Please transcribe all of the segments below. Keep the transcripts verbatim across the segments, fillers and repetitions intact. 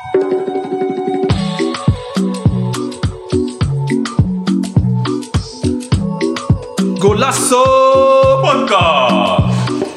Golasso Podcast.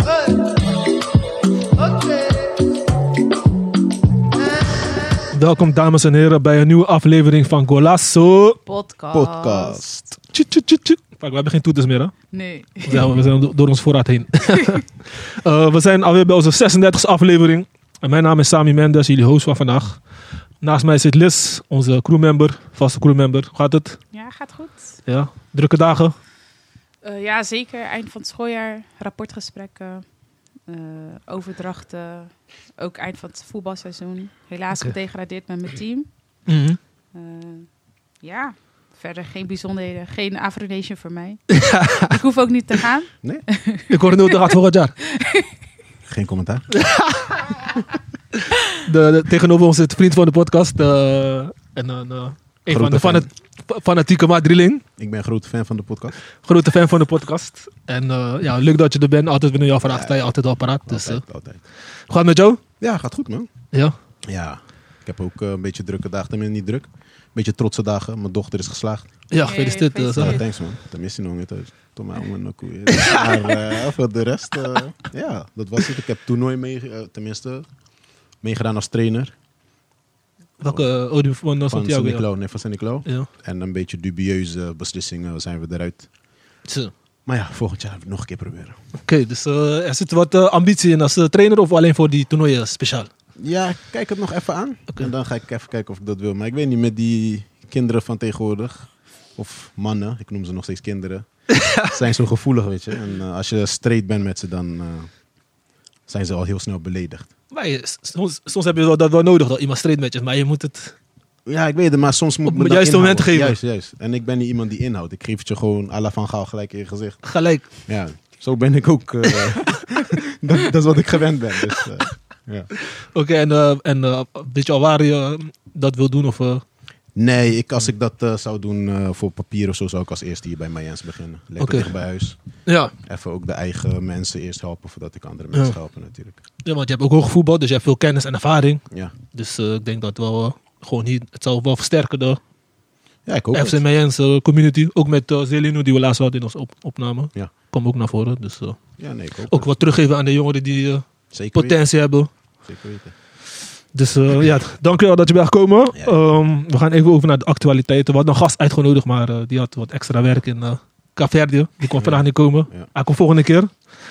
Welkom dames en heren bij een nieuwe aflevering van Golasso Podcast. Podcast. Tju, tju, tju, tju. Fuck, we hebben geen toeters meer, hè? Nee. We zijn, we zijn do- door ons voorraad heen. uh, we zijn alweer bij onze zesendertigste aflevering. En mijn naam is Sami Mendes, jullie host van vandaag. Naast mij zit Liz, onze crewmember, vaste crewmember. Hoe gaat het? Ja, gaat goed. Ja, drukke dagen. Uh, ja, zeker. Eind van het schooljaar. Rapportgesprekken. Uh, overdrachten. Ook eind van het voetbalseizoen. Helaas Oké. gedegradeerd met mijn team. Mm-hmm. Uh, ja, verder geen bijzonderheden. Geen Afro Nation voor mij. Ik hoef ook niet te gaan. Nee? Ik hoor het nu, dat gaat volgend jaar. Geen commentaar. De, de, tegenover ons zit de vriend van de podcast. Uh, en uh, uh, een van de fan. fanat- fanatieke Madrileen. Ik ben een grote fan van de podcast. Grote fan van de podcast. En uh, ja, leuk dat je er bent. Altijd wanneer je al vraagt, sta je altijd al paraat. Dus, uh, Altijd, altijd. hoe gaat het met jou? Ja, gaat goed man. Ja. Ja, ik heb ook uh, een beetje drukke dagen. Tenminste niet druk. Een beetje trotse dagen. Mijn dochter is geslaagd. Ja, Hey, gefeliciteerd. uh, gefeliciteerd. Ja, zo. thanks man. Tenminste nog niet thuis. Tot mij om een koe. Maar uh, voor de rest, uh, ja, dat was het. Ik heb toernooi mee, uh, tenminste, meegedaan als trainer. Welke uh, audio van uh, Van Santiago? Ja. Saint-Niclau. Nee, van Saint-Niclau. Ja. En een beetje dubieuze beslissingen zijn we eruit. Zo. Oké, Maar ja, volgend jaar nog een keer proberen. dus uh, er zit wat uh, ambitie in als uh, trainer of alleen voor die toernooien speciaal? Ja, ik kijk het nog even aan. Oké. En dan ga ik even kijken of ik dat wil. Maar ik weet niet, met die kinderen van tegenwoordig, of mannen, ik noem ze nog steeds kinderen, zijn zo gevoelig, weet je. En uh, als je straight bent met ze, dan uh, zijn ze al heel snel beledigd. Maar je, soms, soms heb je wel, dat wel nodig, dat iemand straight met je is, maar je moet het... Ja, ik weet het, maar soms moet Op me het dat juiste moment inhouden. geven. Juist, juist. En ik ben niet iemand die inhoudt. Ik geef het je gewoon à la Van Gaal gelijk in je gezicht. Gelijk. Ja, zo ben ik ook. Uh, dat, dat is wat ik gewend ben. Dus, uh, ja. Oké, okay, en, uh, en uh, weet je al waar je uh, dat wil doen? Of, uh... Nee, ik, als ik dat uh, zou doen uh, voor papier of zo, zou ik als eerste hier bij Mayens beginnen. Lekker Oké. dicht bij huis. Ja. Even ook de eigen mensen eerst helpen voordat ik andere mensen Ja. helpen natuurlijk. ja, want je hebt ook hoog voetbal, dus je hebt veel kennis en ervaring. Ja, Dus uh, ik denk dat wel uh, gewoon hier, het zal wel versterken de ja ik hoop F C het. Mayens uh, community. Ook met uh, Zelino, die we laatst hadden in onze op- opname. Ja. Kom ook naar voren. Dus uh, Ja, nee, ik hoop ook het. wat teruggeven aan de jongeren die uh, Zeker potentie hebben. weten. Zeker weten. Dus uh, ja, dankjewel dat je bent gekomen. Ja. Um, we gaan even over naar de actualiteiten. We hadden een gast uitgenodigd, maar uh, die had wat extra werk in uh, Caverdië. Die kon Ja. vandaag niet komen. Ja. Hij komt volgende keer.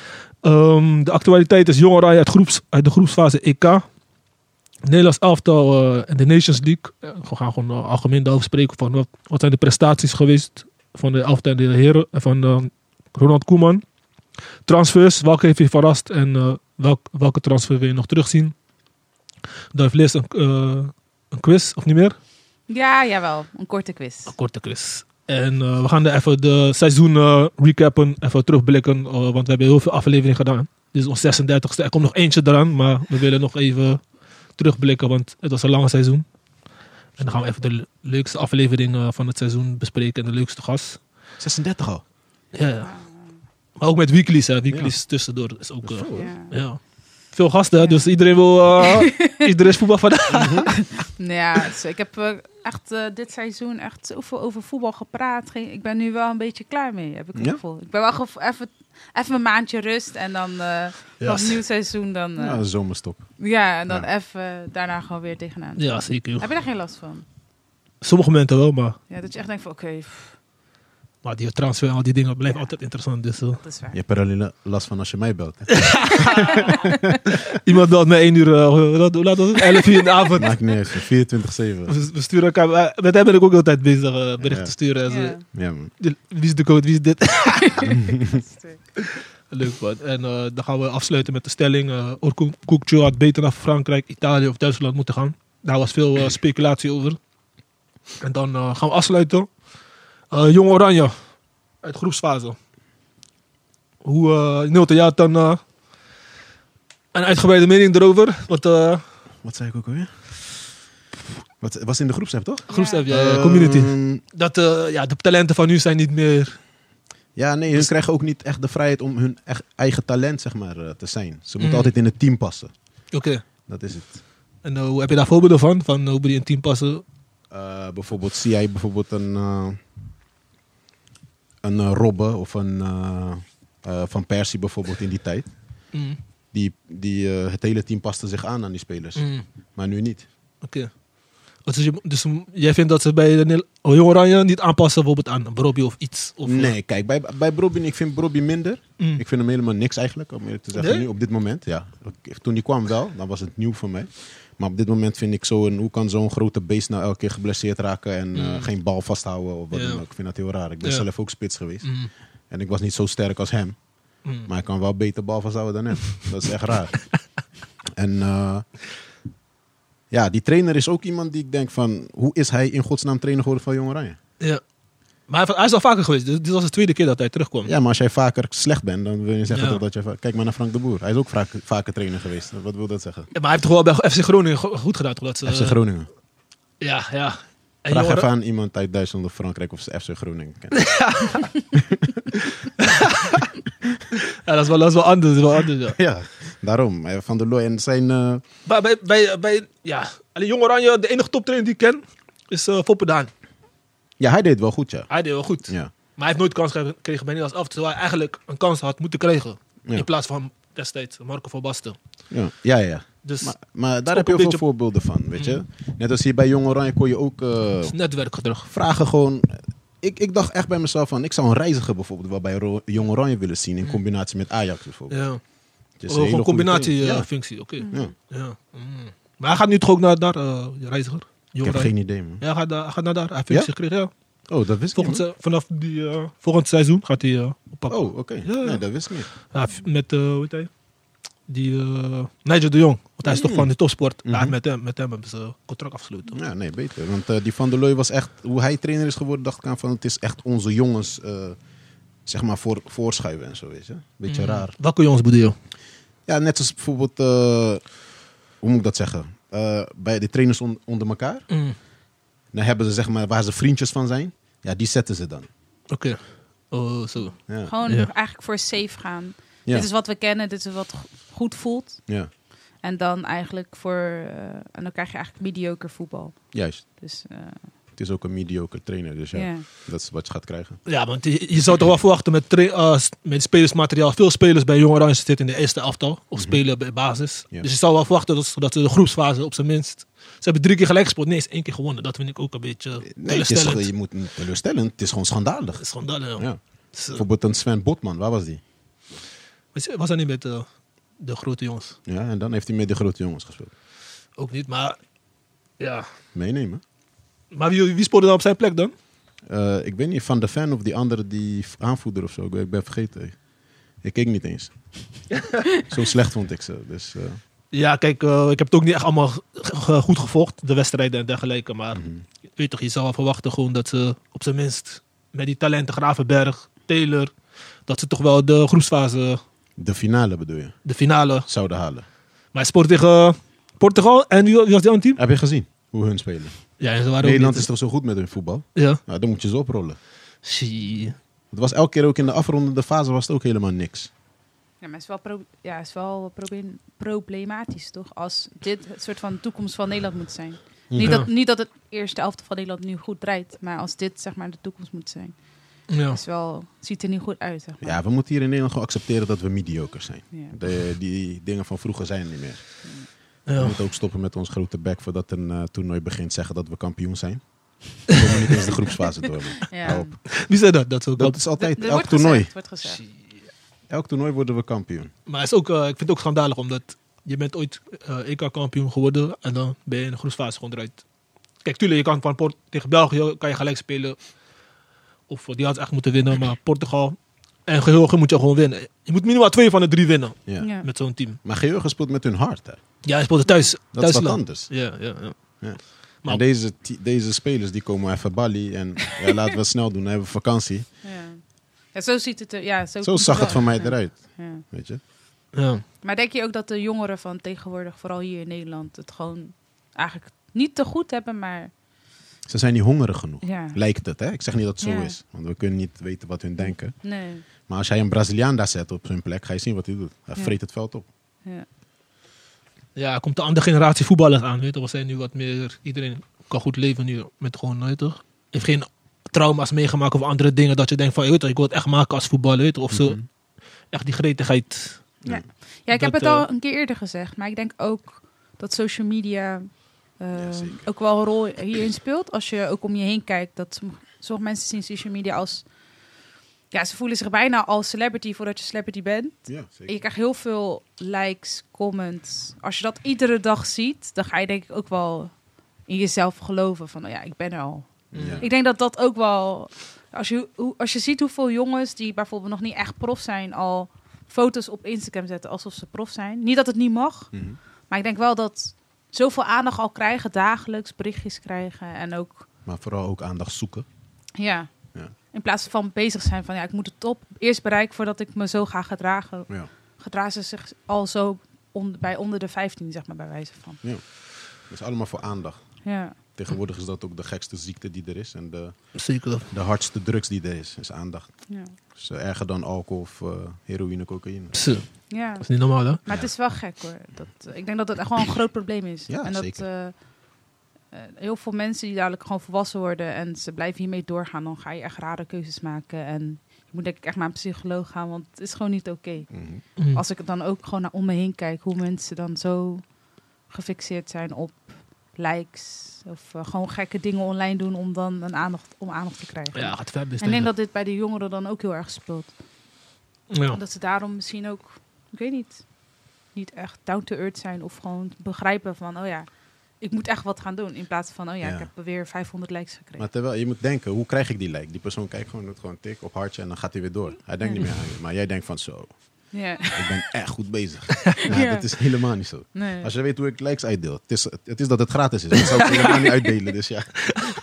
Um, de actualiteit is Jong Oranje uit, groeps, uit de groepsfase E K. Nederlands elftal uh, in de Nations League. Uh, we gaan gewoon uh, algemeen daarover spreken. Van wat, wat zijn de prestaties geweest van de elftal en de heren van uh, Ronald Koeman. Transfers, welke heeft je verrast en uh, welk, welke transfer wil je nog terugzien? Dan heeft Liz een, uh, een quiz, of niet meer? Ja, jawel. Een korte quiz. Een korte quiz. En uh, we gaan er even de seizoen uh, recappen, even terugblikken, uh, want we hebben heel veel afleveringen gedaan. Dit is ons zesendertigste. Er komt nog eentje eraan, maar we willen nog even terugblikken, want het was een lange seizoen. En dan gaan we even de le- leukste afleveringen van het seizoen bespreken en de leukste gast. zesendertig al. Ja, ja. Maar ook met weeklies, hè. Weeklies tussendoor is ook... Uh, Zo, hè? Ja. ja. Veel gasten, hè, dus iedereen wil... Uh, iedereen is voetbal van... Nou ja, dus ik heb uh, echt uh, dit seizoen echt zoveel over voetbal gepraat. Geen, ik ben nu wel een beetje klaar mee, heb ik het Ja? gevoel. Ik ben wel gevo- even, even een maandje rust en dan uh, nog een nieuw seizoen. Dan, uh, Ja, ja, zomerstop. en dan Ja. even daarna gewoon weer tegenaan. Ja, zeker. joh. Heb je daar geen last van? Sommige momenten wel, maar... Ja, dat je echt denkt van oké, pff, Maar die transfer en al die dingen blijven altijd interessant. Dus, uh. dat is waar. Je hebt er alleen last van als je mij belt. Hè? Iemand belt mij één uur, uh, hoe laat hoe laat was het? elf uur in de avond. Maakt niet uit, vierentwintig zeven. We, we sturen elkaar, uh, met hem ben ik ook altijd bezig uh, berichten Ja. te sturen. En zo. Ja. Ja, man. Wie is de code, wie is dit? Leuk man. En uh, dan gaan we afsluiten met de stelling. Uh, Orkun Kukçu had beter naar Frankrijk, Italië of Duitsland moeten gaan. Daar was veel uh, speculatie over. En dan uh, gaan we afsluiten. Uh, Jong Oranje. Uit groepsfase. Hoe, uh, Nilte, jij had dan uh, een uitgebreide mening erover. Want uh, Wat zei ik ook alweer? Wat was in de groepsapp, toch? groepsapp, ja, Ehm, ja, community. Dat uh, ja, de talenten van nu zijn niet meer... Ja, nee, hun krijgen ook niet echt de vrijheid om hun echt eigen talent zeg maar, uh, te zijn. Ze moeten Mm. altijd in het team passen. Oké. Dat is het. En uh, hoe heb je daar voorbeelden van? Van hoe moet je een team passen? Uh, bijvoorbeeld zie jij bijvoorbeeld een, uh, een uh, Robben of een uh, uh, Van Persie bijvoorbeeld in die tijd. Mm. Die, die, uh, het hele team paste zich aan aan die spelers. Mm. Maar nu niet. Oké. Okay. Dus, je, dus jij vindt dat ze bij de Jong Oranje niet aanpassen bijvoorbeeld aan Brobby of iets? Of nee, kijk, bij, bij Brobby, ik vind Brobby minder. Mm. Ik vind hem helemaal niks eigenlijk, om eerlijk te zeggen. Nee? Nu, op dit moment, ja. Toen die kwam wel, dan was het nieuw voor mij. Maar op dit moment vind ik zo een, hoe kan zo'n grote beest nou elke keer geblesseerd raken en uh, Mm. geen bal vasthouden of wat Ja. dan ook. Ik vind dat heel raar. Ik ben Ja. zelf ook spits geweest. Mm. En ik was niet zo sterk als hem. Mm. Maar ik kan wel beter bal vasthouden dan hem. Dat is echt raar. En uh, ja, die trainer is ook iemand die ik denk van, hoe is hij in godsnaam trainer geworden van Jong Oranje? Ja. Maar hij, hij is al vaker geweest. Dus dit was de tweede keer dat hij terugkwam. Ja, maar als jij vaker slecht bent, dan wil je zeggen Ja. toch dat je... va- Kijk maar naar Frank de Boer. Hij is ook vaak, vaker trainer geweest. Wat wil dat zeggen? Ja, maar hij heeft toch wel bij F C Groningen go- goed gedaan. Toch, dat ze, F C Groningen. Ja, ja. En Vraag Jong even Oranje- aan iemand uit Duitsland of Frankrijk of ze F C Groningen kennen. Ja, dat is wel, dat is wel anders. Dat is wel anders ja. Ja, daarom. Eh, Van der Looy en zijn... uh, Maar bij, bij, bij ja, alleen Jong Oranje, de enige toptrainer die ik ken, is uh, Foppe Daan. Ja, hij deed wel goed, ja. Hij deed wel goed. Ja. Maar hij heeft nooit kans gekregen bij Nederlands elftal. Terwijl hij eigenlijk een kans had moeten krijgen. Ja. In plaats van destijds Marco van Basten. Ja, ja, ja. Dus Maar, maar daar ook heb je een heel veel beetje- voorbeelden van, weet je. Net als hier bij Jong Oranje kon je ook uh, het is netwerkgedrag. vragen gewoon... Ik, ik dacht echt bij mezelf van, ik zou een reiziger bijvoorbeeld wel bij Ro- Jong Oranje willen zien in combinatie met Ajax bijvoorbeeld. Ja. Het is een Oh, hele gewoon goede trainer. combinatiefunctie. Oké. Ja. Ja. Ja. Mm. Maar hij gaat nu toch ook naar daar, uh, de reiziger? Ik Jong heb Oranje. geen idee, man. Ja, hij gaat, daar- hij gaat naar daar. Hij heeft functie Ja? gekregen, ja. Oh, dat wist ik Volgend, niet. se- vanaf die, uh, volgend seizoen gaat hij uh, oppakken. Oh, oké. Ja, ja. Nee, dat wist ik niet. Ja, f- met, uh, hoe heet hij? Die, uh, Nigel de Jong. Want hij is toch Mm. van de topsport. Ja, Mhm. met, hem, met hem hebben ze contract afgesloten. Ja, nee, beter. Want uh, die Van der Looy was echt... Hoe hij trainer is geworden, dacht ik aan van... Het is echt onze jongens, uh, zeg maar, voor, voorschuiven en zo, weet je. Beetje Mm. raar. Welke jongens bedoel je? Ja, net als bijvoorbeeld... Uh, hoe moet ik dat zeggen? Uh, bij de trainers on- onder elkaar. Mm. Dan hebben ze, zeg maar, waar ze vriendjes van zijn. Ja, die zetten ze dan. Oké. Oh, zo. Ja. Gewoon Ja. eigenlijk voor safe gaan. Ja. Dit is wat we kennen, dit is wat go- goed voelt. Ja, En dan eigenlijk voor... uh, en dan krijg je eigenlijk mediocre voetbal. juist. Dus uh, Het is ook een mediocre trainer, dus ja, ja. dat is wat je gaat krijgen. Ja, want je, je zou toch wel verwachten met, tra- uh, s- met spelersmateriaal. Veel spelers bij Jong Oranje zitten in de eerste elftal. Of spelen bij basis. Ja. Dus je zou wel verwachten dat, dat ze de groepsfase op zijn minst... Ze hebben drie keer gelijk gespeeld. Nee, eens één keer gewonnen. Dat vind ik ook een beetje Nee, het is, teleurstellend. je moet niet teleurstellend. Het is gewoon schandalig. Dat is gewoon dat, ja. Ja. Dus, uh, Bijvoorbeeld een Sven Botman, waar was die? was- was hij niet met uh, de grote jongens? Ja, en dan heeft hij met de grote jongens gespeeld. Ook niet, maar... Ja. Meenemen. Maar wie, wie speelde dan op zijn plek dan? Uh, ik weet niet, Van de Ven of die andere die aanvoerder of zo. Ik ben, ik ben vergeten. Ik keek niet eens. Zo slecht vond ik ze. Dus, uh, Ja, kijk, uh, ik heb het ook niet echt allemaal g- g- goed gevolgd. De wedstrijden en dergelijke. Maar mhm. weet toch, je zou wel verwachten gewoon dat ze op zijn minst... Met die talenten Gravenberg, Taylor... Dat ze toch wel de groepsfase, De finale bedoel je, de finale... zouden halen. Maar hij speelde tegen Portugal. En wie, wie was die andere team? Heb je gezien hoe hun spelen? Ja, en ze waren Nederland ook is toch zo goed met hun voetbal? niet... Ja. Nou, dan moet je ze oprollen. Zie. Het was elke keer ook in de afrondende fase was het ook helemaal niks. Ja, maar het is wel, pro- ja, het is wel proble- problematisch, toch? Als dit het soort van toekomst van Nederland moet zijn. Niet, Ja. dat, niet dat het eerste elftal van Nederland nu goed draait, maar als dit zeg maar de toekomst moet zijn. Ja. Is wel, het ziet er niet goed uit, zeg maar. Ja, we moeten hier in Nederland gewoon accepteren dat we mediocre zijn. Ja. De, die dingen van vroeger zijn er niet meer. We Ja. moeten ook stoppen met ons grote bek voordat een uh, toernooi begint zeggen dat we kampioen zijn. We komen niet eens de groepsfase door. Man. Ja. Hou op. Wie zei dat? Dat is ook Dat wel- is Er- altijd, er elk wordt toernooi. gezegd, wordt gezegd. Zie. Elk toernooi worden we kampioen. Maar het is ook, uh, ik vind het ook schandalig, omdat je bent ooit uh, E K-kampioen geworden en dan ben je in de groepsfase gewoon eruit. Kijk, tuurlijk, je kan van Port tegen België kan je gelijk spelen. Of uh, die had echt moeten winnen, maar Portugal en Georgië moet je gewoon winnen. Je moet minimaal twee van de drie winnen Ja. Ja. met zo'n team. Maar Georgië speelt met hun hart. Hè. Ja, hij speelde thuis. Dat is wat thuisland. anders. Ja, ja, ja. Ja. Maar- En deze, ti- deze spelers die komen even Bali en ja, laten we het snel doen. Dan hebben we vakantie. Ja. Ja, zo ziet het er. Ja, zo Zo komt zag wel het van mij uit, ja. eruit. Ja. Weet je? Ja. Maar denk je ook dat de jongeren van tegenwoordig, vooral hier in Nederland, het gewoon eigenlijk niet te goed hebben, maar Ze zijn niet hongerig genoeg. ja. Lijkt het, hè? Ik zeg niet dat het zo Ja. is. Want we kunnen niet weten wat hun denken. Nee. Maar als jij een Braziliaan daar zet op zijn plek, ga je zien wat hij doet. Hij Ja. vreet het veld op. Ja. Ja, er komt de andere generatie voetballers aan. Weet je? We zijn nu wat meer... Iedereen kan goed leven nu met gewoon... Weet je? Heeft geen trauma's meegemaakt of andere dingen. Dat je denkt van... Weet je, ik wil het echt maken als voetballer. Weet je? Of zo. Mhm. Echt die gretigheid. Ja, ja ik heb Dat, het al uh, een keer eerder gezegd. Maar ik denk ook dat social media uh, Ja, zeker. ook wel een rol hierin speelt. Als je ook om je heen kijkt. Dat sommige, sommige mensen zien social media als... Ja, ze voelen zich bijna als celebrity voordat je celebrity bent. Ja, En zeker. je krijgt heel veel likes, comments. Als je dat iedere dag ziet, dan ga je denk ik ook wel in jezelf geloven. Van, nou ja, ik ben er al. Ja. Ik denk dat dat ook wel... Als je, hoe- als je ziet hoeveel jongens die bijvoorbeeld nog niet echt prof zijn... al foto's op Instagram zetten alsof ze prof zijn. Niet dat het niet mag. Mhm. Maar ik denk wel dat zoveel aandacht al krijgen, dagelijks berichtjes krijgen. En ook, Maar vooral ook aandacht zoeken. ja... Ja. In plaats van bezig zijn van, ja, ik moet het top eerst bereiken voordat ik me zo ga gedragen. Ja. Gedragen ze zich al zo on- bij onder de vijftien, zeg maar, bij wijze van. Ja. Dat is allemaal voor aandacht. Ja, Tegenwoordig is dat ook de gekste ziekte die er is. En de, Zeker. de hardste drugs die er is, is aandacht. ja. Dus uh, erger dan alcohol of uh, heroïne, cocaïne. Zo. ja. Dat is niet normaal, hè? Maar het is wel gek, hoor. Dat, ik denk dat het echt wel een groot probleem is. Ja, en dat zeker. uh, uh, heel veel mensen die dadelijk gewoon volwassen worden en ze blijven hiermee doorgaan, dan ga je echt rare keuzes maken. En je moet denk ik echt naar een psycholoog gaan, want het is gewoon niet oké. Mhm. Mhm. Als ik dan ook gewoon naar om me heen kijk, hoe mensen dan zo gefixeerd zijn op likes of uh, gewoon gekke dingen online doen om dan een aandacht, om aandacht te krijgen. Ja, gaat ver en ik denk dat dit bij de jongeren dan ook heel erg speelt. Ja. En dat ze daarom misschien ook, ik weet niet, niet echt down to earth zijn of gewoon begrijpen van, oh ja, ik moet echt wat gaan doen. In plaats van, oh ja, Ja. ik heb weer vijfhonderd likes gekregen. Maar terwijl je moet denken, hoe krijg ik die like? Die persoon kijkt gewoon, doet gewoon een tik op hartje en dan gaat hij weer door. Hij denkt Ja. niet meer aan je. Maar jij denkt van zo, Ja, ik ben echt goed bezig. Nou, Ja. dat is helemaal niet zo. nee. Als je weet hoe ik likes uitdeel. Het is, het is dat het gratis is. Dat zou ik helemaal niet uitdelen. Dus ja.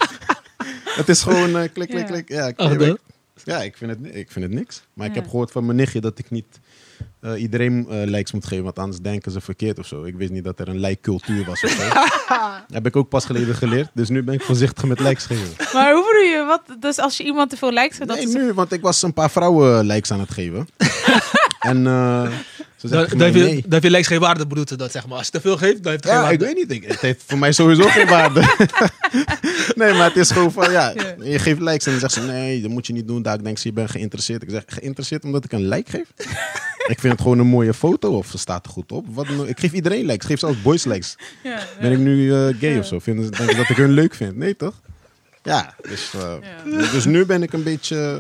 Het is gewoon uh, klik, klik, Ja. klik. Ja, ik, Ach, ik- dat? ja ik, vind het, ik vind het niks. Maar ik Ja. heb gehoord van mijn nichtje dat ik niet uh, iedereen uh, likes moet geven. Want anders denken ze verkeerd of zo. Ik wist niet dat er een like-cultuur was of zo. Heb ik ook pas geleden geleerd. Dus nu ben ik voorzichtig met likes geven. Maar hoe bedoel je? Wat? Dus als je iemand te veel likes geeft, dat Nee, is... nu, want ik was een paar vrouwen likes aan het geven. en uh, ze Dan, zeggen dan, heb mij je, nee. dan heb je likes geen waarde, bedoelt ze dat, zeg maar. Als je te veel geeft, dan heeft het geen Ja, ik waarde. weet niet. Ik, het heeft voor mij sowieso geen waarde. Nee, maar het is gewoon van, ja, Ja. je geeft likes en dan zegt ze, nee, dat moet je niet doen. Daar denk ze, je bent geïnteresseerd. Ik zeg, geïnteresseerd omdat ik een like geef? Ik vind het gewoon een mooie foto of ze staat er goed op. Wat, dan- ik geef iedereen likes. Ik geef zelfs boys likes. Ja, ja. Ben ik nu uh, gay Ja. of zo? Vinden ze denken ze dat ik hun leuk vind? Nee, toch? Ja, dus, uh, Ja. dus nu ben ik een beetje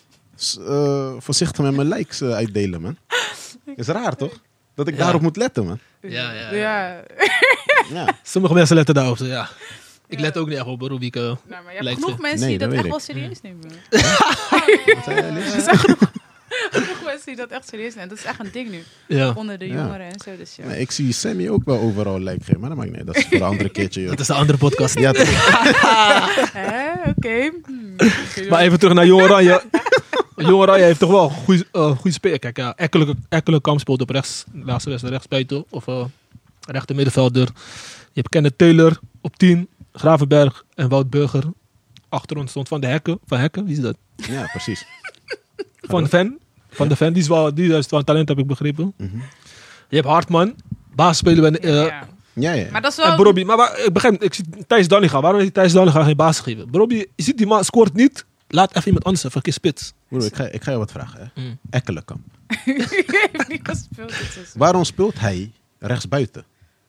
uh, voorzichtig met mijn likes uh, uitdelen, man. Is raar, toch? Dat ik Ja. daarop moet letten, man. Ja, ja, ja. Ja. Ja. Sommige mensen letten daarop. zo, Ja. Ik let ook niet echt op, hoor, hoe ik... Uh, Nou, maar je hebt Likes, genoeg hè? mensen Nee, die dat dat echt weet wel ik. serieus nemen. Wat zei jij, Liz? Er zijn genoeg, genoeg mensen die dat echt serieus nemen. Dat is echt een ding nu. ja. Onder de Ja. jongeren en zo. Dus ja. Nee, ik zie Sammy ook wel overal like geven, maar dat maakt niet. Dat is voor een andere keertje, joh. Dat is een andere podcast. Ja, toch? Hè? Oké. Hmm. Maar even terug naar Jong Oranje. Jong Oranje heeft toch wel een goede, uh, goede speler. Kijk, ja, Ekkelenkamp speelt op rechts. Laatste wedstrijd rechtsbuiten. Of uh, rechter middenvelder. Je hebt Kenneth Taylor op tien. Gravenberg en Wout Burger. Achter ons stond Van de Hekken. Van Hekken, wie is dat? Ja, precies. Van de Ven. Van de Ven, die is wel, die is wel een talent, heb ik begrepen. Mhm. Je hebt Hartman. Baasspeler bij uh, Ja. Ja, ja. Maar dat is en wel... Brobby. Maar waar, ik begrijp, ik zie Thijs Dallinga. Waarom heeft Thijs Dallinga geen baas gegeven? Brobby, je ziet die man scoort niet. Laat even iemand anders even een keer spits. Broer, ik, ga, ik ga je wat vragen. Hè. Mm. Ekkelenkamp. heeft niet gespeeld. dit seizoen. Waarom speelt hij rechtsbuiten?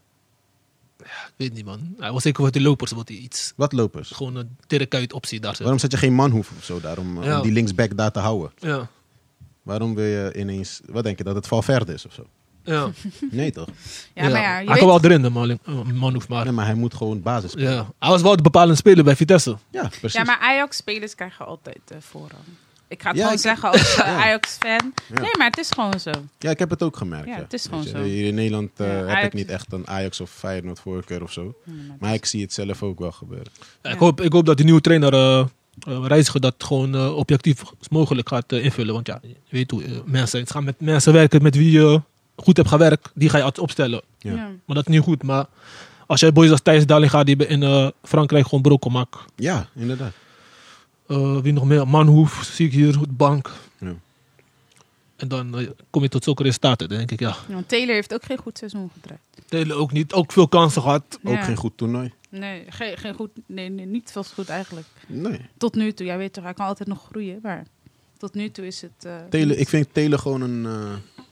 Ik weet niet, man. Hij was zeker voor de lopers, wordt hij iets. Wat lopers? Gewoon een Dirk Kuyt optie daar. Zo. Waarom zet je geen manhoef of zo daar om, uh, Ja. om die linksback daar te houden? Ja. Waarom wil je ineens... Wat denk je, dat het Valverde is of zo? Ja. Nee, toch? Ja, maar ja, hij je kan weet... wel erin, de man, man hoeft maar. Nee, maar hij moet gewoon basis spelen. Ja. Hij was wel de bepalende speler bij Vitesse. Ja, precies. Ja, maar Ajax-spelers krijgen altijd uh, voorrang. Ik ga het Ja, gewoon ik- zeggen als uh, Ja. Ajax-fan. Ja. Nee, maar het is gewoon zo. Ja, ik heb het ook gemerkt. Ja, Ja, het is Weet gewoon je, zo. Hier in Nederland uh, Ja, heb Ajax- ik niet echt een Ajax of Feyenoord voorkeur of zo. Nee, maar Maar ik zie het zelf ook wel gebeuren. Ja, ik, Ja. hoop, ik hoop dat die nieuwe trainer uh, uh, Reiziger dat gewoon uh, objectief mogelijk gaat uh, invullen. Want ja, je weet hoe uh, mensen, het gaan met mensen werken met wie je goed hebt gewerkt. Die ga je altijd opstellen. Ja. Ja. Maar dat is niet goed. Maar als jij boys als Thijs Dallinga die in uh, Frankrijk gewoon brokken maakt. Ja, inderdaad. Uh, wie nog meer? Manhoef zie ik hier op de bank. Ja. En dan uh, kom je tot zulke resultaten, dan denk ik, ja. Want Taylor heeft ook geen goed seizoen gedraaid. Taylor ook niet, ook veel kansen gehad. Ja. Ook geen goed toernooi. Nee, geen, geen goed, nee, nee, niet veel goed eigenlijk. Nee. Tot nu toe, jij weet toch, hij kan altijd nog groeien, maar tot nu toe is het... Uh, Taylor, ik vind Taylor gewoon een uh,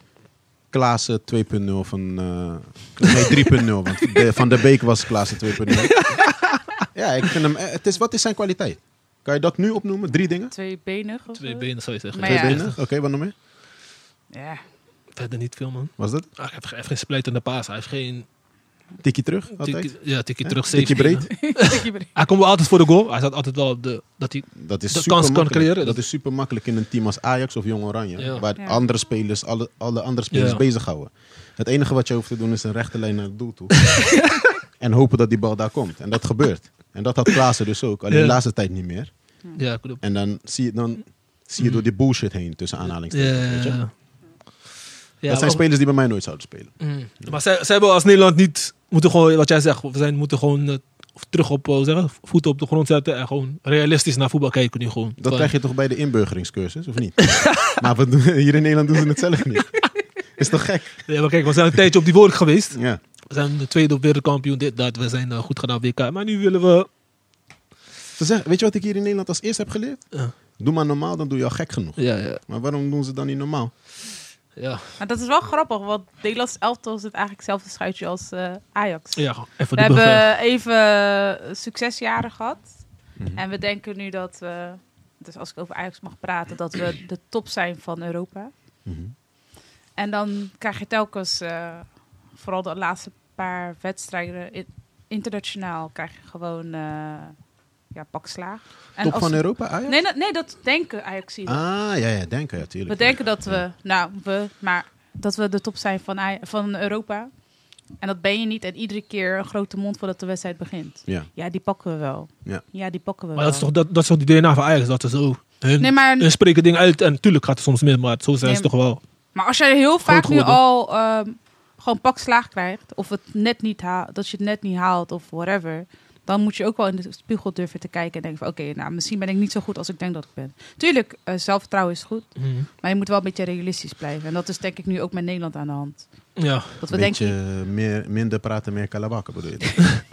Klaassen twee punt nul van... Uh, nee, drie punt nul. Want de, Van der Beek was Klaassen twee punt nul. Ja, ik vind hem... Het is, wat is zijn kwaliteit? Kan je dat nu opnoemen? Drie dingen? Tweebenig of Twee zo? benen zou je zeggen. Maar Twee ja. benen? Oké, okay, wat nog meer? Ja. Verder niet veel, man. Was dat? Ah, hij heeft, hij heeft geen splijtende paas. Hij heeft geen... Tikkie terug? Altijd? Tikkie, ja, tikkie Ja, terug. tikkie safety. breed? Hij komt wel altijd voor de goal. Hij staat altijd wel op de... Dat hij Dat is de super kans kan makkelijk. creëren. Dat is super makkelijk in een team als Ajax of Jong Oranje. Ja. Waar Ja. andere spelers, alle, alle andere spelers Ja. bezighouden. Het enige wat je hoeft te doen is een rechte lijn naar het doel toe. En hopen dat die bal daar komt. En dat gebeurt. En dat had Klaassen dus ook. Alleen Ja. de laatste tijd niet meer. Ja, klopt. En dan zie je, dan zie je door die bullshit heen, tussen aanhalingstekens. Weet je? Ja, ja, Dat zijn ook- spelers die bij mij nooit zouden spelen. Mm. Maar zij, zij hebben als Nederland niet... Moeten gewoon, wat jij zegt, we zijn, moeten gewoon uh, terug op, uh, zeggen, voeten op de grond zetten. En gewoon realistisch naar voetbal kijken nu gewoon. Dat krijg je toch bij de inburgeringscursus, of niet? Maar we doen, hier in Nederland doen ze het zelf niet. Is toch gek? Ja, maar kijk, we zijn een tijdje op die wolk geweest. Ja. We zijn de tweede op wereldkampioen, dit, dat. We zijn uh, goed gedaan op W K. Maar nu willen we... Ze zeggen, weet je wat ik hier in Nederland als eerste heb geleerd? Ja, Doe maar normaal, dan doe je al gek genoeg. ja, ja. Maar waarom doen ze dan niet normaal? ja. Maar dat is wel grappig, want Nederlands elftal zit eigenlijk hetzelfde schuitje als uh, Ajax. ja even We de brug, hebben uh, even succesjaren gehad. Mhm. En we denken nu dat we, dus als ik over Ajax mag praten, dat we de top zijn van Europa. Mhm. En dan krijg je telkens, uh, vooral de laatste paar wedstrijden, in- internationaal krijg je gewoon uh, ja, pak slaag. En Top als- van Europa, Ajax? Nee, dat, nee, dat denken Ajax. Ah, ja, ja, denken, ja, tuurlijk. We denken dat we, nou, we, maar dat we de top zijn van, Aj- van Europa. En dat ben je niet. En iedere keer een grote mond voordat de wedstrijd begint. Ja. Ja, die pakken we wel. Ja. Ja, die pakken we Maar wel. dat is toch, dat, dat is toch die D N A van Ajax. Dat ze zo... Hun, Nee, maar, hun spreken dingen uit. En natuurlijk gaat het soms mis. Maar zo zijn Nee, ze toch wel... maar als jij heel vaak nu geworden. al ehm, gewoon pak slaag krijgt. Of het net niet haalt, dat je het net niet haalt. Of whatever. Dan moet je ook wel in de spiegel durven te kijken. En denken van oké, nou misschien ben ik niet zo goed als ik denk dat ik ben. Tuurlijk, uh, zelfvertrouwen is goed. Mm. Maar je moet wel een beetje realistisch blijven. En dat is denk ik nu ook met Nederland aan de hand. Ja. Dat we Beetje denken... meer, minder praten, meer kalabakken bedoel je?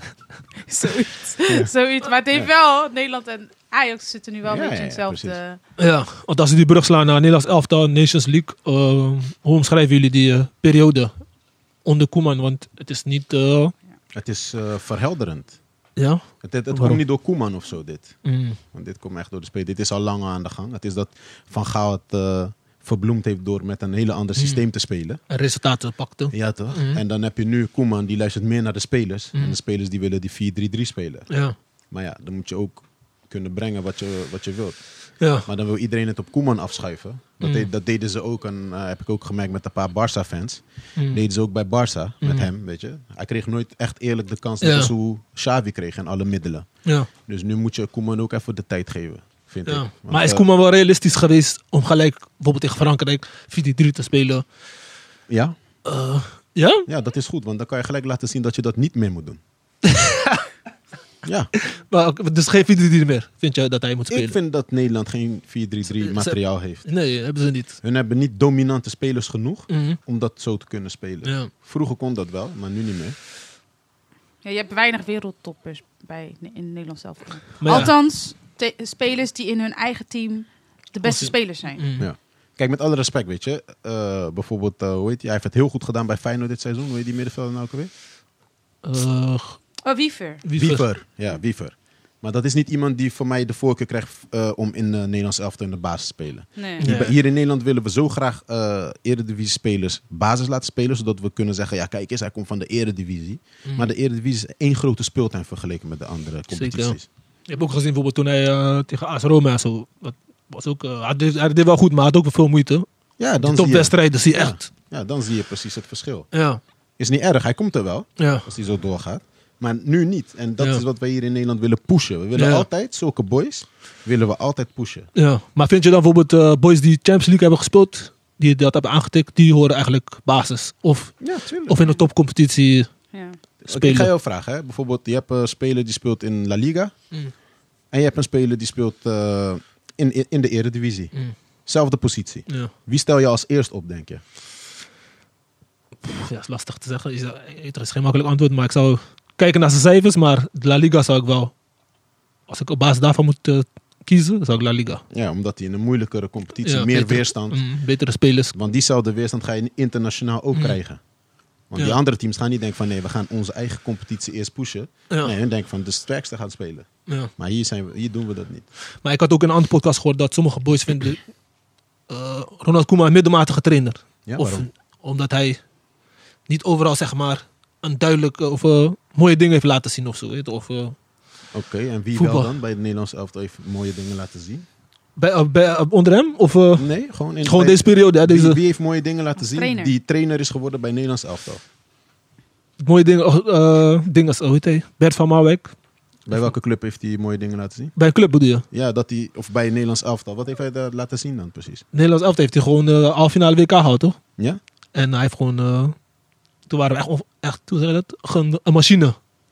Zoiets. Ja. Zoiets. Maar het heeft wel, Nederland en Ajax zitten nu wel een Ja, beetje in ja, hetzelfde. Ja, want als we die brug slaan naar Nederlands elftal, Nations League, uh, hoe omschrijven jullie die uh, periode onder Koeman? Want het is niet... Uh, Het is uh, verhelderend. ja? Het, het, het Waarom? komt niet door Koeman of zo, dit. Mm. Want dit komt echt door de speler. Dit is al lang aan de gang. Het is dat Van Gaal het uh, verbloemd heeft door met een hele ander Mm. systeem te spelen. En resultaten pakte. Ja, toch? Mm. En dan heb je nu Koeman, die luistert meer naar de spelers. Mm. En de spelers die willen die vier drie drie spelen. Ja. Maar ja, dan moet je ook kunnen brengen wat je, wat je wilt. Ja. Maar dan wil iedereen het op Koeman afschuiven. Dat, Mm. deed, dat deden ze ook, en uh, heb ik ook gemerkt met een paar Barça-fans. Mm. Deden ze ook bij Barça, met Mm. hem, weet je. Hij kreeg nooit echt eerlijk de kans, Ja. net als hoe Xavi kreeg en alle middelen. Ja. Dus nu moet je Koeman ook even de tijd geven, vind ik. Ja. Want, Maar is uh, Koeman wel realistisch geweest om gelijk bijvoorbeeld tegen Frankrijk vier drie drie te spelen? Ja? Uh, ja? Ja, dat is goed, want dan kan je gelijk laten zien dat je dat niet meer moet doen. Ja, Maar, oké, dus geen vier drie drie meer, vind je dat hij moet spelen? ik vind dat Nederland geen vier drie drie Ze- materiaal heeft. Nee, hebben ze niet. Hun hebben niet dominante spelers genoeg Mhm. om dat zo te kunnen spelen. Ja. Vroeger kon dat wel, maar nu niet meer. Ja, je hebt weinig wereldtoppers bij, in Nederland zelf. Maar ja. Althans, te- spelers die in hun eigen team de beste Als- spelers zijn. Mhm. Ja. Kijk, met alle respect, weet je. Uh, bijvoorbeeld, uh, hoe heet die? Hij heeft het heel goed gedaan bij Feyenoord dit seizoen. Hoe heet die middenvelder nou ook alweer? Uh, Oh, Wiever. Wiever. Wiever. Ja, Wiever. Maar dat is niet iemand die voor mij de voorkeur krijgt uh, om in de Nederlands elftal in de basis te spelen. Nee. Ja. Hier, hier in Nederland willen we zo graag uh, eredivisie-spelers basis laten spelen. Zodat we kunnen zeggen, ja kijk eens, hij komt van de eredivisie. Mhm. Maar de eredivisie is één grote speeltuin vergeleken met de andere competities. Zeker. Je hebt ook gezien bijvoorbeeld toen hij uh, tegen A S Roma en zo. Dat was ook, uh, hij, deed, hij deed wel goed, maar hij had ook wel veel moeite. Ja, De dan zie je, topwedstrijden zie je Ja. echt. ja, dan zie je precies het verschil. Ja. Is niet erg, hij komt er wel. Ja. Als hij zo doorgaat. Maar nu niet. En dat Ja. is wat wij hier in Nederland willen pushen. We willen Ja. altijd, zulke boys, willen we altijd pushen. Ja. Maar vind je dan bijvoorbeeld uh, boys die Champions League hebben gespeeld, die dat hebben aangetikt, die horen eigenlijk basis? Of, Ja, tuurlijk. of in een topcompetitie Ja. spelen? Oké, ik ga jou vragen. Hè. Bijvoorbeeld, je hebt een speler die speelt in La Liga. Mm. En je hebt een speler die speelt uh, in, in, in de eredivisie. Mm. Zelfde positie. Ja. Wie stel je als eerst op, denk je? Pff, ja, is lastig te zeggen. Is- Er is geen makkelijk antwoord, maar ik zou kijken naar zijn cijfers. Maar de La Liga zou ik wel, als ik op basis daarvan moet uh, kiezen, zou ik La Liga. Ja, omdat hij in een moeilijkere competitie, Ja, meer betere- weerstand. Mm, betere spelers. Want diezelfde weerstand ga je internationaal ook Mm. krijgen. Want Ja. die andere teams gaan niet denken van nee, we gaan onze eigen competitie eerst pushen. Ja. Nee, hun denken van de sterkste gaat spelen. Ja. Maar hier, zijn we, hier doen we dat niet. Maar ik had ook in een andere podcast gehoord dat sommige boys vinden uh, Ronald Koeman een middelmatige trainer. Ja, of waarom? omdat hij niet overal zeg maar een duidelijke of uh, mooie dingen heeft laten zien of zo. Weet, je, of, uh, Oké, en wie voetbal. wel dan bij het Nederlands elftal heeft mooie dingen laten zien? bij, uh, bij, uh, onder hem? Of uh, Nee, gewoon in gewoon bij- deze periode? Ja, Wie, deze wie heeft mooie dingen laten zien trainer. die trainer is geworden bij het Nederlands elftal? mooie dingen. Uh, dingen als, hoe heet hij? Bert van Marwijk. Bij welke club heeft hij mooie dingen laten zien? Bij een club bedoel je? Ja, dat hij, of bij het Nederlands elftal. Wat heeft hij daar laten zien dan precies? Nederlands elftal heeft hij gewoon uh, halve finale W K gehaald, toch? Ja? En hij heeft gewoon... Uh, toen waren we echt, on- echt hoe zeg je dat? Gewoon een machine.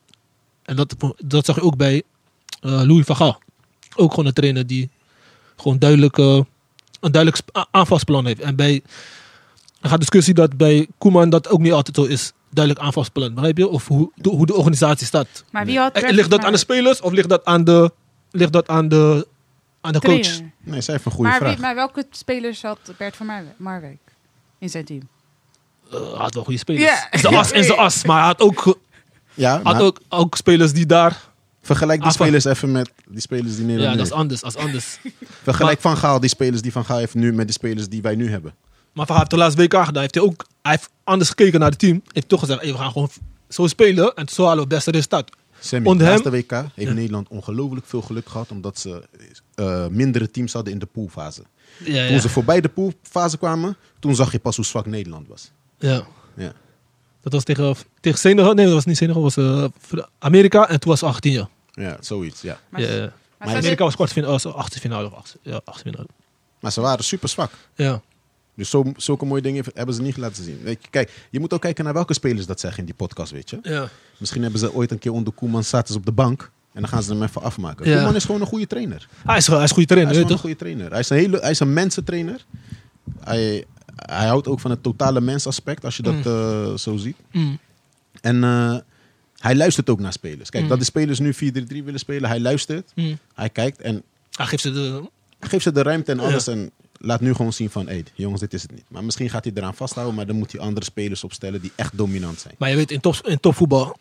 En dat, dat zag je ook bij uh, Louis van Gaal. Ook gewoon een trainer die gewoon duidelijk, uh, een duidelijk sp- a- aanvalsplan heeft. En bij... Er gaat discussie dat bij Koeman dat ook niet altijd zo is. Duidelijk aanvalsplan, begrijp je? Of hoe de, hoe de organisatie staat. Maar wie had Eh, Bert ligt dat van aan de Marwijk? spelers of ligt dat aan de, ligt dat aan de, aan de coach? Trainer. Nee, zij heeft een goede Maar, vraag. wie, maar welke spelers had Bert van Marwijk- Marwijk in zijn team? Uh, hij had wel goede spelers. Ja. In zijn as, in zijn as. Maar hij had ook, ge- Ja, had maar ook, ook spelers die daar... vergelijk die Afval- spelers even met die spelers die Nederland Ja, nu dat is heeft. anders. Dat is anders. Vergelijk Van Gaal, die spelers die Van Gaal heeft nu met de spelers die wij nu hebben. Maar Van Gaal heeft de laatste W K gedaan. Heeft hij, ook, hij heeft anders gekeken naar het team. Heeft toch gezegd, hey, we gaan gewoon zo spelen. En zo halen we het beste resultaat. Sammy, Onder de hem- laatste W K heeft Ja. Nederland ongelooflijk veel geluk gehad. Omdat ze eh, mindere teams hadden in de poolfase. Ja, Toen ja. ze voorbij de poolfase kwamen, toen zag je pas hoe zwak Nederland was. ja. Ja. Dat was tegen, tegen Senegal. Nee, dat was niet Senegal. Dat was uh, Amerika. En toen was Argentinië. Ja, zoiets, ja. Maar, Ja, ja. maar Maar zij Amerika was kwartfinale. Uh, achtste finale. Of achtste, ja, achtste finale. Maar ze waren super zwak. Ja. Dus zo, zulke mooie dingen hebben ze niet laten zien. Weet je, kijk, je moet ook kijken naar welke spelers dat zeggen in die podcast, weet je. Ja. Misschien hebben ze ooit een keer onder Koeman zaten ze op de bank. En dan gaan ze hem even afmaken. Ja. Koeman is gewoon een goede trainer. Hij is, hij is een goede Hij trainer, is weet gewoon je een toch? goede trainer. Hij is een, hele, hij is een mensentrainer. Hij, hij houdt ook van het totale mensaspect, als je dat Mm. eh, zo ziet. Mm. En eh, hij luistert ook naar spelers. Kijk, Mm. dat de spelers nu vier drie drie willen spelen. Hij luistert, Mm. hij kijkt en Hij geeft ze de... geeft ze de ruimte en Ja. alles. En laat nu gewoon zien van, hé, jongens, dit is het niet. Maar misschien gaat hij eraan vasthouden, maar dan moet hij andere spelers opstellen die echt dominant zijn. Maar je weet, in, top, in topvoetbal...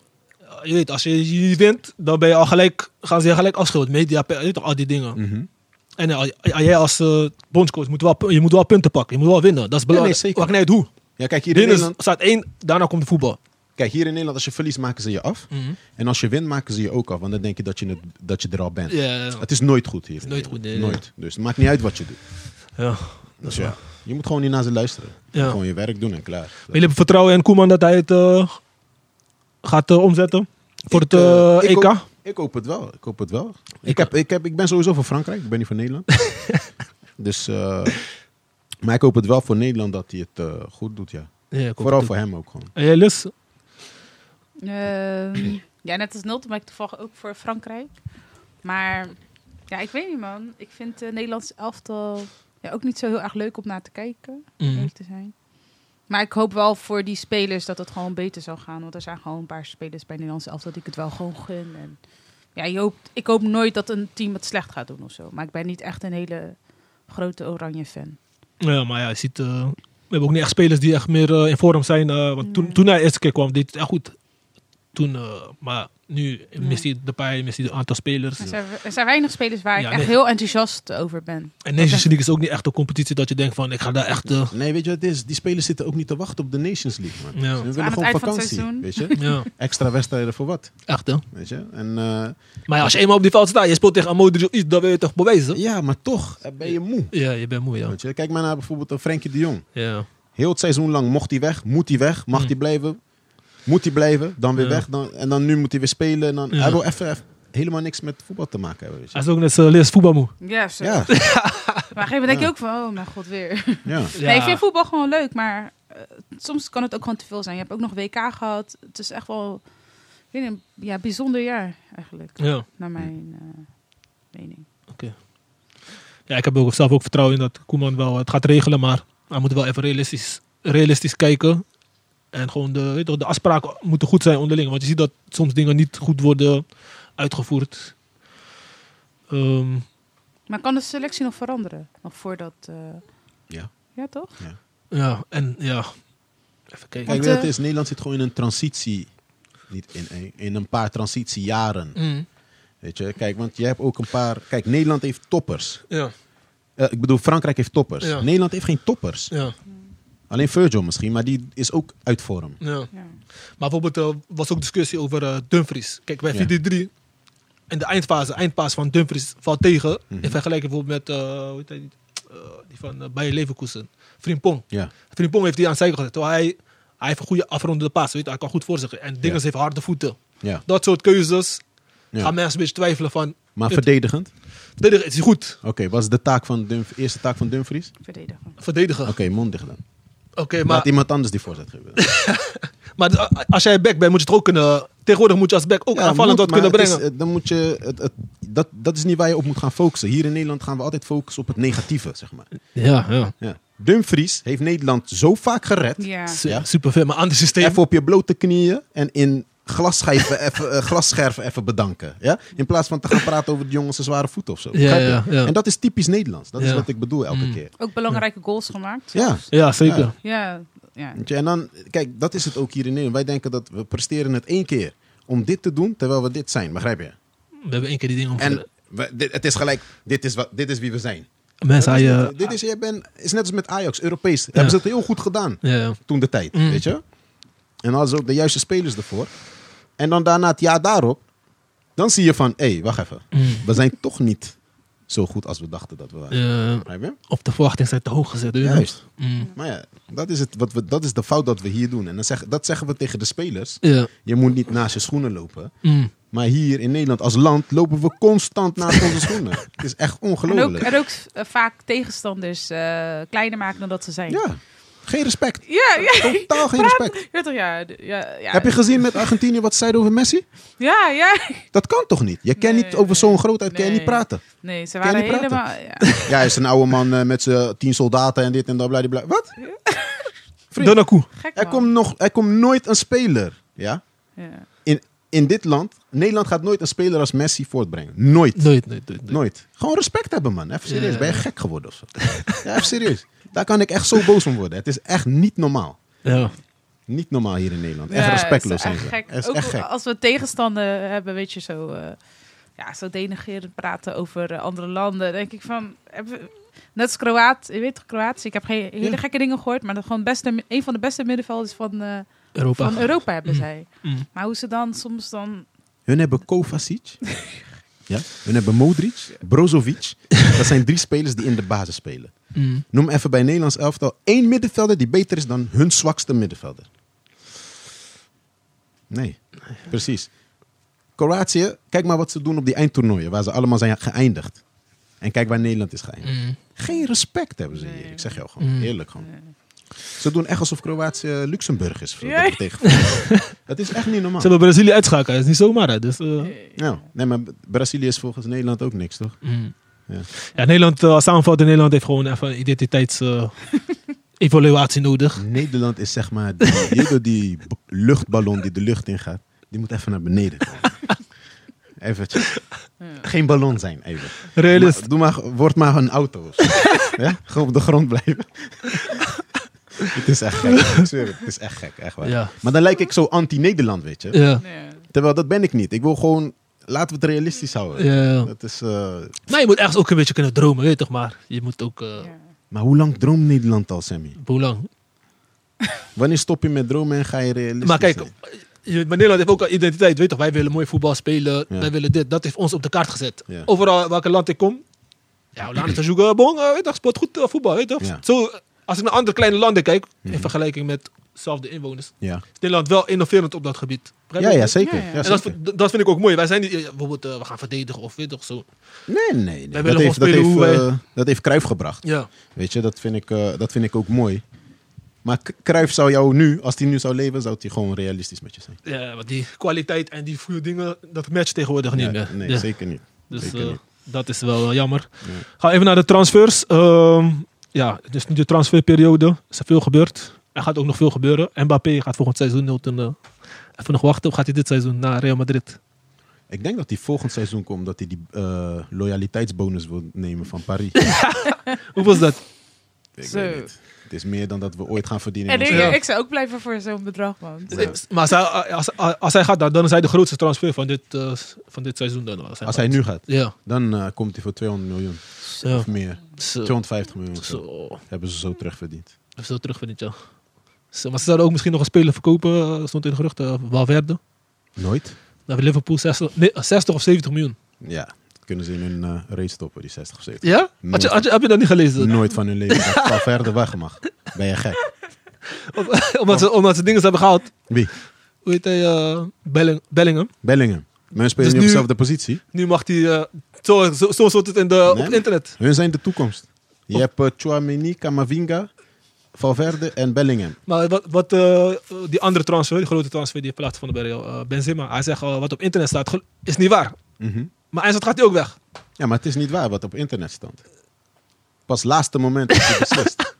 Je weet, als je je niet wint, dan ben je al gelijk, gaan ze je gelijk afschilderen. Media, je weet toch, al die dingen. Mhm. En uh, jij als uh, bondscoach moet wel, je moet wel punten pakken. Je moet wel winnen. Dat is belangrijk. nee, zeker. Maakt niet uit hoe. Ja, kijk, hier in Winnen Nederland, staat één, daarna komt de voetbal. kijk, hier in Nederland, als je verliest, maken ze je af. Mhm. En als je wint, maken ze je ook af. Want dan denk je dat je, het, dat je er al bent. Ja, ja. Het is nooit goed hier. in nooit Nederland. goed, nee, nee. Nooit. Dus het maakt niet uit wat je doet. ja. Dat Dus is ja, waar. je moet gewoon niet naar ze luisteren. Ja. Gewoon je werk doen en klaar. Maar jullie hebben vertrouwen in Koeman dat hij het uh, gaat uh, omzetten voor Ik, het uh, eh, ik E K? hoop- Ik hoop het wel. Ik hoop het wel. Ik, heb, ik, heb, ik ben sowieso voor Frankrijk. Ik ben niet voor Nederland. dus, uh, maar ik hoop het wel voor Nederland dat hij het uh, goed doet, ja. Ja, ik hoop Vooral het voor ook. hem ook gewoon. En jij, Liz? Ehm, ja, net als Nult ben ik toevallig ook voor Frankrijk. Maar ja, ik weet niet, man. Ik vind de Nederlandse elftal ja, ook niet zo heel erg leuk om naar te kijken, om Mhm. eerlijk te zijn. Maar ik hoop wel voor die spelers dat het gewoon beter zal gaan. Want er zijn gewoon een paar spelers bij Nederlandse elftal die ik het wel gewoon gun. En ja, je hoopt, ik hoop nooit dat een team het slecht gaat doen of zo. Maar ik ben niet echt een hele grote oranje fan. Ja, maar ja, je ziet... Uh, we hebben ook niet echt spelers die echt meer uh, in vorm zijn. Uh, want toen, Nee. toen hij de eerste keer kwam, deed het echt goed. Toen, uh, maar nu mist hij de pij, mist hij een aantal spelers. Er zijn, er zijn weinig spelers waar ik Ja, echt nee. heel enthousiast over ben. En Nations League is ook niet echt een competitie dat je denkt van, ik ga daar echt... Uh, Nee, weet je wat het is? Die spelers zitten ook niet te wachten op de Nations League, man. Ja. Ze willen Aan het gewoon eind van het vakantie, seizoen. weet je. ja, Extra wedstrijden voor wat, echt hè. weet je. En, uh, Maar ja, als je eenmaal op die veld staat, je speelt tegen een Modric of iets, dan wil je toch bewijzen? ja, maar toch eh, ben je moe. Ja, je bent moe, ja. Weet je. Kijk maar naar bijvoorbeeld een Frenkie de Jong. Ja, Heel het seizoen lang mocht hij weg, moet hij weg, mag Mm. hij blijven, moet hij blijven, dan weer Ja. weg. Dan, en dan nu moet hij weer spelen. En dan, Ja. Hij wil even, even helemaal niks met voetbal te maken hebben. Weet je. hij is ook net uh, Liz voetbalmoe. Ja, zo. Ja, Maar op een gegeven moment denk je Ja. ook van, oh mijn god, weer. ja. Ja. Nee, ik vind voetbal gewoon leuk, maar eh, soms kan het ook gewoon te veel zijn. Je hebt ook nog W K gehad. Het is echt wel ik weet niet, een ja, bijzonder jaar eigenlijk, Ja. naar mijn eh, mening. Ja, ik heb ook zelf ook vertrouwen in dat Koeman wel het gaat regelen, maar hij moet wel even realistisch, realistisch kijken. En gewoon de, weet je toch, de afspraken moeten goed zijn onderling. Want je ziet dat soms dingen niet goed worden uitgevoerd. Um, Maar kan de selectie nog veranderen? Nog voordat... Uh... Ja. Ja, toch? Ja. Ja, en ja... Even kijken. Kijk, weet je, het is, Nederland zit gewoon in een transitie. Niet in, een, in een paar transitiejaren. Mm. Weet je, kijk, want je hebt ook een paar... Kijk, Nederland heeft toppers. Ja, Uh, ik bedoel, Frankrijk heeft toppers. Ja. Nederland heeft geen toppers. ja, Alleen Virgil misschien, maar die is ook uit vorm. ja. Ja. Maar bijvoorbeeld uh, was ook discussie over uh, Dumfries. Kijk, bij Ja. vier drie in de eindfase, eindpaas van Dumfries valt tegen. Mhm. In vergelijking bijvoorbeeld met uh, hoe heet hij, uh, die van uh, Bayer Leverkusen. Frimpong. Ja. Frimpong heeft die aan zijkant gezet. Terwijl hij, hij heeft een goede afrondende paas. Weet je, hij kan goed voorzeggen. En Dinges Ja. heeft harde voeten. Ja. Dat soort keuzes Ja. gaan mensen een beetje twijfelen van... Maar het- verdedigend? Verdedigen is hij goed. Oké, wat is de taak van Dumf- eerste taak van Dumfries? Verdedigen. Verdedigen. Oké, mond dicht dan. Oké, Laat maar, iemand anders die voorzet geven. maar d- als jij back bent, moet je het ook kunnen... Tegenwoordig moet je als back ook Ja, aanvallend moet, dat kunnen maar het brengen. is, eh, dan moet je, het, het, dat, dat is niet waar je op moet gaan focussen. Hier in Nederland gaan we altijd focussen op het negatieve, zeg maar. Ja, ja. Ja. Dumfries heeft Nederland zo vaak gered. Ja. Su- Ja. Super veel, maar ander systeem. Even op je blote knieën en in glasschijven even, uh, glasscherven even bedanken. Ja? In plaats van te gaan praten over de jongens zijn zware voeten of zo. Ja, Begrijp je? ja, ja. En dat is typisch Nederlands. Dat is Ja. wat ik bedoel elke Mm. keer. Ook belangrijke goals gemaakt. Ja. Ja, zeker. Ja. Ja. Ja. Weet je, en dan, kijk, dat is het ook hier in Nederland. Wij denken dat we presteren het één keer om dit te doen, terwijl we dit zijn. Begrijp je? We hebben één keer die ding En omgezet. we, dit, het is gelijk, dit is, wat, dit is wie we zijn. Mensen, Dat hij... is, uh, niet- dit is, jij bent, is net als met Ajax, Europees. Hebben ze het heel goed gedaan ja, ja. toen de tijd, Mm. weet je? En hadden ze ook de juiste spelers ervoor. En dan daarna het jaar daarop, dan zie je van, hé, hey, wacht even. Mm. We zijn toch niet zo goed als we dachten dat we waren. Ja, Begrijp je? op de verwachting zijn te hoog gezet. weet je nog? Juist. Mm. Maar ja, dat is, het, wat we, dat is de fout dat we hier doen. En dan zeg, dat zeggen we tegen de spelers. Ja. Je moet niet naast je schoenen lopen. Mm. Maar hier in Nederland als land lopen we constant naast onze schoenen. Het is echt En ook, ongelooflijk. en ook uh, vaak tegenstanders uh, kleiner maken dan dat ze zijn. Ja, geen respect. Ja, ja. Totaal geen Praat- respect. Ja, toch, ja, d- ja, ja. Heb je gezien met Argentinië wat ze zeiden over Messi? Ja, ja. Dat kan toch niet? Je kan Nee, niet over nee. zo'n grootheid kan je Nee. niet praten. Nee, ze Kan je waren niet praten? helemaal... Ja. Ja, hij is een oude man eh, met zijn tien soldaten en dit en dat. Bladibla. Wat? Vriend, Donaku. Gek, er man. komt, nog, er komt nooit een speler. Ja? Ja. In, in dit land, Nederland gaat nooit een speler als Messi voortbrengen. Nooit. Nooit, nooit, nooit. nooit. Nooit. Gewoon respect hebben, man. Even serieus. Ja. Ben je gek geworden of zo? Ja, even serieus. Daar kan ik echt zo boos om worden. Het is echt niet normaal. Ja. Niet normaal hier in Nederland. Echt Ja, respectloos het zijn is ze. echt gek. Het is Ook echt gek. als we tegenstander hebben, weet je, zo, uh, ja, zo denigrerend praten over uh, andere landen. denk ik van, hebben we- net als Kroaat, je weet toch Kroatië? Ik heb geen hele Ja. gekke dingen gehoord, maar dat gewoon beste, een van de beste middenvelders van, uh, Europa. van Europa hebben Mm. zij. Mm. Maar hoe ze dan soms dan... Hun hebben Kovacic. Ja? Hun hebben Modric. Brozovic. Dat zijn drie spelers die in de basis spelen. Mm. Noem even bij Nederlands elftal één middenvelder die beter is dan hun zwakste middenvelder. Nee, precies. Kroatië, kijk maar wat ze doen op die eindtoernooien, waar ze allemaal zijn geëindigd. En kijk waar Nederland is geëindigd. Mm. Geen respect hebben ze hier. Ik zeg jou gewoon, Mm. eerlijk gewoon. Ze doen echt alsof Kroatië Luxemburg is. Ja. Dat tegen. Het is echt niet normaal. Ze hebben Brazilië uitschakeld. Dat is niet zomaar. Hè. Dus, uh, Ja, nee, maar Brazilië is volgens Nederland ook niks, toch? mm. Ja. Ja, Nederland, uh, als samenvatten, Nederland heeft gewoon even een identiteits... uh, evaluatie nodig. Nederland is zeg maar die, die, die b- luchtballon die de lucht ingaat. Die moet even naar beneden komen. Even. Geen ballon zijn, even. Realist. Maar, doe maar, word maar een auto. Of zo. Ja? Gewoon op de grond blijven. Het is echt gek. Ik zweer het, het is echt gek. Echt waar. Ja. Maar dan lijk ik zo anti-Nederland, weet je. Ja. Nee. Terwijl dat ben ik niet. Ik wil gewoon, laten we het realistisch houden. Ja. Dat is, uh, Nou, je moet ergens ook een beetje kunnen dromen, weet je toch? Maar je moet ook... Uh, Ja. maar hoe lang droomt Nederland al, Sammy? Hoe lang? Wanneer stop je met dromen en ga je realistisch Maar kijk, zijn? je- maar Nederland heeft ook al identiteit, weet je toch? Wij willen mooi voetbal spelen, Ja. wij willen dit. Dat heeft ons op de kaart gezet. Ja. Overal welke land ik kom, ja, laten we zoeken. Bon, uh, weet je toch, sport goed uh, voetbal, weet je toch? Ja. Zo, uh, als ik naar andere kleine landen kijk, Mhm. in vergelijking met dezelfde inwoners, Ja, is Nederland wel innoverend op dat gebied. Begrijp ja, je? ja zeker. Ja, ja. Ja, En dat, zeker. vind- dat vind ik ook mooi. Wij zijn niet, uh, bijvoorbeeld, uh, we gaan verdedigen of weet je toch zo. Nee, nee, nee. Wij Dat willen heeft, dat, gewoon heeft, spelen hoe eh, dat heeft Cruijff gebracht. Ja. Weet je, dat vind, ik, eh, dat vind ik ook mooi. Maar K- Cruijff zou jou nu, als hij nu zou leven, zou hij gewoon realistisch met je zijn. Ja, want die kwaliteit en die goede dingen, dat matcht tegenwoordig niet Ja, meer. nee, Ja. zeker niet. Dus zeker uh, niet. Dat is wel uh, jammer. Ja. Ga even naar de transfers. Uh, ja, het is nu de transferperiode. Er is er veel gebeurd. Er gaat ook nog veel gebeuren. Mbappé gaat volgend seizoen Hilton, uh, even nog wachten. Of gaat hij dit seizoen naar Real Madrid? Ik denk dat hij volgend seizoen komt, dat hij die uh, loyaliteitsbonus wil nemen van Paris. Hoeveel is dat? Ik Zo. weet niet. Het is meer dan dat we ooit gaan verdienen. En in ik, ons Ja. ik zou ook blijven voor zo'n bedrag, man. Ja. Maar als hij, als, als hij gaat, dan, dan is hij de grootste transfer van dit, uh, van dit seizoen. Dan, als hij, Als hij gaat. nu gaat, Ja. dan uh, komt hij voor tweehonderd miljoen. ja. Of meer. Zo. tweehonderdvijftig miljoen of zo. Zo. Hebben ze zo terugverdiend. Even zo terug vind ik, ja. Zo, maar ze zouden ook misschien nog een speler verkopen. uh, Stond in de geruchten. Uh, Valverde. Nooit? Naar Liverpool zestig, nee, zestig of zeventig miljoen. Ja, dat kunnen ze in hun uh, race stoppen, die zestig of zeventig. Ja? Had je, had je, heb je dat niet gelezen? Nooit van hun leven. Dat Val verder weg mag. Ben je gek? omdat, ze, omdat ze dingen hebben gehaald. Wie? Hoe heet hij? Uh, Belling, Bellingham. Bellingham. Men spelen Dus niet op nu- dezelfde positie. Nu mag hij... Uh, zo, zo, zo stond het in de, Nee, op het internet. Hun zijn de toekomst. Je hebt uh, Tchouaméni, Camavinga, Valverde en Bellingham. Maar wat, wat uh, die andere transfer, die grote transfer die plaatsvond bij Real, uh, Benzema. Hij zegt uh, wat op internet staat, gel- is niet waar. Mhm. Maar eindelijk gaat hij ook weg. Ja, maar het is niet waar wat op internet stond. Pas laatste moment is hij beslist.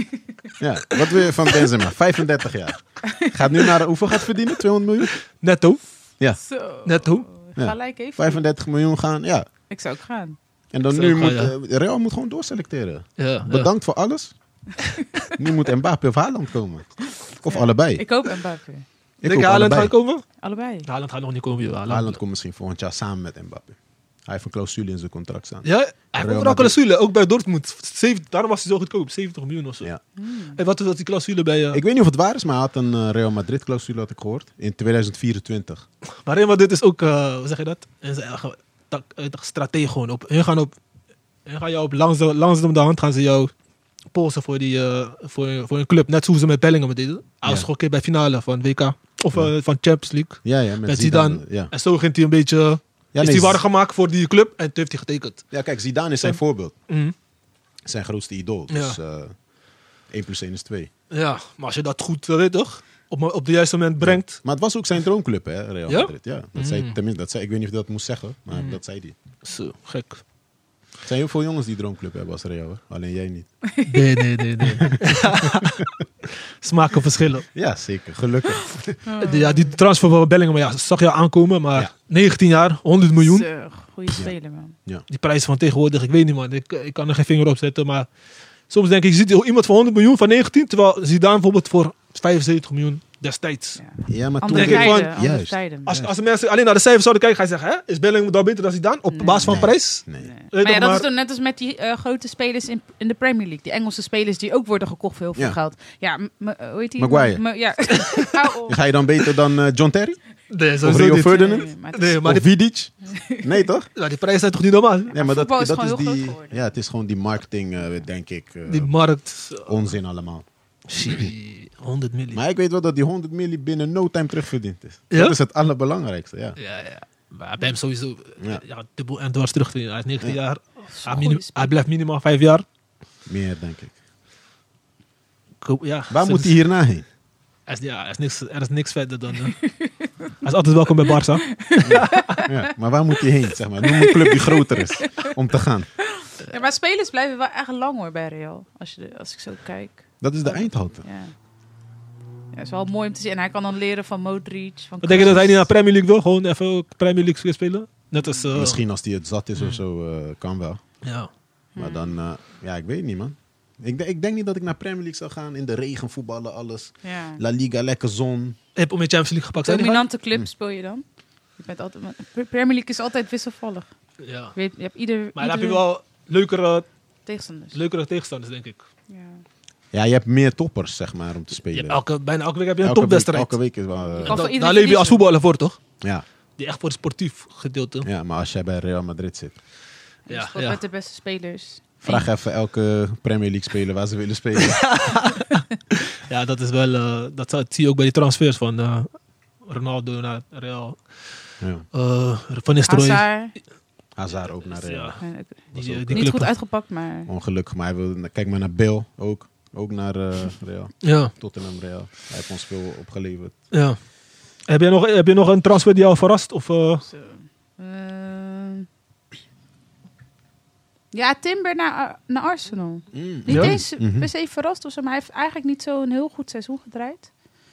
Ja, wat wil je van Benzema? vijfendertig jaar. Gaat nu naar, hoeveel gaat hij verdienen? tweehonderd miljoen? Netto. Ja, Zo. Netto. Ja. Gelijk heeft hij. vijfendertig miljoen gaan, ja. Ik zou ook gaan. En dan Zo nu ga moet, je. uh, Real moet gewoon doorselecteren. Ja, ja. Bedankt voor alles. Nu moet Mbappé of Haaland komen. Of Ja. allebei. Ik hoop Mbappé. Ik Denk hoop je Haaland allebei. gaat komen? Allebei. Haaland gaat nog niet komen. joh. Haaland, Haaland komt misschien volgend jaar samen met Mbappé. Hij heeft een clausule in zijn contract staan. Ja, hij heeft Real overal Madrid. clausule. Ook bij Dortmund. zeventig, daarom was hij zo goedkoop. zeventig miljoen of zo. Ja. En wat is dat die clausule bij... Uh, Ik weet niet of het waar is, maar hij had een uh, Real Madrid clausule, had ik gehoord. In tweeduizend vierentwintig. Maar Real Madrid is ook, uh, hoe zeg je dat? En ze eigen tak- uh, strategie gewoon op. Hun gaan op, hun gaan jou op langs de, langs de hand gaan ze jou polsen voor die, uh, voor, voor een club. Net zoals ze met Bellingham deden. Hij was Ja. gewoon een keer bij finale van W K of uh, van Champions League. Ja, ja, met, Met Zidane. Zidane. Ja. En zo ging hij een beetje, Ja, is nee, hij warm Z- gemaakt voor die club en toen heeft hij getekend. ja, kijk, Zidane is zijn voorbeeld. Mhm. Zijn grootste idool. Dus uh, één plus één is twee. Ja, maar als je dat goed, uh, weet toch, op, op de juiste moment brengt. Maar het was ook zijn droomclub, hè, Real Ja? Madrid. Ja, dat zei, Mm. tenminste, dat zei, ik weet niet of hij dat moest zeggen, maar Mm. dat zei hij. Zo, gek. Er zijn heel veel jongens die droomclub hebben als Real, hè? Alleen jij niet. Nee, nee, nee, nee. Smaken verschillen. Ja, zeker. Gelukkig. De- ja, die transfer van Bellingham, ja, zag je aankomen, maar Ja. negentien jaar, honderd miljoen. Zo, goeie speler, man. Die prijs van tegenwoordig, ik weet niet man, ik, ik kan er geen vinger op zetten, maar soms denk ik, je ziet iemand voor honderd miljoen van negentien, terwijl Zidane bijvoorbeeld voor vijfenzeventig miljoen destijds. Ja. Ja, maar toen... Andere denk ik tijden, van- andere Juist. tijden. Als, als de mensen alleen naar de cijfers zouden kijken, ga je zeggen, hè, is Bellingham dan beter dan Zidane op Nee. basis van Nee. prijs? Nee. Nee. Weet Maar ja, toch, dat maar- is dan net als met die eh, grote spelers in, in de Premier League. Die Engelse spelers die ook worden gekocht voor heel veel Ja. geld. Ja, m- m- hoe heet die? Maguire. M- ja. Hou op. Ga je dan beter dan uh, John Terry? Nee, Of sowieso Rio niet. Ferdinand? Nee, maar het Nee, is- maar of die, Vidic? Nee, toch? ja, die prijzen zijn toch niet normaal? Ja, maar dat, voetbal is dat gewoon is heel die... groot geworden. Ja, het is gewoon die marketing, uh, denk ik. uh, Die markt, uh, onzin allemaal. shit, honderd miljoen. Maar ik weet wel dat die honderd miljoen binnen no time terugverdiend is. Ja? Dat is het allerbelangrijkste, ja. Ja, ja. Maar bij hem sowieso, Ja. ja, dubbel en dwars terugvinden. Hij is negentien Ja. jaar, Zo'n hij, goeie minim- speler. hij blijft minimaal vijf jaar. Meer, denk ik. Ko- Ja, Waar ze- moet hij hierna heen? Er is, ja, er is, niks, er is niks verder dan... uh, hij is altijd welkom bij Barça. Ja, maar waar moet hij heen, zeg maar? Noem een club die groter is om te gaan. Ja, maar spelers blijven wel echt lang hoor bij Real. Als, je de- als ik zo kijk. Dat is de eindhouten. Ja. Ja, is wel mooi om te zien. En hij kan dan leren van Modric. Van Wat denk je dat hij niet naar Kroos. Premier League wil? Gewoon even ook Premier League weer spelen? Net als... uh, Misschien als hij het zat is of zo, uh, kan wel. Ja. Maar dan, uh, ja, ik weet niet, man. Ik, de- ik denk niet dat ik naar Premier League zou gaan. In de regen voetballen, alles. Ja. La Liga, lekker zon. Heb je om je Champions League gepakt? Zijn die Dominante club speel je dan? Je bent altijd, Premier League is altijd wisselvallig. gehad? Ja. Je, weet, je hebt ieder, Maar dan heb je iedere wel leukere, tegenstanders. leukere tegenstanders, denk ik. Ja. Ja, je hebt meer toppers, zeg maar, om te Je spelen. hebt elke, bijna elke week heb je een Elke week, topwedstrijd. elke week is wel... uh, kan Da- voor daar iedereen leef je als kiezen. voetballer voor, toch? ja, Die echt voor het sportief gedeelte. ja, maar als jij bij Real Madrid zit... Je Ja, speelt ja. met de beste spelers. Vraag even elke Premier League speler waar ze willen spelen. Ja, dat is wel... eh, dat zie je ook bij die transfers van eh, Ronaldo naar Real. Ja. Uh, Van Nistelrooy. Hazard. Hazard ook naar Real. Ja, En ook die, ook, die, eh, die niet club. goed uitgepakt, maar... Ongelukkig, maar hij wil, kijk maar naar Bale ook. Ook naar uh, Real. Ja, Tottenham Real. Hij heeft ons veel opgeleverd. ja. Heb je nog, heb je nog een transfer die jou verrast? Of, uh, Zo. Eh, Ja, Timber naar, naar Arsenal. Mm. Niet Ja? eens Mhm. per se verrast of zo, maar hij heeft eigenlijk niet zo een heel goed seizoen gedraaid.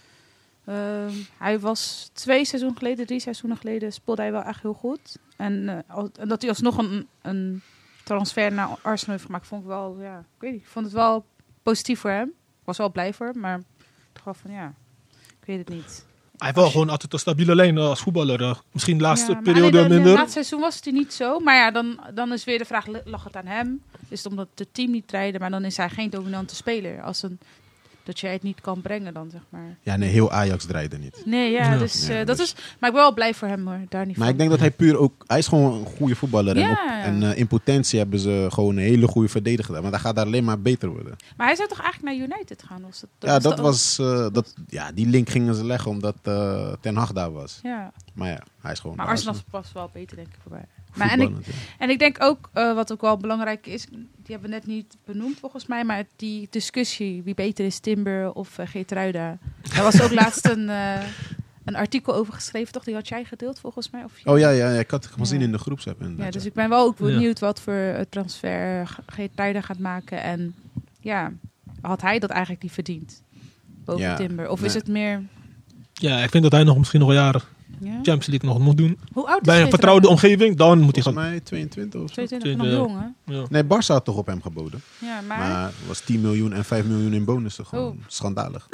Ehm, hij was twee seizoenen geleden, drie seizoenen geleden, speelde hij wel echt heel goed. En, eh, al- en dat hij alsnog een, een transfer naar Arsenal heeft gemaakt, vond ik wel, ja, ik weet niet, ik vond het wel positief voor hem. Ik was wel blij voor hem, maar ik dacht van, ja, ik weet het niet. Hij heeft wel gewoon altijd een stabiele lijn eh, als voetballer. eh. Misschien de laatste Ja, maar periode alleen de- minder. Na het seizoen was het niet zo. Maar ja, dan, dan is weer de vraag, lag het aan hem? Is het omdat het team niet rijden? Maar dan is hij geen dominante speler. Als een, dat jij het niet kan brengen dan, zeg maar. Ja, nee, heel Ajax draaide niet. Nee, ja, Ja. dus, Ja, eh, dat dus- is... Maar ik ben wel blij voor hem, hoor. Daar niet Maar van. ik denk dat hij puur ook... Hij is gewoon een goede voetballer. En, Ja. op, en eh, in potentie hebben ze gewoon een hele goede verdediger. Want hij gaat daar alleen maar beter worden. Maar hij zou toch eigenlijk naar United gaan? Was dat, ja, dat de- was... eh, dat, ja, die link gingen ze leggen omdat eh, Ten Hag daar was. Ja, Maar ja, hij is gewoon... maar bij Arsenal past wel beter, denk ik, voorbij. Maar Arsenal. en, ik, Voetballend, ja. en ik denk ook, eh, wat ook wel belangrijk is... Die hebben we net niet benoemd, volgens mij. Maar die discussie, wie beter is, Timber of uh, Geertruida. Daar was ook laatst een, uh, een artikel over geschreven, toch? Die had jij gedeeld, volgens mij? Of Oh ja, ja, ja, ik had het gezien Ja. in de groepsapp. Ja, inderdaad, dus ja. ik ben wel ook Ja. benieuwd wat voor uh, transfer Geertruida gaat maken. En ja, had hij dat eigenlijk niet verdiend? Boven Ja, Timber? Of nee. is het meer... Ja, ik vind dat hij nog misschien nog een jaar Ja? Champions League nog moet doen. Hoe oud is Bij een Geertruida? vertrouwde omgeving, dan moet hij Volgens gaan. mij tweeëntwintig of zo. tweeëntwintig, nog Ja. jong, hè? Ja. Nee, Barça had toch op hem geboden. Ja, maar... Maar het was tien miljoen en vijf miljoen in bonussen. Gewoon Oh. schandalig.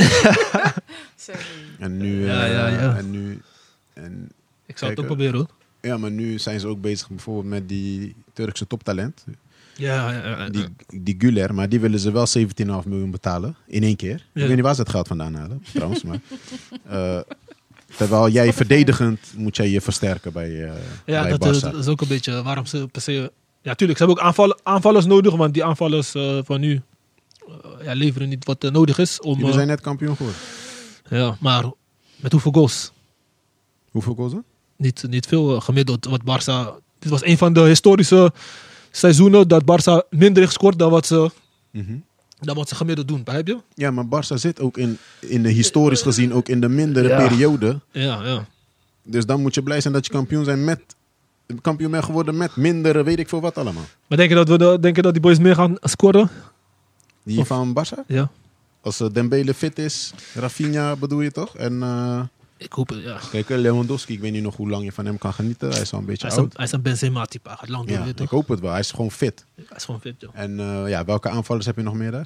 Sorry. En nu... Ja, eh, ja, ja. En nu en, Ik zou het ook Kijk, proberen hoor. ja, maar nu zijn ze ook bezig bijvoorbeeld met die Turkse toptalent. Ja, ja, ja, ja. Die, die Güler, maar die willen ze wel zeventien komma vijf miljoen betalen. In één keer. Ja. Ik weet niet waar ze het geld vandaan halen, trouwens. Maar, eh, terwijl jij verdedigend moet jij je versterken bij, eh Ja, bij dat, eh, Barça. dat is ook een beetje waarom ze per se... Ja, tuurlijk, ze hebben ook aanvallen, aanvallers nodig, want die aanvallers eh, van nu eh, ja, leveren niet wat eh, nodig is. Om, Jullie eh, zijn net kampioen geworden. ja, maar met hoeveel goals? Hoeveel goals dan? Niet, niet veel eh, gemiddeld. Wat Barça, dit was een van de historische seizoenen dat Barça minder heeft gescoord dan wat ze, Mhm. dan wat ze gemiddeld doen, begrijp je? Ja, maar Barça zit ook in, in de historisch gezien ook in de mindere Ja. periode. Ja, ja. Dus dan moet je blij zijn dat je kampioen zijn met kampioen bent geworden met mindere, weet ik veel wat allemaal. Maar denk je dat, we de, denk je dat die boys meer gaan scoren? Die Of- van Barça? Ja, Als uh, Dembele fit is, Rafinha bedoel je toch? En eh, ik hoop het, ja. kijk, eh, Lewandowski, ik weet niet nog hoe lang je van hem kan genieten. Hij is al een beetje Hij is, een, oud. hij is een Benzema-type, hij gaat lang door, Ja, weet je ik toch? hoop het wel. Hij is gewoon fit. Hij is gewoon fit, joh. En eh, ja, welke aanvallers heb je nog meer daar?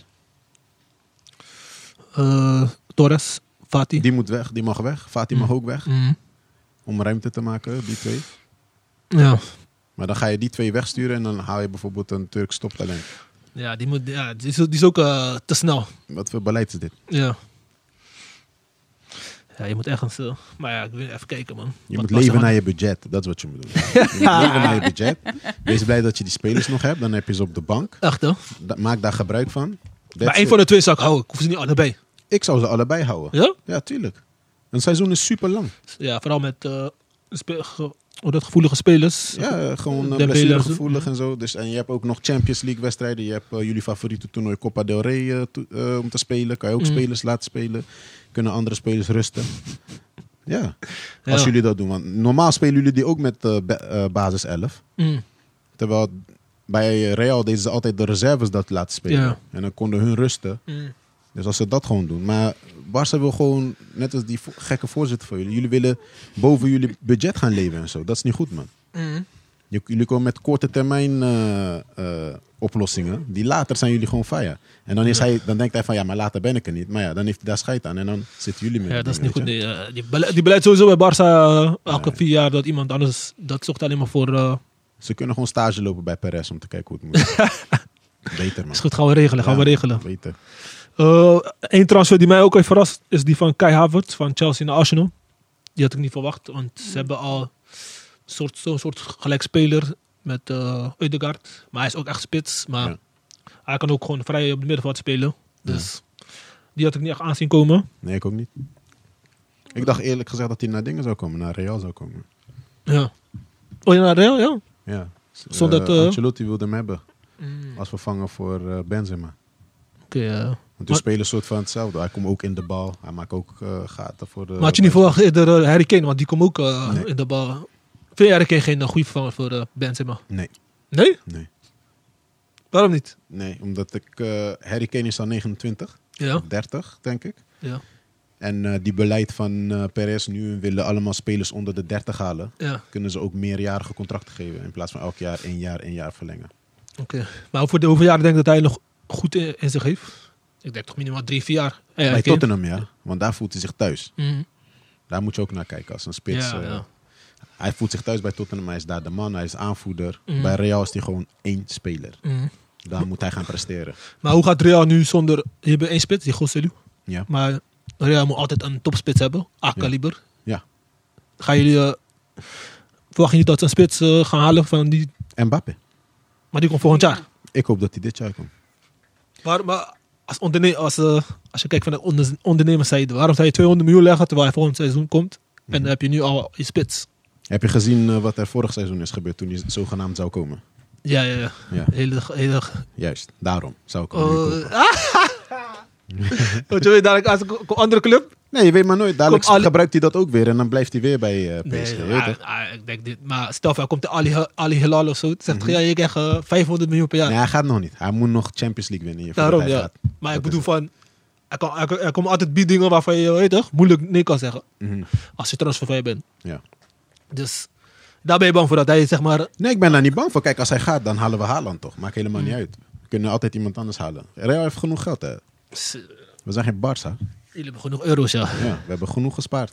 Eh, Torres, Fati. Die moet weg, die mag weg. Fatih mag Mm. ook weg. Mhm. Om ruimte te maken, die twee. Ja. Maar dan ga je die twee wegsturen en dan haal je bijvoorbeeld een Turks toptalent. Ja, die, moet, ja, die, is, die is ook eh, te snel. Wat voor beleid is dit? Ja. Ja, je moet ergens... eh, maar ja, ik wil even kijken, man. Je Wat moet was leven er naar aan- je budget. Dat is wat je moet doen. Je moet leven naar je budget. Wees blij dat je die spelers nog hebt. Dan heb je ze op de bank. Echt, hè? Da- Maak daar gebruik van. That's Maar één it. van de twee zou ik houden. Ik hoef ze niet allebei. Ik zou ze allebei houden. Ja? Ja, tuurlijk. Een seizoen is super lang. Ja, vooral met eh, spe- ge- hoe dat gevoelige spelers. Ja, eh, gewoon uh, Dembele blessuregevoelig en en zo. Dus, en je hebt ook nog Champions League wedstrijden. Je hebt eh, jullie favoriete toernooi Copa del Rey eh, to- eh, om te spelen. Kan je ook Mm. spelers laten spelen. Kunnen andere spelers rusten. Ja, Ja. als jullie dat doen. Want normaal spelen jullie die ook met eh, ba- eh, basis elf. Mm. Terwijl bij Real deden ze altijd de reserves dat laten spelen. Ja. En dan konden hun rusten. Mm. Dus als ze dat gewoon doen. Maar Barça wil gewoon, net als die vo- gekke voorzitter van jullie. Jullie willen boven jullie budget gaan leven en zo. Dat is niet goed, man. Mm. J- Jullie komen met korte termijn eh, eh, oplossingen. Die later zijn jullie gewoon fire. En dan, is Ja. hij, dan denkt hij van ja, maar later ben ik er niet. Maar ja, dan heeft hij daar scheid aan. En dan zitten jullie met Ja, die dat is niet dingen, goed. weet je. Nee, eh, die, bele- die beleid sowieso bij Barça eh, elke Nee. vier jaar dat iemand anders... Dat zocht alleen maar voor... eh, Ze kunnen gewoon stage lopen bij Perez om te kijken hoe het moet. Beter, man. is goed, gaan we regelen. Gaan Ja, we regelen. Beter. Eén transfer die mij ook heeft verrast is die van Kai Havertz van Chelsea naar Arsenal. Die had ik niet verwacht, want ze hebben al een soort, zo'n soort gelijkspeler met uh, Ødegaard. Maar hij is ook echt spits, maar Ja. hij kan ook gewoon vrij op de middenveld spelen. Dus die had ik niet echt aanzien komen. Nee, ik ook niet. Ik dacht eerlijk gezegd dat hij naar dingen zou komen. Naar Real zou komen. Ja. Oh ja, naar Real, ja. Ja. Zonder Eh, dat, eh, Ancelotti wilde hem hebben. Mm. Als vervanger voor eh, Benzema. Oké, ja. Want Maar- die spelen een soort van hetzelfde. Hij komt ook in de bal. Hij maakt ook eh, gaten voor de... Maar had je niet verwacht eerder uh, Harry Kane, want die komt ook uh, Nee. in de bal. Vind je Harry Kane geen uh, goede vervanger voor uh, Benzema? Nee, Nee? nee. Waarom niet? Nee, omdat ik... Uh, Harry Kane is al negenentwintig. Ja. dertig, denk ik. Ja. En uh, die beleid van uh, Perez nu willen allemaal spelers onder de dertig halen. Ja. Kunnen ze ook meerjarige contracten geven. In plaats van elk jaar één jaar, één jaar verlengen. Oké. Okay. Maar over de, hoeveel jaren denk ik dat hij nog goed in, in zich heeft? Ik denk toch minimaal drie, vier jaar. Ja, Bij Tottenham, ja. Want daar voelt hij zich thuis. Mm-hmm. Daar moet je ook naar kijken als een spits. Ja, uh, ja. Hij voelt zich thuis bij Tottenham. Hij is daar de man. Hij is aanvoerder. Mm. Bij Real is hij gewoon één speler. Mm. Daar moet hij gaan presteren. Maar hoe gaat Real nu zonder... Je hebt één spits, die Joselu. Ja. Maar Real moet altijd een topspits hebben. A-kaliber. Ja. Gaan jullie... Uh, verwacht je niet dat ze een spits uh, gaan halen van die... Mbappé. Maar die komt volgend jaar. Ik hoop dat hij dit jaar komt. Maar, maar als, onderne- als, uh, als je kijkt van de onder- ondernemerszijde, waarom zou je tweehonderd miljoen leggen terwijl hij volgend seizoen komt? En dan heb je nu al je spits. Heb je gezien uh, wat er vorig seizoen is gebeurd toen hij zogenaamd zou komen? Ja, ja, ja. Ja. Hele, hele... Juist, daarom zou ik hem nu Uh, kopen. Wat je weet dadelijk als een andere club? Nee, je weet maar nooit. Dadelijk Komt Ali- gebruikt hij dat ook weer en dan blijft hij weer bij uh, P S G. Nee, weet maar, je? ah, ik denk dit. Maar stel voor, komt de Ali, Ali Hilal of zo. Zegt Mhm. ja, je krijgt uh, vijfhonderd miljoen per jaar. Nee, hij gaat nog niet. Hij moet nog Champions League winnen. Hier, Daarom, voordat ja. hij gaat. Maar ik Dat bedoel is van... Er, kan, er, er komen altijd biedingen waarvan je, weet toch, moeilijk nee kan zeggen. Mhm. Als je transfervrij bent. Ja. Dus daar ben je bang voor dat hij, zeg maar... Nee, ik ben daar niet bang voor. Kijk, als hij gaat, dan halen we Haaland toch. Maakt helemaal Mhm. niet uit. We kunnen altijd iemand anders halen. Real heeft genoeg geld, hè. s- We zijn geen Barça. Jullie hebben genoeg euro's, ja. Ja, we hebben genoeg gespaard.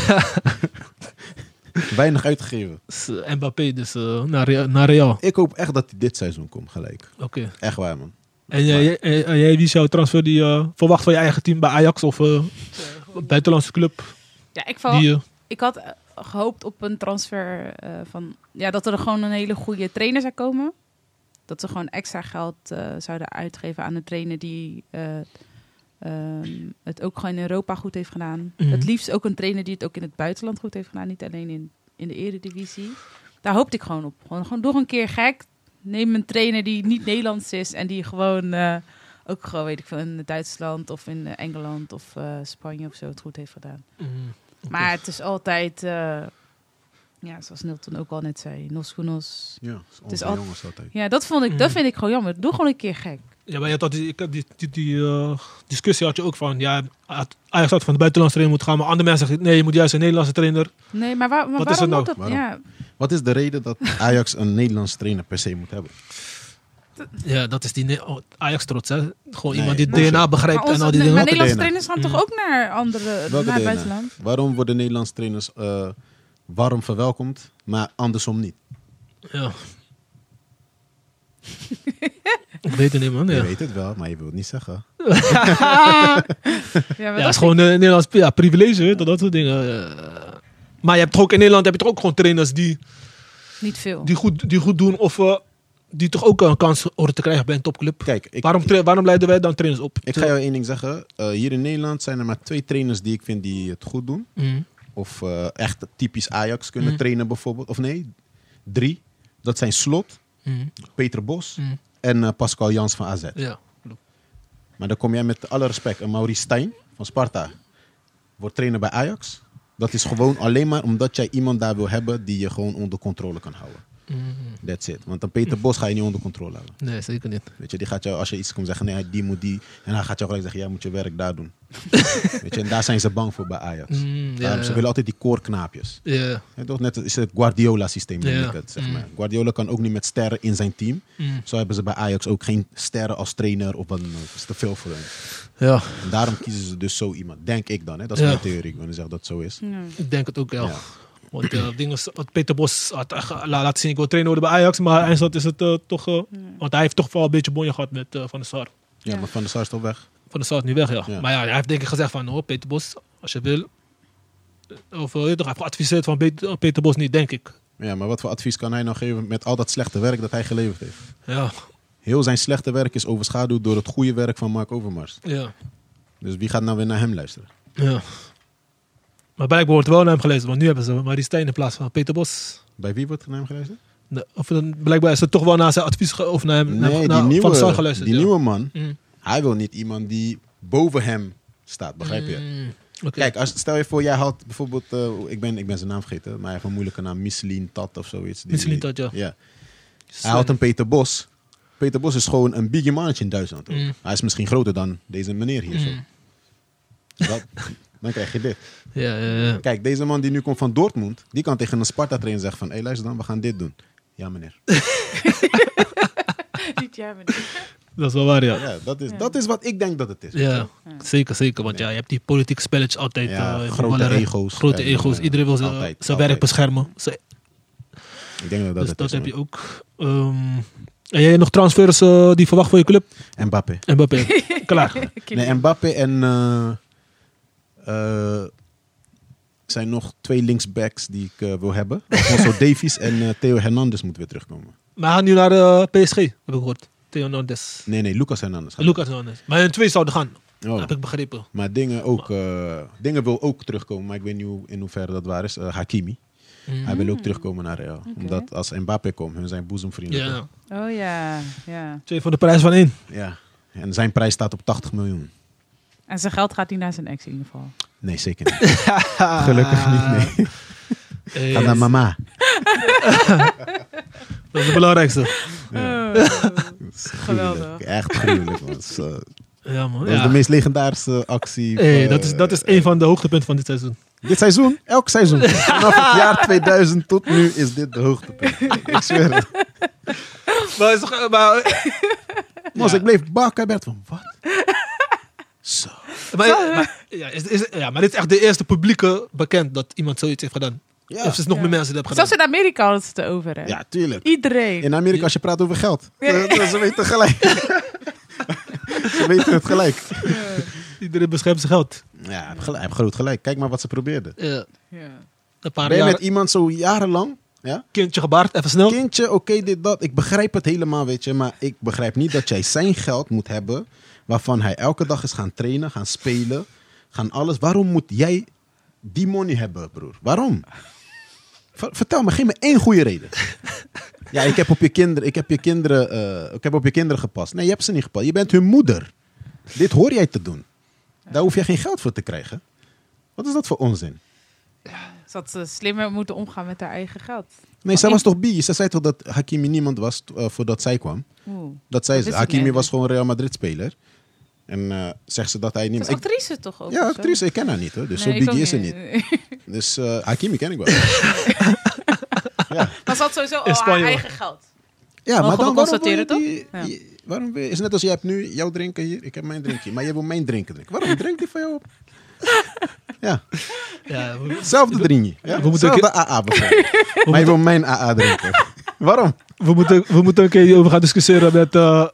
Weinig uitgegeven. S- Mbappé, dus uh, naar, Rea- naar Real. Ik hoop echt dat hij dit seizoen komt, gelijk. Oké. Echt waar, man. En jij, en, en jij, wie is jouw transfer die je verwacht van je eigen team bij Ajax of uh, buitenlandse club? Ja, ik, val, Die, uh, ik had eh, gehoopt op een transfer uh, van... Ja, dat er gewoon een hele goede trainer zou komen. Dat ze gewoon extra geld uh, zouden uitgeven aan een trainer die... Uh, um, het ook gewoon in Europa goed heeft gedaan. Mhm. Het liefst ook een trainer die het ook in het buitenland goed heeft gedaan. Niet alleen in, in de eredivisie. Daar hoopte ik gewoon op. Gewoon, gewoon nog een keer gek. Neem een trainer die niet Nederlands is. En die gewoon uh, ook gewoon, weet ik veel, in Duitsland of in uh, Engeland of uh, Spanje of zo het goed heeft gedaan. mm, oké. Maar het is altijd, uh, ja, zoals Nilton ook al net zei, nos con nos. Ja, onze is al- jongens altijd. Ja, dat, vond ik, Mhm. dat vind ik gewoon jammer. Doe gewoon een keer gek. Ja, maar je had dat, ik heb die, die, die uh, discussie had je ook van, ja, Ajax had van de buitenlandse trainer moeten gaan, maar andere mensen zeggen, nee, je moet juist een Nederlandse trainer. Nee, maar, waar, maar Wat is waarom het moet nou? dat? Waarom? Ja, Wat is de reden dat Ajax een Nederlands trainer per se moet hebben? Ja, dat is die Ne- oh, Ajax-trots, hè. Gewoon Nee, iemand die bullshit. D N A begrijpt maar, en onze, al die nee, dingen. maar Welke Nederlandse D N A? trainers gaan Mhm. toch ook naar andere, Welke naar het D N A? buitenland? Waarom worden Nederlandse trainers uh, warm verwelkomd, maar andersom niet? Ja. Ik weet het niet, man. Je Ja, weet het wel, maar je wilt het niet zeggen. Ja, maar ja dat het is gewoon een Nederlands ja, privilege, weet je, dat soort dingen. Uh, maar je hebt toch ook in Nederland heb je toch ook gewoon trainers die, niet veel. die, goed, die goed doen of uh, die toch ook een kans horen te krijgen bij een topclub. Kijk, ik, waarom, tra- waarom leiden wij dan trainers op? ik ga jou één ding zeggen. Uh, hier in Nederland zijn er maar twee trainers die ik vind die het goed doen. Mm. Of uh, echt typisch Ajax kunnen Mm. trainen bijvoorbeeld. Of nee, drie. Dat zijn Slot, Mm. Peter Bos Mm. en uh, Pascal Jans van A Z. Ja. Maar dan kom jij met alle respect. Een Maurice Stijn van Sparta wordt trainer bij Ajax. Dat is gewoon alleen maar omdat jij iemand daar wil hebben die je gewoon onder controle kan houden. Mm. That's it. Want een Peter Bos ga je niet onder controle houden. Nee, zeker niet. Weet je, die gaat jou, als je iets komt zeggen, nee, die moet die. En dan gaat jou gelijk zeggen, jij moet je werk daar doen. Weet je, en daar zijn ze bang voor bij Ajax. Mm, ja, Daarom, ze ja. willen altijd die koorknaapjes. Ja. Ja, toch? Net is het Guardiola-systeem, noem Ja. ik het, zeg Mm. maar. Guardiola kan ook niet met sterren in zijn team. Mm. Zo hebben ze bij Ajax ook geen sterren als trainer of wat dan ook. Dat is te veel voor hen. Ja, En daarom kiezen ze dus zo iemand. Denk ik dan, hè? Dat is Ja. mijn theorie. Ik wil niet zeggen dat het zo is. Ja. ik denk het ook wel. Ja. Want uh, dingen, wat Peter Bos had uh, la- laten zien, ik wil trainer worden bij Ajax, maar eindstand is het uh, toch... Uh, want hij heeft toch wel een beetje bonje gehad met uh, Van der Sar. Ja, Ja. maar Van der Sar is toch weg? Van der Sar is nu weg, ja. Ja. Maar ja, hij heeft denk ik gezegd van, oh, Peter Bos, als je wil... Of uh, hij heeft geadviseerd van Peter, Peter Bos niet, denk ik. Ja, maar wat voor advies kan hij nou geven met al dat slechte werk dat hij geleverd heeft? Ja, Heel zijn slechte werk is overschaduwd door het goede werk van Mark Overmars. ja, Dus wie gaat nou weer naar hem luisteren? ja. Maar blijkbaar wordt er wel naar hem gelezen, want nu hebben ze Marie Stijn in plaats van Peter Bos. Bij wie wordt er naar hem geluisterd? De- Of dan, blijkbaar is het toch wel naar zijn advies ge- of naar hem naar, Nee, naar die Van der Sar nieuwe, geluisterd. die ja. nieuwe man, Mm. hij wil niet iemand die boven hem staat, begrijp je? Mm, oké. Kijk, als, stel je voor, jij had bijvoorbeeld, uh, ik, ben, ik ben zijn naam vergeten, maar hij heeft een moeilijke naam, Michelin Tat of zoiets. Die- Michelin Tat, ja. ja. Hij had een Peter Bos Peter Bos is gewoon een biggie mannetje in Duitsland. Mm. Hij is misschien groter dan deze meneer hier. Zo. Mm. Dat, dan krijg je dit. Ja, ja, ja. Kijk, deze man die nu komt van Dortmund, die kan tegen een Sparta-trainer zeggen van, hé, hey, luister dan, we gaan dit doen. Ja, meneer. Niet jij, meneer. Dat is wel waar, ja. Ja, dat is, Ja. dat is wat ik denk dat het is. Ja, Ja. zeker, zeker. Want ja, je hebt die politieke spelletjes altijd. Ja, eh, grote voetballerij. ego's. Grote En, ego's. eh, Iedereen wil zijn- altijd, zijn altijd. werk beschermen. Ze- Ik denk dat dat dus het dat is. heb man. je ook. Ehm, en jij nog transfers eh, die verwacht voor je club? Mbappé. Mbappé. Klaar. Nee, Mbappé en eh eh, zijn nog twee linksbacks die ik eh, wil hebben. Alfonso Davies en eh, Theo Hernandez moeten weer terugkomen. Maar hij gaat nu naar de P S G, heb ik gehoord. Theo Hernandez. Nee, nee, Lucas Hernandez. gaat. Lucas Hernandez. Maar in twee zouden gaan. Oh. Heb ik begrepen. Maar dingen, ook, eh, dingen wil ook terugkomen, maar ik weet niet hoe, in hoeverre dat waar is. Eh, Hakimi. Mm. Hij wil ook terugkomen naar Real. Omdat als Mbappé komt, hun zijn boezemvrienden. Ja. toch? Oh ja, ja. Twee voor de prijs van één. Ja. En zijn prijs staat op tachtig miljoen. En zijn geld gaat niet naar zijn ex in ieder geval. Nee, zeker niet. Gelukkig niet, nee. Eh, Ga naar mama. Dat is het belangrijkste. Oh, Dat is Geweldig. gruwelijk. Echt gruwelijk. Man. Dat is, eh, Ja, man. dat is Ja. de meest legendarische actie. Hey, eh, dat, is, dat is een van de hoogtepunten van dit seizoen. Dit seizoen, elk seizoen. Vanaf het jaar tweeduizend tot nu is dit de hoogtepunt. Ik zweer het. Maar, is toch, maar, Mos, ik bleef bakken. Bert van, wat? Zo. maar, maar, ja, is, is, ja, maar dit is echt de eerste publieke bekend dat iemand zoiets heeft gedaan. Ja, Of er is nog Ja. meer mensen die dat hebben Zelfs gedaan. in Amerika hadden ze het erover, hè? ja tuurlijk. Iedereen. In Amerika, als je praat over geld, Ja. eh, ze weten gelijk. Ze weten het gelijk. Iedereen beschermt zijn geld. Ja, hij heeft gelijk- hij heeft groot gelijk. Kijk maar wat ze probeerden. Ja. Ja. Een paar Ben je jaar. met iemand zo jarenlang? Ja? Kindje gebaard, even snel. Kindje, oké, dit, dat. Ik begrijp het helemaal, weet je. Maar ik begrijp niet dat jij zijn geld moet hebben. Waarvan hij elke dag is gaan trainen, gaan spelen. Gaan alles. Waarom moet jij die money hebben, broer? Waarom? V- Vertel me, geef me één goede reden. Ja, ik heb op je kinderen, ik heb je kinderen, eh, ik heb op je kinderen gepast. Nee, je hebt ze niet gepast. Je bent hun moeder. Dit hoor jij te doen. Daar hoef je geen geld voor te krijgen. Wat is dat voor onzin? Ze had ze slimmer moeten omgaan met haar eigen geld. Nee, zij was toch bi? Ze zei toch dat Hakimi niemand was uh, voordat zij kwam? Oeh. Dat zei Dat ze. wist ik Hakimi niet was gewoon Real Madrid speler. En uh, zegt ze dat hij Ze niet... is Ik- actrice toch ook? ja, of zo? actrice. Ik ken haar niet hoor. Dus Nee, zo ik biggie ook is ze niet. Dus uh, Hakimi ken ik wel. ja, Maar ze had sowieso In al haar Spanje. eigen geld. ja Mogen maar we dan waarom wil je constateren, die... toch? Ja. die- waarom wil je, is net als jij hebt nu jouw drinken hier. Ik heb mijn drinkje. Maar jij wil mijn drinken drinken. Waarom? Drink die van jou op. Ja, Ja, we, hetzelfde drinkje. Ja, We moeten hetzelfde A A bijvoorbeeld. Maar je wil mijn A A drinken. Waarom? we, moeten, we moeten een keer over gaan discussiëren met, eh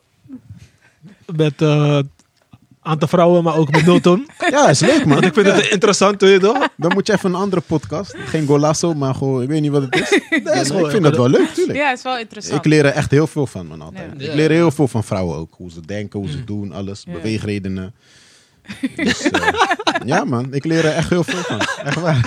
met eh aantal vrouwen, maar ook met Milton. Ja, is leuk man. Want ik vind het interessant, weet je toch? Dan moet je even een andere podcast. Geen golasso, maar gewoon, ik weet niet wat het is. Nee, is maar gewoon- ik vind dat wel leuk, tuurlijk. Ja, het is wel interessant. Ik leer er echt heel veel van, man, altijd. Ja. Ik leer heel veel van vrouwen ook. Hoe ze denken, hoe ze doen, alles. Ja. Beweegredenen. Dus, eh, ja, man. Ik leer er echt heel veel van. Echt waar.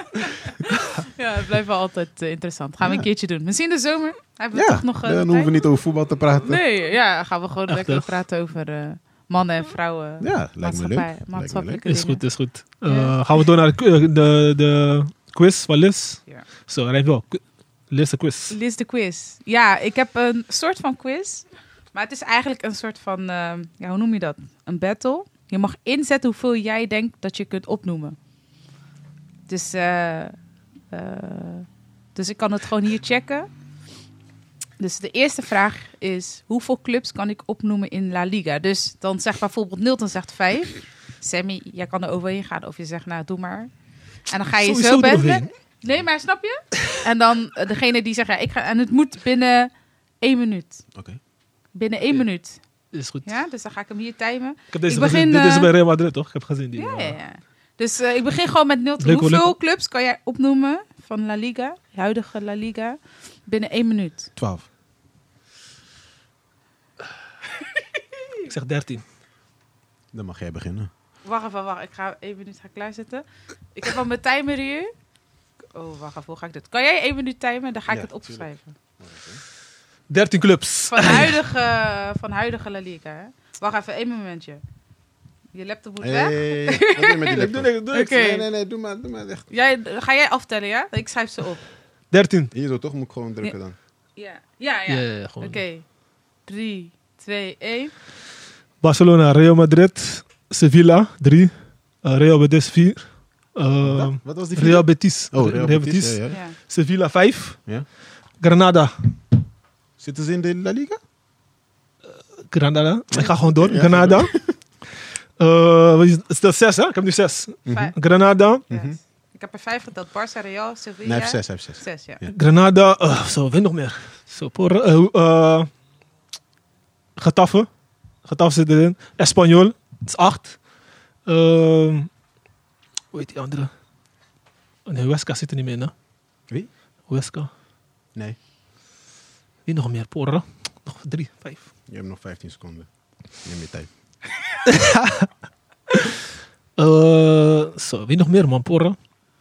Ja, het blijft wel altijd eh, interessant. Gaan we Ja. een keertje doen. Misschien de zomer. Hebben we Ja, toch nog eh, dan de hoeven we tijd? niet over voetbal te praten. Nee, ja, gaan we gewoon Echt, lekker hè? praten over eh, mannen en vrouwen. Ja, lijkt me maatschappij- leuk. Lijkt me maatschappelijke Is dingen. goed, is goed. Eh, Ja. Gaan we door naar de, qu- de, de quiz van Liz. Ja. Zo, rijmt wel. Qu- Liz de quiz. Liz de quiz. Ja, ik heb een soort van quiz. Maar het is eigenlijk een soort van, eh, ja, hoe noem je dat? Een battle. Je mag inzetten hoeveel jij denkt dat je kunt opnoemen. Dus, eh, eh, dus ik kan het gewoon hier checken. Dus de eerste vraag is, hoeveel clubs kan ik opnoemen in La Liga? Dus dan zegt bijvoorbeeld Nilton zegt vijf. Sammy, jij kan er overheen gaan of je zegt, nou, doe maar. En dan ga je Sowieso zo bent. eroverheen. Nee, maar snap je? En dan eh, degene die zegt, ja, ik ga, en het moet binnen één minuut. Oké. Binnen één minuut. Is goed. Ja, dus dan ga ik hem hier timen. Ik heb deze Ik gezien. begin, Dit is eh, bij Real Madrid, toch? Ik heb gezien die. Ja, eh, ja, ja. Dus eh, ik begin gewoon met Nilton. Leuk hoor, Hoeveel leuk. clubs kan jij opnoemen van La Liga, de huidige La Liga, binnen één minuut? twaalf. Ik zeg dertien. Dan mag jij beginnen. Wacht even, wacht. Ik ga één minuut gaan klaarzetten. Ik heb al mijn timer hier. Oh, wacht even. Hoe ga ik dit? Kan jij één minuut timen? Dan ga ik Ja, het opschrijven. dertien clubs. Van huidige, van huidige La Liga, hè? Wacht even, één momentje. Je laptop moet weg. Hey, wat doe je met die Ik doe laptop? niks, doe niks. Oké. Nee, nee, nee. Doe maar, doe maar echt. Jij, ga jij aftellen, ja? Ik schrijf ze op. dertien. Hier zo toch moet ik gewoon drukken dan. Ja, ja, ja. Ja, Oké. ja, ja, gewoon. drie, twee, één. Barcelona, Real Madrid, Sevilla, drie. Uh, Real Betis, vier. Uh, Wat? Wat was die Real vierde? Betis. Oh, Real Betis. Ja, ja. Ja. Sevilla, vijf. Ja. Granada. Zitten ze in de La Liga? Granada. Ik ga gewoon door. Granada. Uh, wat is het? Het is zes, hè? Ik heb nu zes. Vijf. Granada. Yes. Ik heb er vijf geteld. Barça, Real, Sevilla. Nee, hij heeft zes. Hij heeft zes. Zes, ja. Ja. Granada. Uh, zo, win nog meer. Zo, por, uh, uh, Getafe. Getafe zit erin. Espanyol. Dat is acht. Uh, hoe heet die andere? Oh, nee, Huesca zit er niet meer in, hè? Wie? Huesca. Nee. Wie nog meer? Porra. Nog drie, vijf. Je hebt nog vijftien seconden. Neem je tijd. Uh, zo, wie nog meer, man? Porra.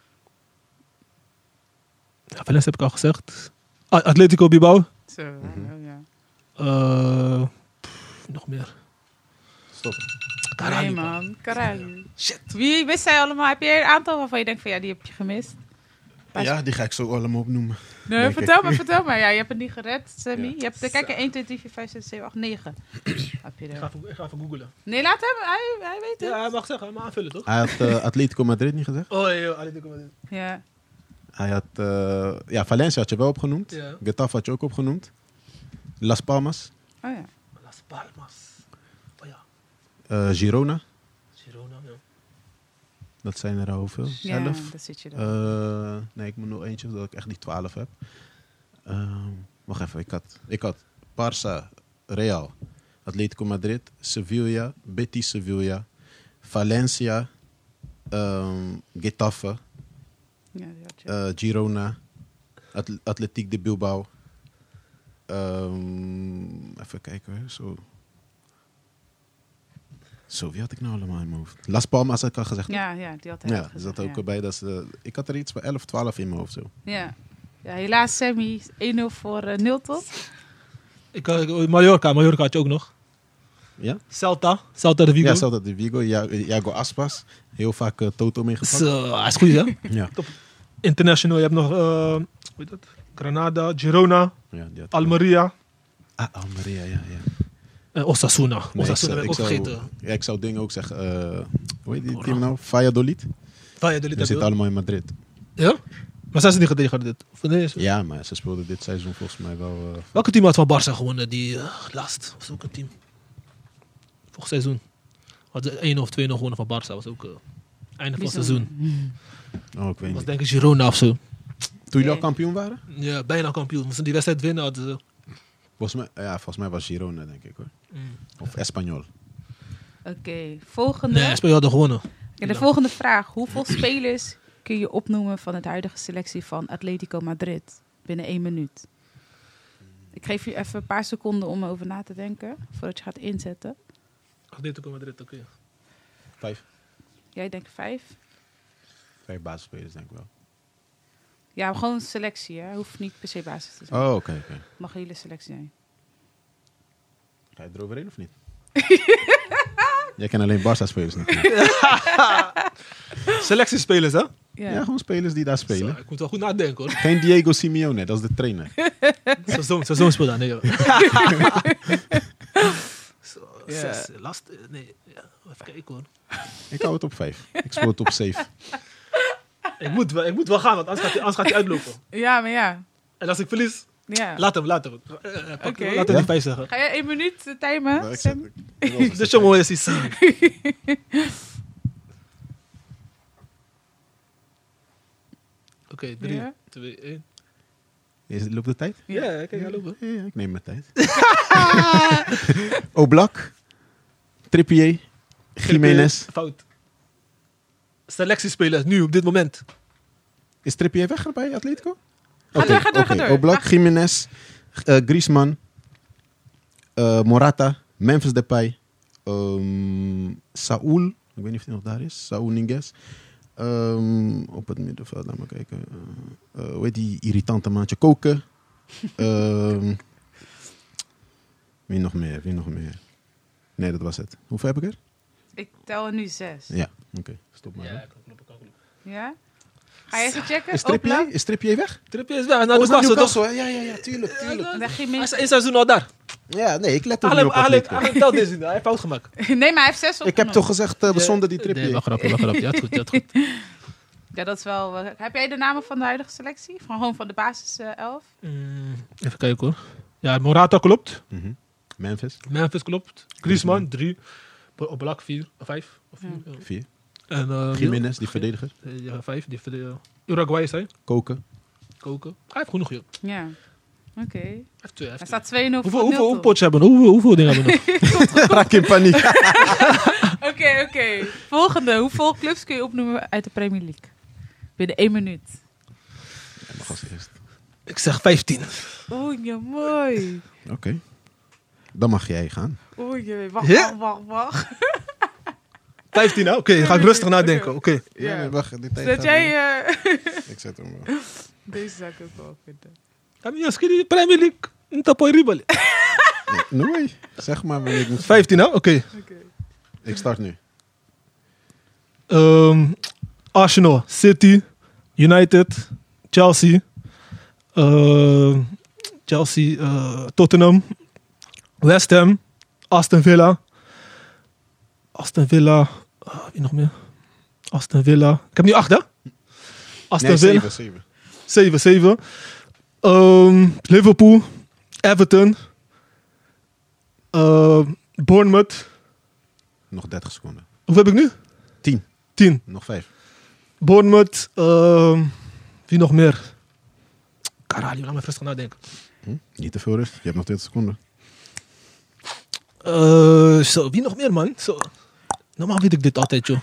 Ja, Valencia heb ik al gezegd. Ah, Atletico Bilbao. Zo, oh, ja. Uh, pff, nog meer. Stop. Nee, man. Caralho. Shit. Wie wist zij allemaal? Heb je een aantal waarvan je denkt van ja, die heb je gemist? Pas- Ja, die ga ik zo allemaal opnoemen. Nee, denk vertel ik. maar, vertel maar. Ja, je hebt het niet gered, Sammy. Ja. Je hebt er kijk, één, twee, drie, vier, vijf, zes, zeven, acht, negen. Heb je Ik er. ga even, ik ga even googlen. Nee, laat hem. Hij, hij weet het. Ja, hij mag zeggen, hij mag aanvullen, toch? Hij had eh, Atletico Madrid niet gezegd. Oh, ja, Atletico Madrid. Ja. Hij had... eh, ja, Valencia had je wel opgenoemd. Ja. Getafe had je ook opgenoemd. Las Palmas. Oh ja. Las Palmas. Oh ja, eh, Girona. Girona, ja. Dat zijn er al hoeveel? Ja, Elf. dat zit je er. Eh, nee, ik moet nog eentje, zodat ik echt die twaalf heb. Ehm, wacht even, ik had, ik had Barça, Real, Atletico Madrid, Sevilla, Betis Sevilla, Valencia, ehm, Getafe, ja, die had je. eh, Girona, Atl- Atletiek de Bilbao. Ehm, even kijken hoor, zo. Zo, wie had ik nou allemaal in mijn hoofd? Las Palmas had ik al gezegd. ja, ja, die had hij Ja, ook er gezegd, zat ook ja. bij dat ze, ik had er iets van elf, twaalf in mijn hoofd zo. Ja. Ja, helaas Sammy, één nul voor uh, Nilton. Ik, uh, Mallorca, Mallorca had je ook nog. Ja? Celta, Celta de Vigo. Ja, Celta de Vigo, Ja- Iago Aspas. Heel vaak uh, Toto meegepakt. Zo, hij is goed, hè? Ja. International, je hebt nog, uh, hoe heet dat? Granada, Girona, ja die had- Almeria Ah, Almeria, ja, ja. en Osasuna. Nee, Osasuna heb ik ook zou, vergeten. ja, ik zou dingen ook zeggen. Uh, hoe heet die team nou? Valladolid. Valladolid Die heb je zitten ook. allemaal in Madrid. Ja? Maar zijn ze niet gedegradeerd? Of nee, is- Ja, maar ze speelden dit seizoen volgens mij wel... uh, Welke team had van Barça gewonnen? Die uh, laatst was ook een team. Vorig seizoen. Hadden ze één of twee nog gewonnen van Barça. Was ook uh, einde van het seizoen. oh, ik weet Was niet. denk ik Girona of zo. Toen jullie al Nee. kampioen waren? Ja, bijna kampioen. Moesten die wedstrijd winnen hadden ze. Volgens mij, ja, volgens mij was Girona, denk ik hoor. Of Espanyol. Oké, volgende. Nee, Espanyol hadden gewonnen. Ja, de volgende vraag. Hoeveel spelers kun je opnoemen van het huidige selectie van Atletico Madrid binnen één minuut? Ik geef je even een paar seconden om erover na te denken, voordat je gaat inzetten. Atletico Madrid, oké. Vijf. Jij denkt vijf? Vijf basisspelers denk ik wel. Ja, maar gewoon selectie, hè? Hoeft niet per se basis te zijn. Oh, oké, oké. Mag een hele selectie zijn. Ga je eroverheen of niet? Jij kent alleen Barça-spelers natuurlijk. Selectiespelers, hè? Ja. Ja, gewoon spelers die daar spelen. Zo, ik moet wel goed nadenken, hoor. Geen Diego Simeone, dat is de trainer. Zijn zoon, zijn zoon speelt daar, nee, joh. Zo, Ja. zes, last, nee, ja, even kijken, hoor. Ik hou het op vijf. Ik speel het op zeven. Ik moet, wel, ik moet wel gaan, want anders gaat hij, anders gaat hij uitlopen. Ja, maar ja. En als ik verlies, ja. laat hem, laat hem. Uh, pak, Oké. Laat hem Ja? die vijf zeggen. Ga jij één minuut uh, timen? Maar ik Sam? zet- ik wil- Dus je mooi is iets. Oké, drie, Ja. twee, één. Is- Loopt de tijd? Ja, kijk, hij lopen. Ja, ja, ik neem mijn tijd. Oblak, Trippier, Jiménez. Fout. Selectiespelers, nu, op dit moment. Is Trippier weg bij Atletico? Ga door, ga door, ga oké. door. Oblak, Ga- Jiménez, uh, Griezmann, uh, Morata, Memphis Depay, um, Saúl, ik weet niet of hij nog daar is, Saúl Ñíguez. Um, op het middenveld, laat maar kijken. Uh, uh, hoe heet die irritante maatje? Koken. um, wie nog meer? Wie nog meer? Nee, dat was het. Hoeveel heb ik er? Ik tel er nu zes. Ja, oké. Stop maar. Ja, hè. kan kloppen, kan kloppen. Ja? Ga je even checken? Is Trippier, Oblak? is Trippier weg? Trippier is weg, naar Oh, is dat Newcastle, toch? Newcastle, hè? Ja, ja, ja, tuurlijk, tuurlijk. En dan Hij Jiménez. is één seizoen al daar. Ja, nee, ik let ook niet Alem, op Alem, Atletico. Alem, tel deze niet. Hij heeft fout gemaakt. Nee, maar hij heeft zes Ik heb opgenomen. toch gezegd, uh, zonder die tripje. Nee, wacht grapje, wacht grapje. Ja, het goed, ja, het goed. Ja, dat is wel... eh, heb jij de namen van de huidige selectie? Van, gewoon van de basis eh, elf? Mm, even kijken hoor. Ja, Morata klopt. Mhm. Memphis, Memphis klopt. Griezmann, drie. Oblak, vier. Vijf. Of vier. Ja. ja. vier. En, uh, Jiménez, die verdediger. Eh, Ja, vijf. Die verdediger. Uruguay is hij. Koken. Koken. Hij heeft genoeg, joh. Hij Ja. Oké. heeft twee. Hij heeft Hij twee. staat twee nul Hoeveel, voor hoeveel, hoeveel Nilton. potjes hebben we nog? Hoeveel, hoeveel dingen hebben we nog? Raak in paniek. Oké, oké. Volgende. Hoeveel clubs kun je opnoemen uit de Premier League? Binnen één minuut. Ja, mag als eerst. Ik zeg vijftien. Oeh, ja, mooi. Oké. Dan mag jij gaan. Oeh, ja, wacht, Ja? wacht, wacht, wacht. vijftien, hè? Oké, dan ga ik rustig nadenken. Oké. Ja. nee, wacht. Die tijd Zet gaat jij... niet. eh, Ik zet hem wel. Deze zou ik ook wel vinden. Kami, skiri Premier League. Een tapoy ribali. Nee, zeg maar wanneer ik moet. vijftien, hè? Oké. Oké. Ik start nu. Ehm, Arsenal, City, United, Chelsea, ehm, Chelsea, eh, Tottenham, West Ham, Aston Villa, Aston Villa, eh, wie nog meer? Aston Villa. Ik heb nu acht, hè? Aston Nee, Villa, zeven, zeven. zeven, zeven. Ehm, Liverpool, Everton, ehm, Bournemouth. Nog dertig seconden. Hoeveel heb ik nu? tien. tien. Nog vijf. Bournemouth, ehm, wie nog meer? Caralho, laat me rustig nadenken. Hm? Niet te veel rust. Je hebt nog dertig seconden. Eh, zo, wie nog meer, man? Zo. Normaal weet ik dit altijd, joh.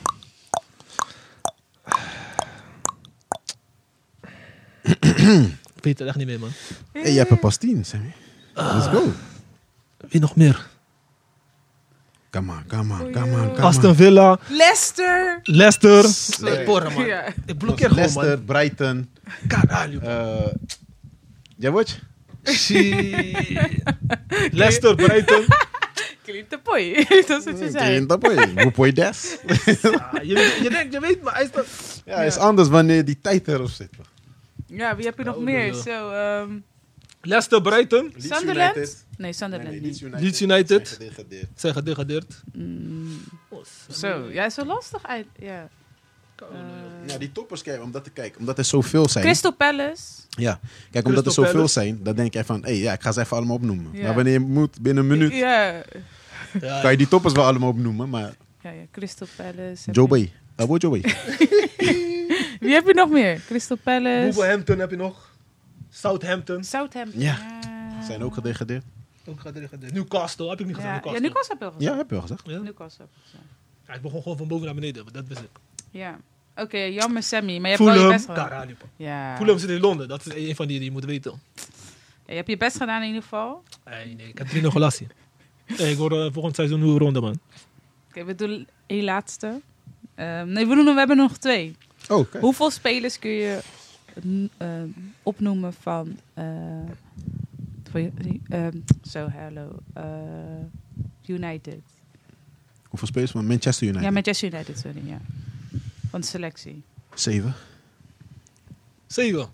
Ik weet het echt niet meer, man. Hey, je hebt er pas tien, Sammy. Let's go. Wie nog meer? Come on, come on, come on, come Aston on. Villa, Leicester. Leicester. Nee. Nee, porra, man. Ja. Ik blokkeer gewoon, Leicester, man. Brighton. Caralho. Uh, jij wordt? Shit. Leicester, Brighton. Klimt de pooi. Dat is wat je zei. Geen tapoy. Hoe pooi des? Ah, je, je denkt, je weet, maar hij is dat... Ja, is anders wanneer die tijd erop zit. Ja, wie heb je nog Oh, meer? ja. Zo, ehm, Leicester, Brighton. Leeds Sunderland? United. Nee, Sunderland Nee, nee, niet. Leeds United. Leeds United. Zijn gedegradeerd. Zijn gedegradeerd. Mm, zo, ja, zo lastig uit. Ja. Eh, Ja, die toppers, kijk, omdat te kijken, omdat er zoveel zijn. Crystal Palace. Ja, kijk, omdat er Crystal zoveel Palace. zijn, dan denk jij van, hé, hey, ja, ik ga ze even allemaal opnoemen. Ja. Maar wanneer je moet, binnen een minuut, Ja. Ja, kan je die toppers wel allemaal opnoemen, maar Ja, ja, Crystal Palace. heb Joe je- Bay. Uh, wat Joe Bay? Wie heb je nog meer? Crystal Palace. Wolverhampton heb je nog. Southampton. Southampton. Ja. Zijn ook gedegradeerd. Ook gedegradeerd. Newcastle heb ik niet gezegd. Ja, ja, Newcastle. Newcastle heb je al gezegd. Ja, heb je al gezegd. Ja? Newcastle heb je gezegd. Ja, ik begon gewoon van boven naar beneden, maar dat wist ik. Ja. Oké, jammer Sammy, maar je hebt wel je Fulham, best gedaan. Caralho. Ja. Fulham zit in Londen, dat is een van die die je moet weten. Ja, je hebt je best gedaan in ieder geval. Nee, nee, ik heb drie nog gelassie. Hey, ik word uh, volgend seizoen een nieuwe ronde, man. Oké, we doen één laatste. Ehm, nee, we, doen, we hebben nog twee. Oh, kijk. Hoeveel spelers kun je n- eh, opnoemen van... eh, van je- ehm, Zo, hello. eh, United. Hoeveel spelers van Manchester United? Ja, Manchester United, sorry. Ja. Van de selectie. Zeven. Zeven.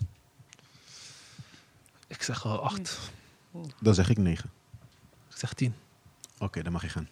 Ik zeg uh, acht. Dan zeg ik negen. Ik zeg tien. Oké, dan mag je gaan.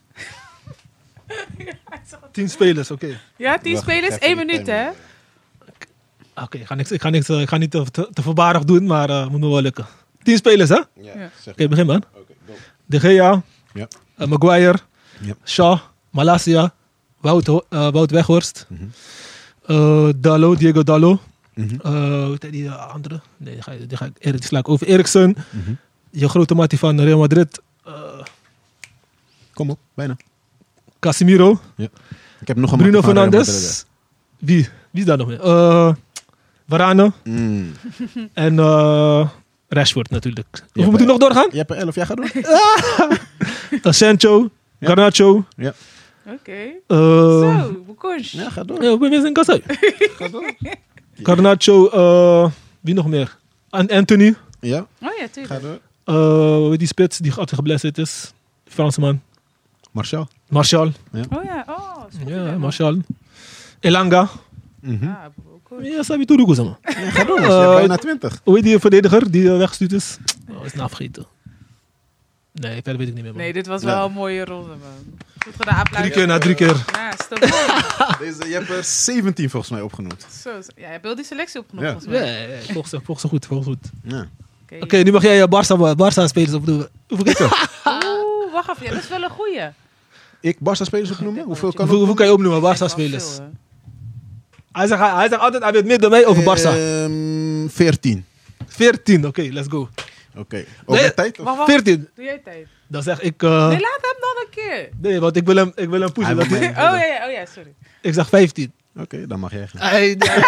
Tien spelers, oké. Ja, tien Wacht, spelers, even één die minuut, timer. hè? Oké, ik ga niks, ik ga niks, uh, ik ga niet te, te, te voorbarig doen, maar uh, moet me wel lukken. Tien spelers, hè? Oké, Ja, Ja. zeg begin man. Oké, go. De Gea, Ja. uh, Maguire, Ja. Shaw, Malasia, Wout, Ho- uh, Wout Weghorst, Mhm. uh, Dallo, Diego Dallo. Mhm. Uh, hoe heet die uh, andere? Nee, die ga, die ga ik Erik, die sla ik over. Eriksen, Mhm. je grote mattie van Real Madrid, uh, Kom op, bijna. Casemiro, Ik heb nog een Bruno mattie van Real Fernandes. Wie? Wie is daar nog meer? Uh, Varane Madrid. Mm. en uh, Rashford natuurlijk. Hoeveel maar- moet ik nog doorgaan? Je hebt er elf, jij gaat door? Uh, Sancho, Ja. Garnacho. Ja. Oké. Uh, Zo, Boekons. Ja, ga door. ja, we zijn in Kasai. Ga door. Garnacho, uh, wie nog meer? An- Anthony. Ja, Oh ja, ga tuurlijk. door. Uh, hoe heet die spits die altijd geblesseerd is? Fransman. Martial. Martial. Oh ja, oh. is goed Ja, idee, man. Martial. Elanga. Mhm. Ah, Boekons. Ja, Sabi Touroukou, zeg maar. Ja, ga door. Je hebt Uh, bijna twintig. Hoe heet die verdediger die uh, weggestuurd is? Oh, is nou vergeten. Nee, verder weet ik niet meer, man. Nee, dit was Ja. wel een mooie ronde, man. Goed gedaan, applaus. Drie keer na drie keer. Ja, stabiel. Deze, je hebt er zeventien volgens mij opgenoemd. Zo, zo. Ja, je hebt heel die selectie opgenomen, Ja. volgens mij. Ja, ja, ja, volgens ze volgens ze goed, volgens ze goed. Ja. Oké. Oké, nu mag jij je Barca, Barca spelers opdoen. Hoeveel keer? Oeh, wacht even. Ja, dat is wel een goeie. Ik Barca spelers opnoemen? Hoeveel kan Hoeveel, hoeveel kan je opnoemen, Barca Best wel spelers? veel, hè. Hij zegt, hij zegt altijd, hij weet meer dan mij over Barca. Ehm, veertien. veertien, oké, let's go. Oké. Over Nee. tijd? Of? Wacht, wacht. veertien. Doe jij tijd? Dan zeg ik... Uh, Nee, laat hem dan een keer. nee, want ik wil hem, ik wil hem pushen. Hij dat wil hij- mij- Oh ja, ja, oh, ja sorry. ik zeg vijftien. Oké, dan mag jij gaan. Hey, nee, nee,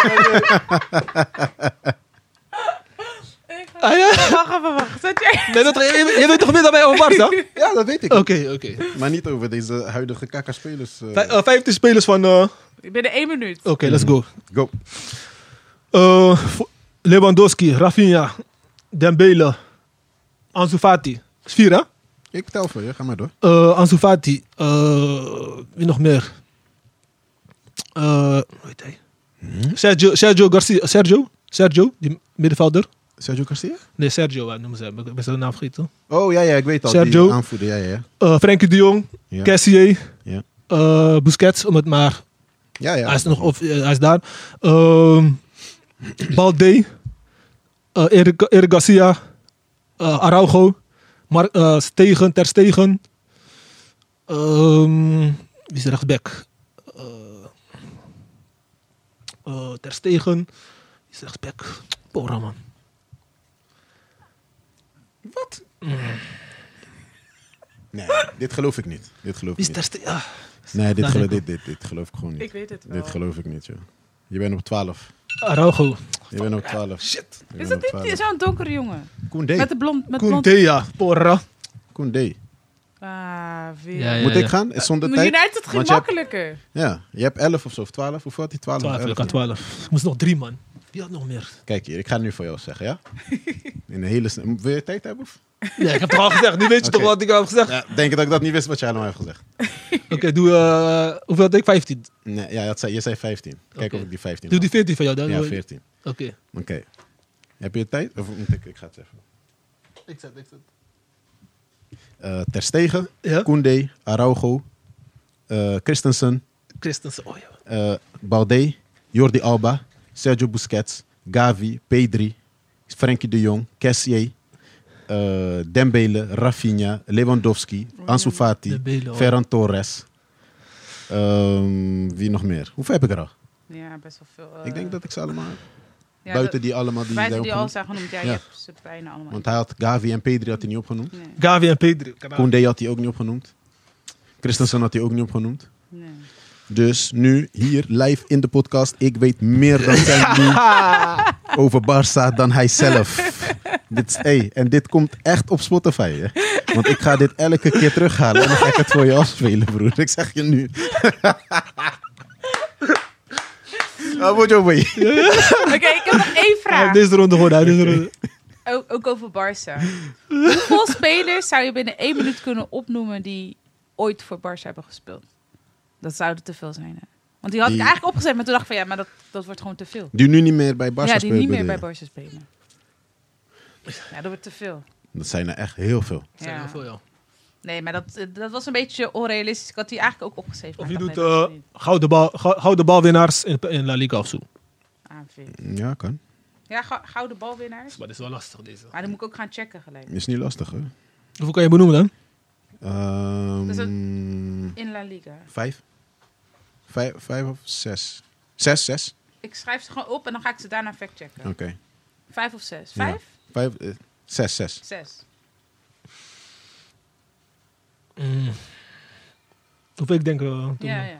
Ik ga- Ah, ja? Wacht even, wacht. Zet jij... nee, dat, je, je weet toch meer dan mij over Barca? Ja, dat weet ik. Oké, oké. Maar niet over deze huidige kaka-spelers. eh. Vij- uh, vijftien spelers van... uh, Binnen één minuut. Oké, let's go. Go. Uh, Vo- Lewandowski, Rafinha, Dembele, Ansu Fati. Is vier, hè? Ik tel voor je, ga maar door. Uh, Ansu Fati. Uh, wie nog meer? Uh, hoe heet hij? Sergio, Sergio Garcia. Sergio? Sergio, die middenvelder. Sergio Garcia? Nee, Sergio, uh, noemen ze hem. Ik ben zijn naam vergeten. Oh ja, ja, ik weet al. Sergio. Die aanvoerder, ja, ja, ja. Uh, Frenkie de Jong, Ja. Cassier, Ja, uh, Busquets, om het maar... ja. ja. Hij is nog op, uh, hij is daar. Uh, Balde, uh, Eric, Eric Garcia, uh, Araujo, Mar uh, Stegen, Ter Stegen. Um, wie is de rechtsback? Uh, uh, Ter Stegen. Wie is de rechtsback? Porra, man. Wat? Nee, dit geloof ik niet. Dit geloof Wie ik is Ter niet. Stegen? Ah, Nee, dit, Daar gelo- denk dit, dit, dit geloof ik gewoon niet. Ik weet het wel. Dit geloof ik niet, joh. Je bent op twaalf. Araujo. Je bent op twaalf. Shit. Je Is bent dat op niet twaalf. zo'n donkere jongen? Koundé. Met de blond... Met blond... Koundé, Porra. Koundé. Ah, weer. Ja, ja. Moet ik gaan? Is zonder Maar tijd? United ging Want je hebt- makkelijker. Ja, je hebt elf of zo, of twaalf. Hoeveel had hij? twaalf? twaalf, elf, ik had nee. twaalf. Ik moest nog drie, man. Wie had nog meer? Kijk hier, ik ga het nu voor jou zeggen, ja? In de hele... sne- Wil je tijd hebben? Of? Ja, ik heb toch al gezegd. Nu weet je Oké. toch wat ik heb gezegd? Ja, denk je dat ik dat niet wist wat jij allemaal hebt gezegd? Oké, doe... Uh, hoeveel had ik? vijftien. Nee, ja, dat zei, je zei vijftien. Kijk Oké. of ik die vijftien Doe had. die veertien van jou dan. Ja, veertien. Oké. Oké. Heb je tijd? Of moet ik? Ik ga het even. Ik zet, ik zet. Uh, Ter Stegen, Ja? Koundé, Araujo, uh, Christensen, Christensen. Oh ja. uh, Balde, Jordi Alba, Sergio Busquets, Gavi, Pedri, Frenkie de Jong, Cassier, uh, Dembele, Rafinha, Lewandowski, Ansu Fati, Dembele, oh. Ferran Torres. Um, wie nog meer? Hoeveel heb ik er al? Ja, best wel veel. eh, Ik denk dat ik ze allemaal heb. ja, Buiten dat- die allemaal die Buiten zijn die al opgenoemd. zijn genoemd. Ja, Ja. je hebt ze bijna allemaal. Want hij had Gavi en Pedri had hij niet opgenoemd. Nee, Gavi en Pedri. Kanaal. Koundé had hij ook niet opgenoemd. Christensen had hij ook niet opgenoemd. nee. Dus nu, hier, live in de podcast. Ik weet meer dan Sandy over Barça dan hij zelf. Dit is, hey, en dit komt echt op Spotify. Hè? Want ik ga dit elke keer terughalen. En dan ga ik het voor je afspelen, broer. Ik zeg je nu. Ah, moet je over je. Oké, ik heb nog één Hij heeft vraag. deze ronde gewoon uit. Deze ronde. Ook, ook over Barça. Hoeveel spelers zou je binnen één minuut kunnen opnoemen die ooit voor Barça hebben gespeeld? Dat zouden te veel zijn, hè? Want die had Die- ik eigenlijk opgezet, maar toen dacht ik van ja, maar dat, dat wordt gewoon te veel. Die nu niet meer bij Barça ja, die spelen. niet meer bedoel bij je? Barça spelen. Ja, dat wordt te veel. Dat zijn er echt heel veel. Dat zijn Ja. heel veel, ja. Nee, maar dat, dat was een beetje onrealistisch. Ik had die eigenlijk ook opgeschreven. Of maar je ik doet dacht, nee, uh, dat is niet. gouden, bal, gou- gouden balwinnaars in, in La Liga of zo. A N V. Ja, kan. Ja, gou- gouden balwinnaars. Maar dat is wel lastig deze. Maar dan moet ik ook gaan checken gelijk. Is niet lastig, hè? Hoeveel kan je benoemen dan? Ehm, Dus In La Liga. Vijf? Vijf, vijf of zes? Zes, zes? Ik schrijf ze gewoon op en dan ga ik ze daarna factchecken. Oké. Vijf of zes? Ja. Vijf? Vijf, eh, zes, zes. Zes. Mm. Hoeveel ik denk... uh, doen we? Ja, ja.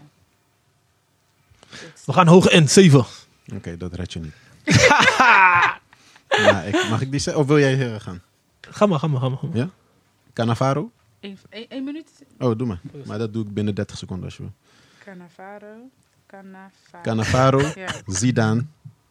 We gaan hoog in. Zeven. Oké, dat red je niet. Ja, ik, mag ik die zeggen? Of wil jij uh, gaan? Ga maar, ga maar, ga maar. Ga maar. Ja? Cannavaro? Eén, één, één minuut. Oh, doe maar. Maar dat doe ik binnen dertig seconden als je wil. Cannavaro. Cannavaro. Cannavaro, Ja. Zidane,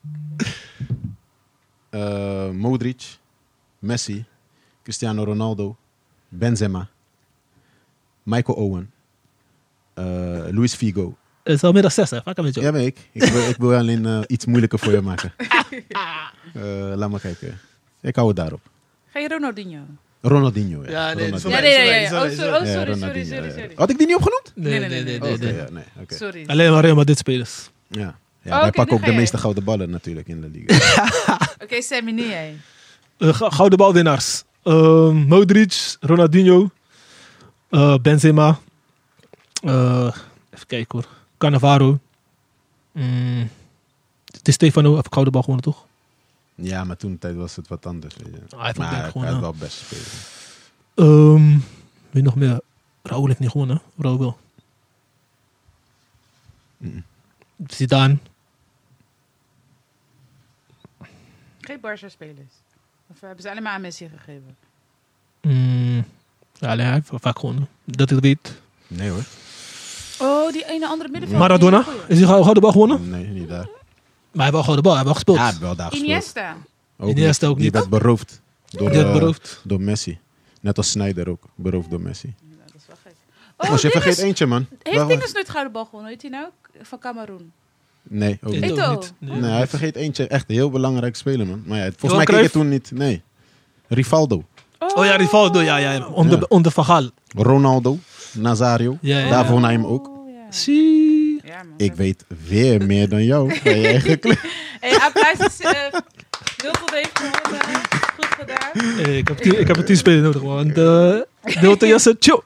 uh, Modric, Messi, Cristiano Ronaldo, Benzema, Michael Owen, uh, Luis Figo. Het is al meer dan zes, hè? Vaak een beetje. Ja, weet ik. Ik wil, ik wil alleen uh, iets moeilijker voor je maken. Uh, laat maar kijken. Ik hou het daarop. Ga je Ronaldinho? Ronaldinho, ja. Ja, nee, Ronaldinho. sorry, Ja, nee, nee, nee. sorry, Oh, sorry, sorry, sorry. oh, Ja, sorry, sorry, Ronaldinho, sorry, ja. sorry. Had ik die niet opgenoemd? Nee, nee, nee, nee. nee, Oké, nee. ja, nee, oké. Sorry. Alleen maar Real Madrid spelers. Ja, ja Oh, hij oké, pakt nu ook ga de jij. meeste gouden ballen natuurlijk in de liga. Oké, Sammy, niet jij. Uh, ga- gouden balwinnaars. Uh, Modric, Ronaldinho, uh, Benzema. Uh, even kijken hoor. Cannavaro. Mm, het is Stefano, heeft gouden bal gewonnen toch? Ja, maar toen de tijd was het wat anders. Weet je. hij heeft ook maar denk hij, ik gewoon, hij ja. had wel best spelen. Um, wie nog meer? Raúl heeft niet gewonnen. Raúl wel. Mm. Zidane. Geen Barca-spelers. Of hebben ze alleen maar aan Messi gegeven? Mm, ja, nee, hij heeft wel vaak gewonnen. Dat ik weet. Nee hoor. Oh, die ene andere middenvelder. Maradona. Die is een goeie. Is hij gou- gouden bal gewonnen? Nee, niet daar. Maar hij heeft wel gouden bal. Hij heeft wel gespeeld. Ja, hij heeft wel daar gespeeld. Iniesta. Ook Iniesta niet. ook Die niet. werd beroofd. Door, Die werd eh, beroofd. door Messi. Net als Sneijder ook. Beroofd door Messi. Ja, dat is wel gek. Oh, Oh, je Dinges- vergeet eentje, man. Heeft Wacht, Dinges nooit gouden bal gewonnen? Weet hij nou? Van Cameroen. Nee, ook niet. Ik Eto'o. ook niet. Nee. Nee, hij vergeet eentje. Echt een heel belangrijk speler, man. Maar ja, volgens Johan mij keek je Cruijff? toen niet. Nee. Rivaldo. Oh ja, Rivaldo. Ja, ja, ja. Onder, Ja. onder Van Gaal. Ronaldo. Nazario. Ja, ja. Daar vond hij hem ook. Oh, ja. Zie. Ja, man. Ik weet weer meer dan jou. Bij je eigen club. Hey, applaus. Uh, Wilton heeft gewonnen. Goed gedaan. Hey, ik, heb tien, ik heb een tien spelers nodig, man. Want uh, Deelte Jassen, chill.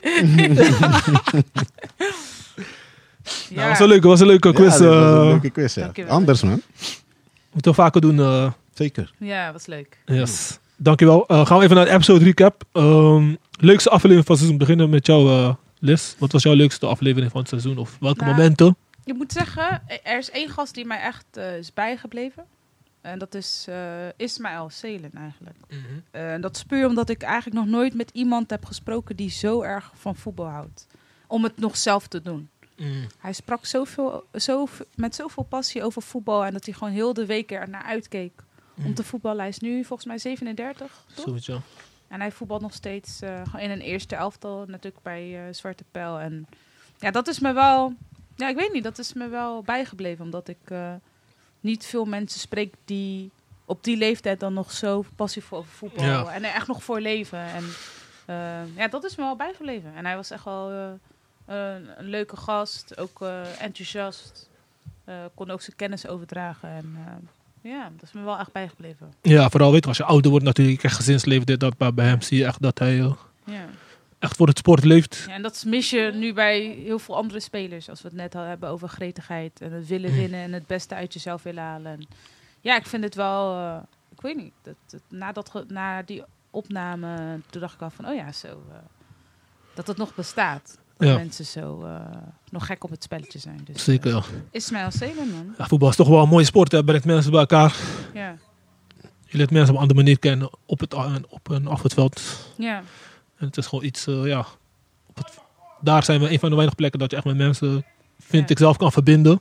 Ja. Nou, was een leuke, was een leuke quiz. Ja, dit was een eh. leuke quiz, ja. Dankjewel. Anders, man. Moeten we vaker doen. eh. Zeker. Ja, was leuk. Yes. Dankjewel. Uh, gaan we even naar de episode recap. Um, leukste aflevering van het seizoen. Beginnen met jou, uh, Liz. Wat was jouw leukste aflevering van het seizoen? Of welke Nou, momenten? Je moet zeggen, er is één gast die mij echt uh, is bijgebleven. En dat is uh, Ismaël Selen eigenlijk. Uh, en dat is puur omdat ik eigenlijk nog nooit met iemand heb gesproken die zo erg van voetbal houdt. Om het nog zelf te doen. Mm. Hij sprak zoveel, zo, met zoveel passie over voetbal. En dat hij gewoon heel de week er naar uitkeek. Mm. Om te voetballen. Hij is nu volgens mij zevenendertig, toch? Zoiets, ja. En hij voetbalt nog steeds uh, gewoon in een eerste elftal. Natuurlijk bij uh, Zwarte Pijl. En ja, dat is me wel... Ja, ik weet niet. Dat is me wel bijgebleven. Omdat ik uh, niet veel mensen spreek die op die leeftijd dan nog zo passief over voetbal. Ja. En er echt nog voor leven. En uh, ja, dat is me wel bijgebleven. En hij was echt wel uh, uh, een leuke gast. Ook uh, enthousiast. Uh, kon ook zijn kennis overdragen. En uh, ja, dat is me wel echt bijgebleven. Ja, vooral weet je, als je ouder wordt natuurlijk, echt gezinsleven, dit, dat. Maar bij hem zie je echt dat hij uh, Ja. echt voor het sport leeft. Ja, en dat mis je nu bij heel veel andere spelers. Als we het net al hebben over gretigheid. En het willen winnen en het beste uit jezelf willen halen. En ja, ik vind het wel... Uh, ik weet niet. Dat, dat, na, dat, ge- na die opname, toen dacht ik al van... Oh ja, zo... Uh, dat het nog bestaat. Dat Ja. mensen zo uh, nog gek op het spelletje zijn. Dus, Zeker, uh, ja. Ismaël Selen, man. Ja, voetbal is toch wel een mooie sport. Hè? Brengt mensen bij elkaar. Ja. Je leert mensen op een andere manier kennen. Op, het, op en af het veld. Ja. En het is gewoon iets, uh, ja... Op het, daar zijn we een van de weinige plekken dat je echt met mensen, vind Ja. ik zelf, kan verbinden.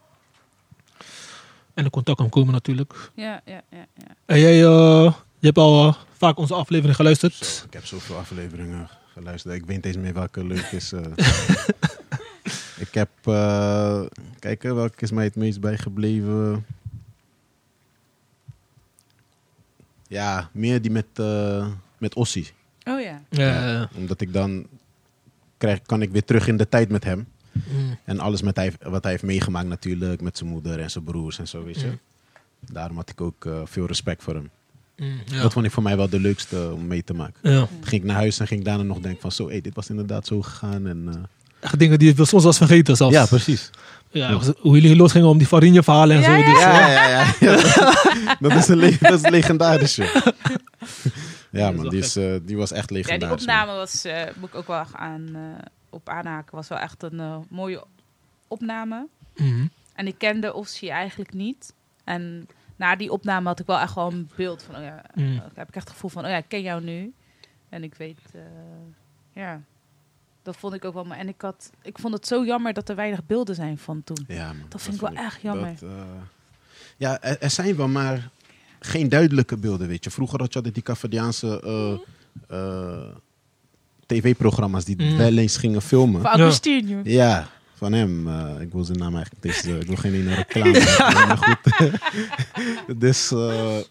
En in contact kan komen natuurlijk. Ja, ja, ja, ja. En jij, uh, je hebt al uh, vaak onze aflevering geluisterd. Zo, ik heb zoveel afleveringen geluisterd. Ik weet niet eens meer welke leuk is. Uh. ik heb... Uh, kijk, welke is mij het meest bijgebleven? Ja, meer die met, uh, met Ossie. Oh ja. Ja. Omdat ik dan... Krijg, kan ik weer terug in de tijd met hem. Mm. En alles met hij, wat hij heeft meegemaakt natuurlijk. Met zijn moeder en zijn broers en zo, weet je. Mm. Daarom had ik ook uh, veel respect voor hem. Mm, ja. Dat vond ik voor mij wel de leukste om mee te maken. Ja. Toen ging ik naar huis en ging ik daarna nog denken van... Zo, hey, dit was inderdaad zo gegaan. En, uh, Echt dingen die je soms was vergeten zelfs. ja, precies. Ja, hoe jullie losgingen om die Farinha verhalen en Ja, zo. ja. Dus, Ja, ja, ja. ja. dat, is een le- dat is legendarisch, joh. Ja, is man, wel die, is, uh, die was echt Ja, die legendarisch. opname was, uh, moet ik ook wel aan, uh, op aanhaken, was wel echt een uh, mooie opname. Mhm. En ik kende Ossie eigenlijk niet. En na die opname had ik wel echt wel een beeld van, oh ja, Mm. uh, heb ik echt het gevoel van, oh ja, ik ken jou nu. En ik weet, uh, ja, dat vond ik ook wel. Maar en ik had, ik vond het zo jammer dat er weinig beelden zijn van toen. Ja, man, Dat vind ik wel vond echt jammer. dat, uh, ja, er, er zijn wel, maar geen duidelijke beelden, weet je. Vroeger had je altijd die Cavadiaanse uh, uh, tv-programma's die Mm. wel eens gingen filmen. Van Agostinho. Ja, van hem. Uh, ik wil zijn naam eigenlijk deze, ik wil geen ene reclame. Maar goed. Dus uh,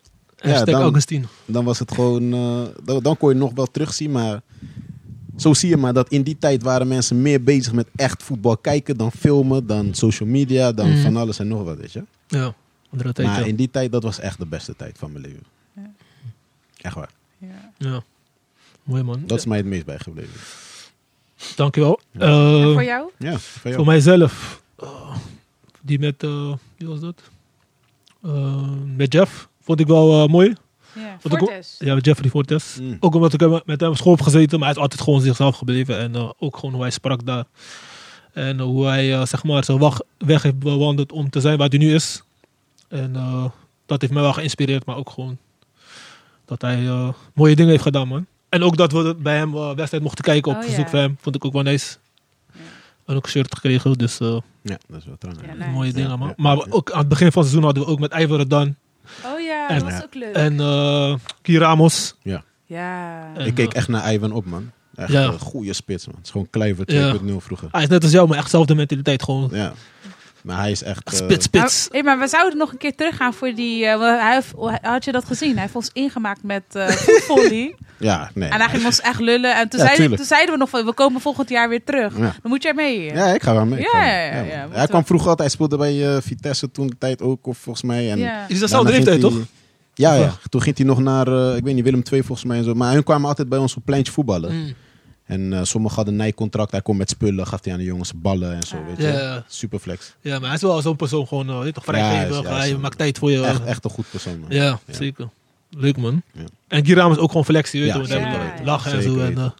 Hashtag dan- Augustine. Dan was het gewoon... Uh, dan, dan kon je nog wel terugzien, maar... Zo zie je maar dat in die tijd waren mensen meer bezig met echt voetbal kijken dan filmen, dan social media, dan Mm. van alles en nog wat, weet je. Ja, andere tijd. Maar ja. in die tijd, dat was echt de beste tijd van mijn leven. Ja. Echt waar. Ja. ja. Mooi man. Dat is mij het meest bijgebleven. Dankjewel. Ja. Eh, En voor jou? Ja, voor jou. voor mijzelf. Uh, die met, uh, wie was dat? Uh, met Jeff. Vond ik wel uh, mooi. Ja, Wat ik- Fortes. Ja, met Jeffrey Fortes. Mm. Ook omdat ik hem- met hem op school heb gezeten, maar hij is altijd gewoon zichzelf gebleven. En uh, ook gewoon hoe hij sprak daar. En uh, hoe hij uh, zeg maar zijn wacht- weg heeft bewandeld om te zijn waar hij nu is. En uh, dat heeft mij wel geïnspireerd, maar ook gewoon dat hij uh, mooie dingen heeft gedaan, man. En ook dat we bij hem uh, wedstrijd mochten kijken op Oh, verzoek ja. van hem, vond ik ook wel nice. Ja. En ook een shirt gekregen, dus uh, Ja, dat is wel trouw. Ja, Ja. nice. mooie dingen, Ja, man. ja. Maar ook aan het begin van het seizoen hadden we ook met Ivor Redan Oh ja, En- dat was ook leuk. en uh, Kier Ramos. ja. En, Ik keek uh, echt naar Ivan op, man. Echt Ja. een goede spits, man. Het is gewoon Kluivert Ja. twee punt nul vroeger. Hij is net als jou, maar echt dezelfde mentaliteit. Gewoon Ja. Maar hij is echt... eh, spits, spits. Hey, maar we zouden nog een keer teruggaan voor die... eh, wel, hij heeft- had je dat gezien? Hij heeft ons ingemaakt met eh voetvolley. Ja, nee. En hij ging ons echt lullen. En toen, Ja, zeiden, tuurlijk. toen zeiden we nog van, we komen volgend jaar weer terug. Ja. Dan moet jij mee. Ja, ik ga wel mee. ik Ja, ga mee. ja, ja, man. ja, moeten Hij kwam we- vroeger altijd, hij speelde bij eh, Vitesse toen de tijd ook, of volgens mij. En Ja. Is dezelfde daarna leeftijd, ging toch? hij- Ja, Of ja. wel? Toen ging hij nog naar, eh, ik weet niet, Willem twee volgens mij en zo. Maar hun kwamen altijd bij ons op pleintje voetballen. Mm. En eh, sommigen hadden een nijcontract. Hij kon met spullen, gaf hij aan de jongens ballen en zo, Ah. weet je. Ja. Superflex. Ja, maar hij is wel zo'n persoon gewoon, uh, weet je toch, vrijgevig. Ja, ja, hij zo. maakt tijd voor je. uh, Echt, echt een goed persoon, man. ja, Ja. zeker. Leuk, man. Ja. En Giram is ook gewoon flexie, weet je. Ja, want zeker hij moet weten. lachen en Zeker zo. En, weten.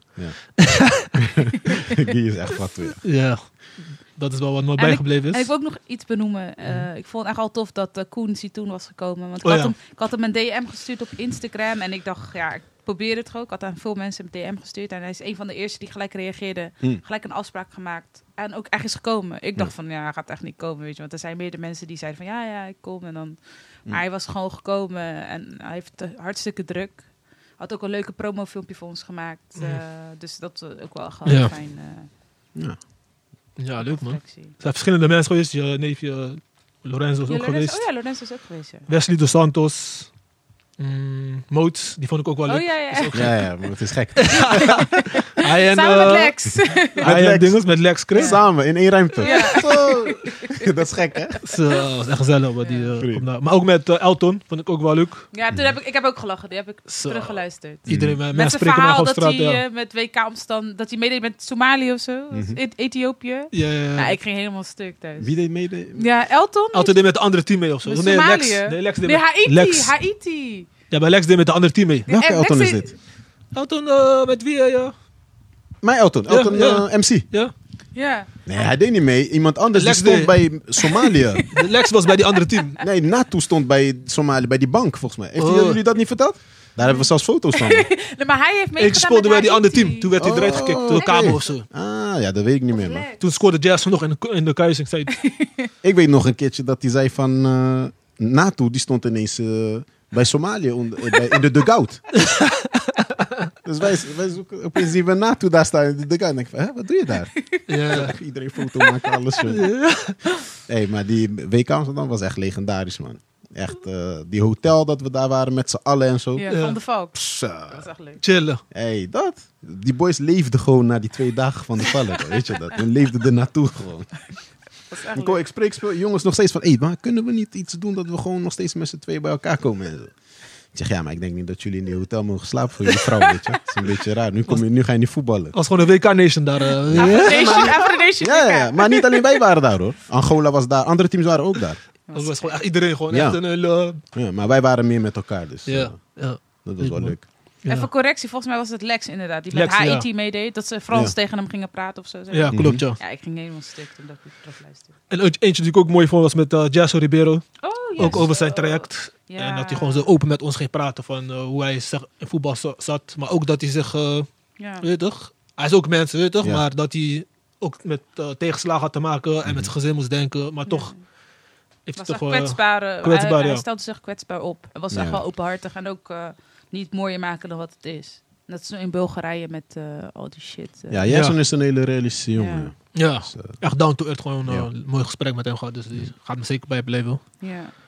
uh, Die is echt wat weer. ja, dat is wel wat me En bijgebleven En ik is. wil ook nog iets benoemen. Uh, Ik vond het echt al tof dat uh, Koen toen was gekomen. Want ik, Oh, had ja. hem, ik had hem een D M gestuurd op Instagram. En ik dacht, ja, ik probeer het gewoon. Ik had aan veel mensen een D M gestuurd. En hij is een van de eerste die gelijk reageerde. Hmm. Gelijk een afspraak gemaakt. En ook echt is gekomen. Ik dacht Ja. van, ja, hij gaat echt niet komen. Weet je. Want er zijn meerdere mensen die zeiden van, ja, ja, ik kom. En dan... Maar Hmm. hij was gewoon gekomen. En hij heeft het hartstikke druk. Had ook een leuke promofilmpje voor ons gemaakt. Uh, dus dat was ook wel gewoon Ja. fijn. Uh, Ja. Ja, leuk, man. Er reflectie. zijn verschillende mensen geweest. Je neefje uh, Lorenzo is Ja, ook Lorenzo, geweest. oh ja, Lorenzo is ook geweest. Ja. Wesley dos Santos. Mm, Moots, die vond ik ook wel leuk. Oh ja, ja. Is ook- Ja, ja, maar het is gek. Hij en, Samen met uh, Lex. Hij Met en Lex. dinges met Lex Chris. Samen, in één ruimte. Ja. Zo. Dat is gek, hè? Dus, uh, was echt gezellig. Maar, die, uh, Vriend. komt daar. Maar ook met uh, Elton, vond ik ook wel leuk. Ja, toen heb ik, ik heb ook gelachen. Die heb ik Zo. teruggeluisterd. Iedereen, Met mensen zijn spreken me verhaal nog op dat straat. hij Ja. eh, met W K-omstand... Dat hij meedeed met Somalië of zo. Mhm. E- Ethiopië. Ja, ja, ja. Ja, ik ging helemaal stuk thuis. Wie deed mee? De... Ja, Elton? Elton deed met de andere team mee of zo. Met Nee, Lex. Somalië. Nee, Lex deed Nee, met Haiti. Lex. Haiti. Ja, maar Lex deed met de andere team mee. Welke En Elton Lex is deed- dit? Elton, uh, met wie? Uh, ja. Mijn Elton. Elton ja. eh, M C. ja. Ja. Nee, hij deed niet mee. Iemand anders die Lex stond deed. bij Somalië. De Lex was bij die andere team. Nee, Nato stond bij Somalië, bij die bank volgens mij. Heeft Oh. jullie dat niet verteld? Daar hebben we zelfs foto's van. Nee, maar hij heeft Ik meegedaan speelde met bij die andere Haiti. team. Toen werd hij eruit Oh, gekikt door de oké. kabel of zo. Ah, ja, dat weet ik niet meer, man. Lex. Toen scoorde Jazz nog in de, in de kruising. Zei, Ik weet nog een keertje dat hij zei van... eh Nato, die stond ineens eh, bij Somalië onder- eh, bij- in de dugout. Dus wij, wij zoeken, opeens zien we Nato daar staan in de dugout. En ik van, hè, wat doe je daar? ja. Iedereen foto maken, alles zo. Hey, maar die W K Amsterdam was echt legendarisch, man. Echt, eh, die hotel dat we daar waren met z'n allen en zo. Ja, Ja. Van de Valk. Zo. Dat was echt leuk. Chillen. Hey, dat. Die boys leefden gewoon na die twee dagen van de vallen. Weet je dat? Hun leefden er naartoe gewoon. Dat is echt Ik, leuk. ik spreek speel- jongens nog steeds van... Hey, maar kunnen we niet iets doen dat we gewoon nog steeds met z'n tweeën bij elkaar komen? En zo. Ik zeg, ja, maar ik denk niet dat jullie in die hotel mogen slapen voor jullie vrouw, weet je. Dat is een beetje raar. Nu, kom je, nu ga je niet voetballen. Was gewoon een W K-nation daar. uh, ja. Nation, Afro Nation. Ja, ja, ja, maar niet alleen wij waren daar, hoor. Angola was daar. Andere teams waren ook daar. Dat was gewoon echt iedereen. Gewoon Ja. echt een hele... Ja, maar wij waren meer met elkaar, dus Ja, eh, ja. dat was wel man. leuk. Ja. Even correctie, volgens mij was het Lex inderdaad. Die Lex, met ja. Haiti meedeed. Dat ze Frans Ja. tegen hem gingen praten of zo. zeg. Ja, klopt, ja. Ja, ik ging helemaal stuk toen dat ik terugluisterde. En eentje eentje die ik ook mooi vond was met uh, Jasso Ribeiro. Oh, yes. Ook over zijn traject. Ja. En dat hij gewoon zo open met ons ging praten van uh, hoe hij zich in voetbal za- zat. Maar ook dat hij zich, uh, Ja. weet je toch? Hij is ook mens, weet je toch? Ja. Maar dat hij ook met uh, tegenslagen had te maken en met zijn gezin moest denken. Maar toch heeft Was hij echt toch... uh, kwetsbaar. eh, kwetsbaar, hij, ja. hij stelde zich kwetsbaar op. Hij was Ja. echt wel openhartig en ook uh, niet mooier maken dan wat het is. Net zo in Bulgarije met uh, al die shit. uh. Ja, Jensen Ja. is een hele realistische jongen. Ja. ja, Dus, eh, echt down to earth. Gewoon uh, Ja. een mooi gesprek met hem gehad. Dus die gaat me zeker bijblijven. Ja.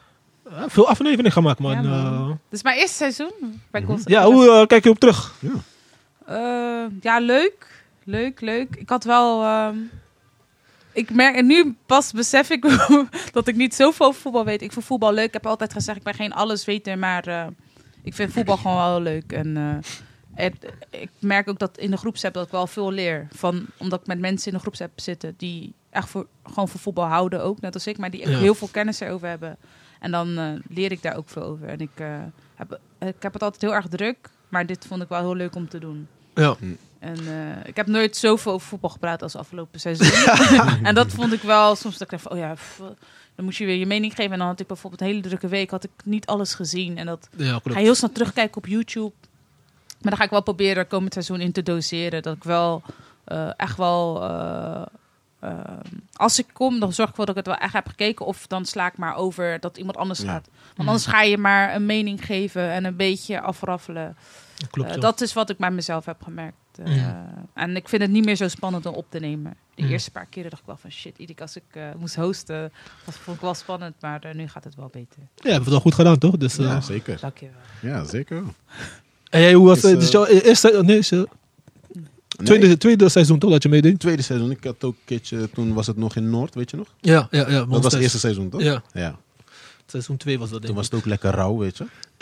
Uh, veel afleveringen gemaakt, man. Ja, man. Uh, Dit is mijn eerste seizoen. Bij Mhm. Costa- ja, hoe uh, kijk je op terug? Ja. Uh, ja, leuk. Leuk, leuk. Ik had wel... Um, ik merk, en nu pas besef ik dat ik niet zoveel over voetbal weet. Ik vind voetbal leuk. Ik heb altijd gezegd, ik ben geen allesweter, maar uh, ik vind voetbal gewoon wel leuk. En, uh, en ik merk ook dat in de groepsapp dat ik wel veel leer. Van, omdat ik met mensen in de groepsapp zitten die echt voor, gewoon voor voetbal houden ook, net als ik. Maar die ook Ja. heel veel kennis erover hebben. En dan uh, leer ik daar ook veel over. En ik, uh, heb, ik heb het altijd heel erg druk, maar dit vond ik wel heel leuk om te doen. Ja. En uh, ik heb nooit zoveel over voetbal gepraat als afgelopen seizoen. En dat vond ik wel soms dat ik dacht van, oh ja, pff, dan moet je weer je mening geven. En dan had ik bijvoorbeeld een hele drukke week, had ik niet alles gezien. En dat Ja, ga klopt. je heel snel terugkijken op YouTube. Maar dan ga ik wel proberen komend seizoen in te doseren. Dat ik wel uh, echt wel... Uh, uh, als ik kom, dan zorg ik wel dat ik het wel echt heb gekeken. Of dan sla ik maar over dat iemand anders Ja. gaat. Want anders ga je maar een mening geven en een beetje afraffelen. Klopt, Uh, ja. dat is wat ik bij mezelf heb gemerkt. Uh, Ja. En ik vind het niet meer zo spannend om op te nemen. De Ja. eerste paar keren dacht ik wel van shit. Iedere keer als ik uh, moest hosten, was, vond ik wel spannend. Maar uh, nu gaat het wel beter. Ja, hebben we het wel goed gedaan, toch? Dus, uh, Ja, zeker. Dankjewel. Ja, zeker wel. En jij, hoe was Is, het? uh, Dus jouw eerste, nee, is, uh, tweede, Nee, tweede seizoen toch dat je meedeed? tweede seizoen. Ik had ook een keertje, toen was het nog in Noord, weet je nog? Ja, ja, ja. Dat was het eerste seizoen, toch? Ja, Ja. seizoen twee was dat, denk Toen ik. was het ook lekker rauw, weet je.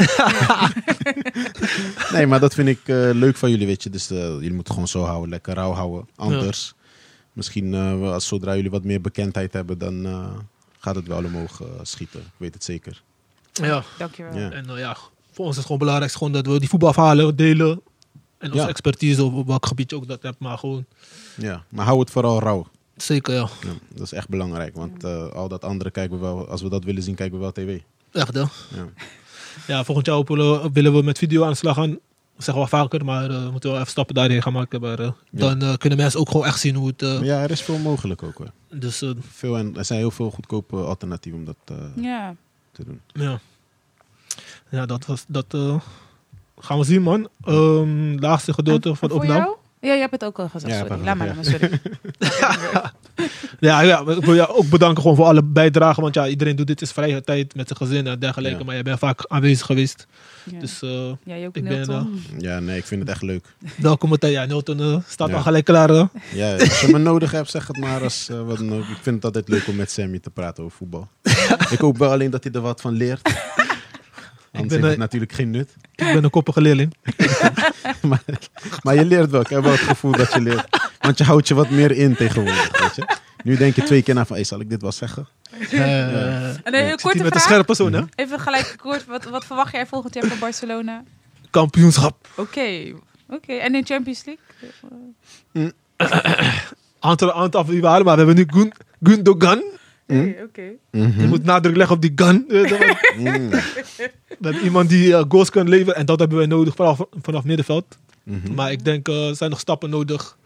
Nee, maar dat vind ik uh, leuk van jullie, weet je. Dus uh, jullie moeten gewoon zo houden, lekker rauw houden. Anders, misschien uh, als, zodra jullie wat meer bekendheid hebben, dan uh, gaat het wel omhoog uh, schieten. Ik weet het zeker. Ja. Dankjewel. Ja. En uh, ja, voor ons is het gewoon belangrijk gewoon dat we die voetbalverhalen delen. En onze Ja. expertise op, op welk gebied je ook dat hebt. Maar gewoon, Ja, maar hou het vooral rauw. zeker ja. Ja, dat is echt belangrijk, want uh, al dat andere kijken we wel. Als we dat willen zien, kijken we wel tv. Echt hè. Ja. Ja, volgend jaar willen, willen we met video aan de slag gaan. Dat zeggen we vaker, maar uh, we moeten wel even stappen daarin gaan maken. Maar uh, dan uh, kunnen mensen ook gewoon echt zien hoe het... Uh, Maar ja, er is veel mogelijk ook hoor. Dus uh, Veel en, er zijn heel veel goedkope alternatieven om dat uh, Ja. te doen. ja. Ja, dat was... Dat uh, gaan we zien, man. Um, laatste gedeelte En van de voor opname. jou? Ja, je hebt het ook al gezegd. Ja, Sorry. ik Laat heb maar, het laat maar, sorry. Ja, ja, ik wil je ook bedanken gewoon voor alle bijdragen. Want ja, iedereen doet dit in vrije tijd met zijn gezin en dergelijke. Ja. Maar je bent vaak aanwezig geweest. Ja. Dus uh, Jij ook, ik ben, Nilton? Ja, nee, ik vind het echt leuk. welkom meteen. Ja, Nilton uh, staat Ja. al gelijk klaar. Uh. Ja, als je me nodig hebt, zeg het maar. Als, uh, wat dan ook. Ik vind het altijd leuk om met Sammy te praten over voetbal. Ik hoop wel alleen dat hij er wat van leert. Anders ben, heeft het uh, natuurlijk geen nut. Ik ben een koppige leerling. maar, maar je leert wel. Ik heb wel het gevoel dat je leert. Want je houdt je wat meer in tegenwoordig, weet je. Nu denk je twee keer na van, hey, zal ik dit wel zeggen? Uh, En een heel zit korte hier met een vraag. scherpe zoon, hè? Even gelijk kort. Wat, wat verwacht jij volgend jaar van Barcelona? Kampioenschap. Oké. Oké. Okay. En in Champions League? Aantal, aantal wie we halen, maar we hebben nu Gun, Gundogan. Oké, oké. Je moet nadruk leggen op die gun. Mm. We hebben iemand die uh, goals kan leveren. En dat hebben we nodig vanaf, vanaf middenveld. Mhm. Maar ik denk, uh, er zijn nog stappen nodig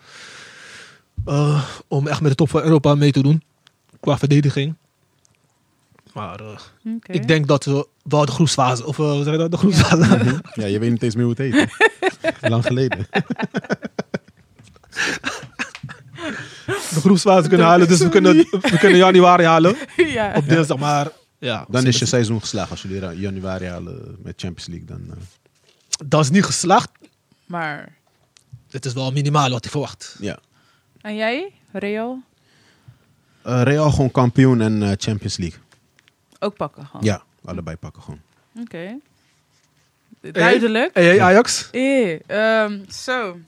uh, om echt met de top van Europa mee te doen. Qua verdediging. Maar uh, Oké. ik denk dat we wel de groepsfase, of uh, hoe zeg je dat, de groepsfase. Mhm. Ja, je weet niet eens meer hoe het heet. hè? Lang geleden. de groepsfase kunnen halen. Dus we kunnen, we kunnen januari halen. Ja. Op dinsdag. Maar ja, Dan is je seizoen geslaagd. Als jullie in januari halen met Champions League, dan... Uh, dat is niet geslaagd. Maar. Dit is wel minimaal wat ik verwacht. ja. En jij? Real? Uh, Real gewoon kampioen en uh, Champions League. Ook pakken gewoon? Ja, allebei pakken gewoon. Oké. Duidelijk. En jij, Ajax? Eh, ehm, Zo.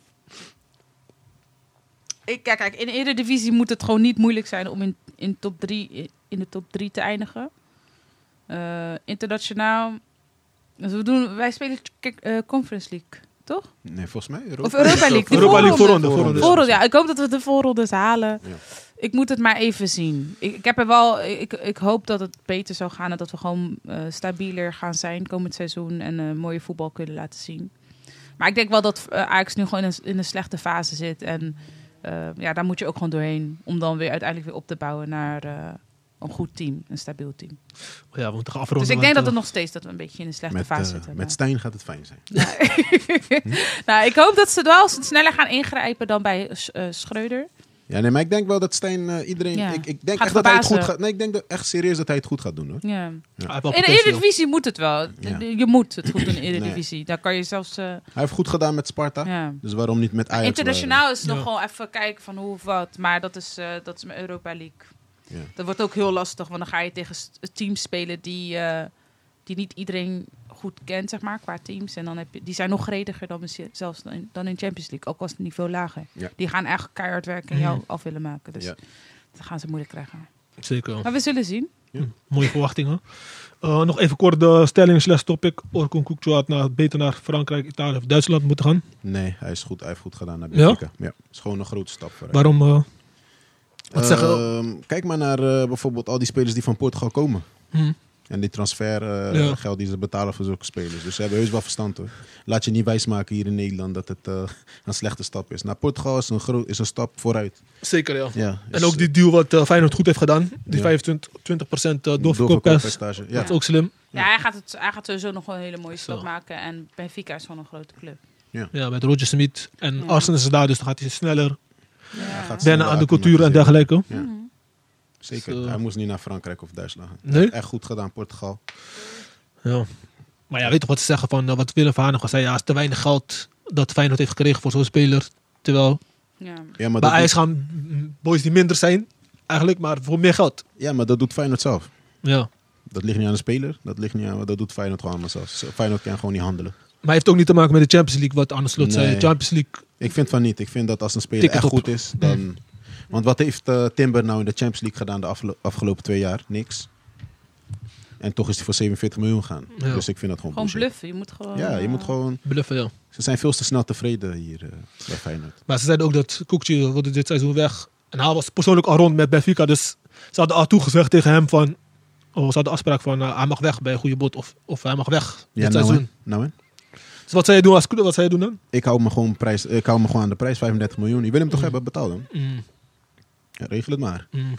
Ik, kijk, kijk, in de Eredivisie moet het gewoon niet moeilijk zijn om in, in, top drie, in de top drie te eindigen. Uh, internationaal. Dus we doen, wij spelen kijk, uh, Conference League, toch? Nee, volgens mij. Europa. Of Europa League. De Europa League voorronde. voorronde. voorronde. Voorronde, ja, ik hoop dat we de voorrondes halen. Ja. Ik moet het maar even zien. Ik, ik heb er wel. Ik, ik hoop dat het beter zou gaan en dat we gewoon uh, stabieler gaan zijn komend seizoen en uh, mooie voetbal kunnen laten zien. Maar ik denk wel dat uh, Ajax nu gewoon in een, in een slechte fase zit en uh, ja, daar moet je ook gewoon doorheen om dan weer uiteindelijk weer op te bouwen naar uh, een goed team, een stabiel team. Ja, we moeten gaan afronden. Dus ik denk dat want, het nog steeds dat we een beetje in een slechte Met, fase uh, zitten. met maar- Stijn gaat het fijn zijn. nou, ik hoop dat ze wel sneller gaan ingrijpen dan bij uh, Schreuder. Ja, nee, maar ik denk wel dat Stijn uh, iedereen... Ja. Ik, ik denk Gaat echt dat hij het verbazen. goed gaat... Nee, ik denk dat echt serieus dat hij het goed gaat doen, hoor. Ja. Hij heeft wel In de potentieel. Eredivisie moet het wel. Ja. Je moet het goed doen in de Eredivisie. Daar kan je zelfs... uh, Hij heeft goed gedaan met Sparta. ja. Dus waarom niet met Ajax? Internationaal is het nog Ja. gewoon even kijken van hoe of wat. Maar dat is, uh, dat is mijn Europa League. Ja. Dat wordt ook heel lastig. Want dan ga je tegen st- teams spelen die, uh, die niet iedereen goed kent, zeg maar, qua teams. En dan heb je, die zijn nog grediger dan misschien- zelfs dan in, dan in Champions League. Ook al is het niveau lager. Ja. Die gaan echt keihard werken en Mhm. jou af willen maken. Dus Ja. dat gaan ze moeilijk krijgen. Zeker. Maar we zullen zien. Mooie verwachtingen. Uh, nog even kort de stelling slash topic. Orkun Kukçu had naar, beter naar Frankrijk, Italië of Duitsland moeten gaan. Nee, hij is goed. Hij heeft goed gedaan naar Ja? Benfica. Ja? Het is gewoon een grote stap voor hem. Waarom? Uh, wat zeggen? Ehm, kijk maar naar uh, bijvoorbeeld al die spelers die van Portugal komen. Hm. En die transfergeld uh, Ja. geld die ze betalen voor zulke spelers. Dus ze hebben heus wel verstand, hoor. Laat je niet wijsmaken hier in Nederland dat het uh, een slechte stap is. Naar Portugal is een, groot, is een stap vooruit. Zeker, ja. Ja, En ook die deal wat uh, Feyenoord goed heeft gedaan. Die Ja. vijfentwintig procent uh, doorverkoopprijs. Dat doorverkooppercentage. Ja. is ook slim. Ja, hij, gaat het, hij gaat sowieso nog wel een hele mooie stap Zo. maken. En Benfica is gewoon een grote club. Ja, met Roger Smith. En Ja. Arsenal is daar, dus dan gaat hij sneller Ja. gaat wennen aan de cultuur en acclimatiseren. dergelijke. Ja. Mhm. Zeker. Dus, uh, Hij moest niet naar Frankrijk of Duitsland gaan. Nee? Echt goed gedaan, Portugal. Ja. Maar ja, weet toch wat ze zeggen van uh, wat Willem van Hanegem zei. Ja, is te weinig geld dat Feyenoord heeft gekregen voor zo'n speler. Terwijl Ja. Ja, maar bij dat, Ajax doet, gaan mm, boys die minder zijn, eigenlijk, maar voor meer geld. ja, maar dat doet Feyenoord zelf. Ja. Dat ligt niet aan de speler. Dat, ligt niet aan, dat doet Feyenoord gewoon allemaal zelf. Feyenoord kan gewoon niet handelen. Maar heeft ook niet te maken met de Champions League, wat Arne Slot zei. Nee. Champions League, Ik vind van niet. Ik vind dat als een speler Tik het echt op. goed is, dan... Want wat heeft uh, Timber nou in de Champions League gedaan de aflo- afgelopen twee jaar? Niks. En toch is hij voor zevenenveertig miljoen gegaan. Ja. Dus ik vind dat gewoon Gewoon bullshit. bluffen. Je moet gewoon... Ja, je eh, moet gewoon... bluffen, ja. Ze zijn veel te snel tevreden hier uh, bij Feyenoord. Maar ze zeiden ook dat Kukçu wilde dit seizoen weg. En hij was persoonlijk al rond met Benfica, dus ze hadden al toegezegd tegen hem van... Oh, ze hadden afspraak van uh, hij mag weg bij een goede bod of, of hij mag weg dit Ja, nou seizoen. hè? Nou hè? Dus wat zou je doen als wat zou je doen dan? Ik hou me gewoon, prijs, ik hou me gewoon aan de prijs, vijfendertig miljoen. Je wil hem toch Mm. hebben, betaal hem. Mm, Ja, regel het maar. mm.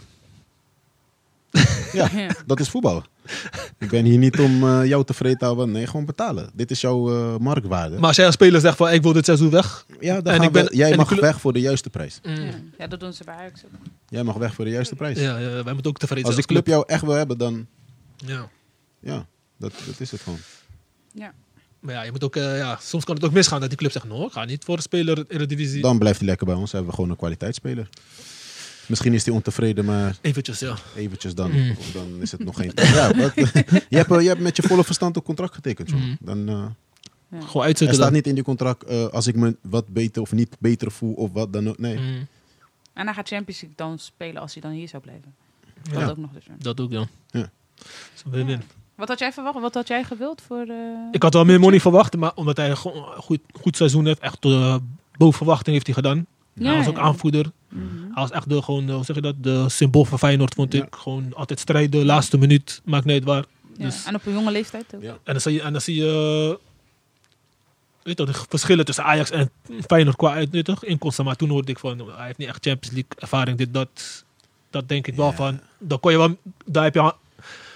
Ja, Ja. dat is voetbal. Ik ben hier niet om uh, jou tevreden te houden. Nee, gewoon betalen. Dit is jouw uh, marktwaarde. Maar als jij als speler zegt van ik wil dit seizoen weg. ja, dan en gaan ik ben- we, jij en mag ik wil- weg voor de juiste prijs. Ja. Ja, dat doen ze bij Ajax ook. Jij mag weg voor de juiste prijs. Ja, ja, wij moeten ook tevreden Als de zijn club jou echt wil hebben, dan... Ja. Ja, dat, dat is het gewoon. Ja. Maar ja, je moet ook, uh, ja, soms kan het ook misgaan dat die club zegt, no, ik ga niet voor een speler in de divisie. Dan blijft hij lekker bij ons. Dan hebben we gewoon een kwaliteitsspeler. Misschien is hij ontevreden, maar Eventjes, ja. eventjes dan. Mm. Of dan is het nog geen... Ja, wat, je, hebt, uh, je hebt met je volle verstand een contract getekend, joh. Mm. Dan, uh, Ja. Gewoon er uitzetten staat dan. niet in die contract uh, als ik me wat beter of niet beter voel of wat dan ook. Nee. Mm, En hij gaat Champions League dan spelen als hij dan hier zou blijven. Dat Ja. ook nog dus. dat ook, ja. Ja. Dat is een win-win. Ja. Wat had jij verwacht? Wat had jij gewild voor... eh, Ik had wel meer money verwacht, maar omdat hij gewoon een goed, goed seizoen heeft, echt uh, boven verwachting heeft hij gedaan. Ja, hij was ook ja. aanvoerder. Mhm. Hij was echt de, gewoon, de, hoe zeg je dat, de symbool van Feyenoord, vond Ja. ik. Gewoon altijd strijden, laatste minuut, maakt niet uit waar. Ja. Dus, En op een jonge leeftijd ook. Ja. en, dan zie je, en dan zie je, weet je, de verschillen tussen Ajax en Feyenoord qua uit, weet je toch, inkomsten. Maar toen hoorde ik van, hij heeft niet echt Champions League ervaring, dit, dat. Dat denk ik wel Ja. van, dan kon je wel, daar heb je al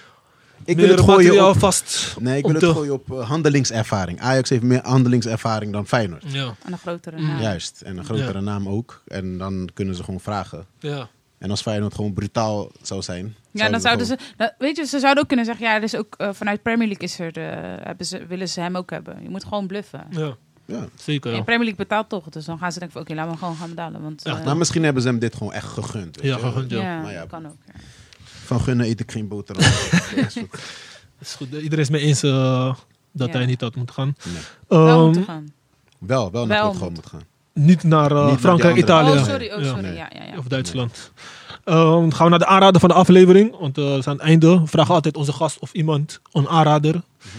Ik wil meer het gooien materiaal op, vast. nee, ik om wil het te- gooien op uh, handelingservaring. Ajax heeft meer handelingservaring dan Feyenoord. Ja, En een grotere Mm. naam. Juist. En een grotere Ja. naam ook. En dan kunnen ze gewoon vragen. ja. En als Feyenoord gewoon brutaal zou zijn... Ja, dan zouden gewoon- ze... nou, weet je, ze zouden ook kunnen zeggen... Ja, er is ook, eh, vanuit Premier League is er, eh, hebben ze, willen ze hem ook hebben. Je moet gewoon bluffen. ja, Ja. zeker. En Ja. Premier League betaalt toch. Dus dan gaan ze denken van... Oké, laten we hem gewoon gaan betalen. Want, Ja, eh, Nou, misschien hebben ze hem dit gewoon echt gegund. weet Ja, je. gegund, ja. ja, Maar ja, dat kan ook. Ja. Van gunnen eet ik geen boterham. Ja, is goed. Is goed. Iedereen is mee eens uh, dat Ja. hij niet had moeten gaan. Nee. Wel Ehm, moeten gaan. Wel, wel naar Wel Portugal moet. moet gaan. niet naar uh, Niet naar Frankrijk, die andere- Italië Oh, sorry. Oh, Ja. sorry. Nee. Ja, ja, ja. of Duitsland. Ehm, gaan we naar de aanrader van de aflevering. Want uh, we zijn aan het einde. We vragen altijd onze gast of iemand een aanrader.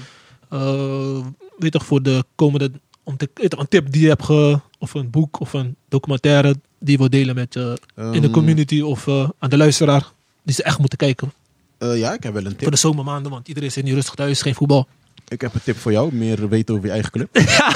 Uh, weet toch, voor de komende... Om te, weet toch, een tip die je hebt ge, of een boek of een documentaire die je wil delen met uh, in de Ehm, community of uh, aan de luisteraar. Die ze echt moeten kijken. eh, ja, ik heb wel een Voor tip. de zomermaanden, want iedereen zit nu rustig thuis, geen voetbal. Ik heb een tip voor jou. Meer weten over je eigen club.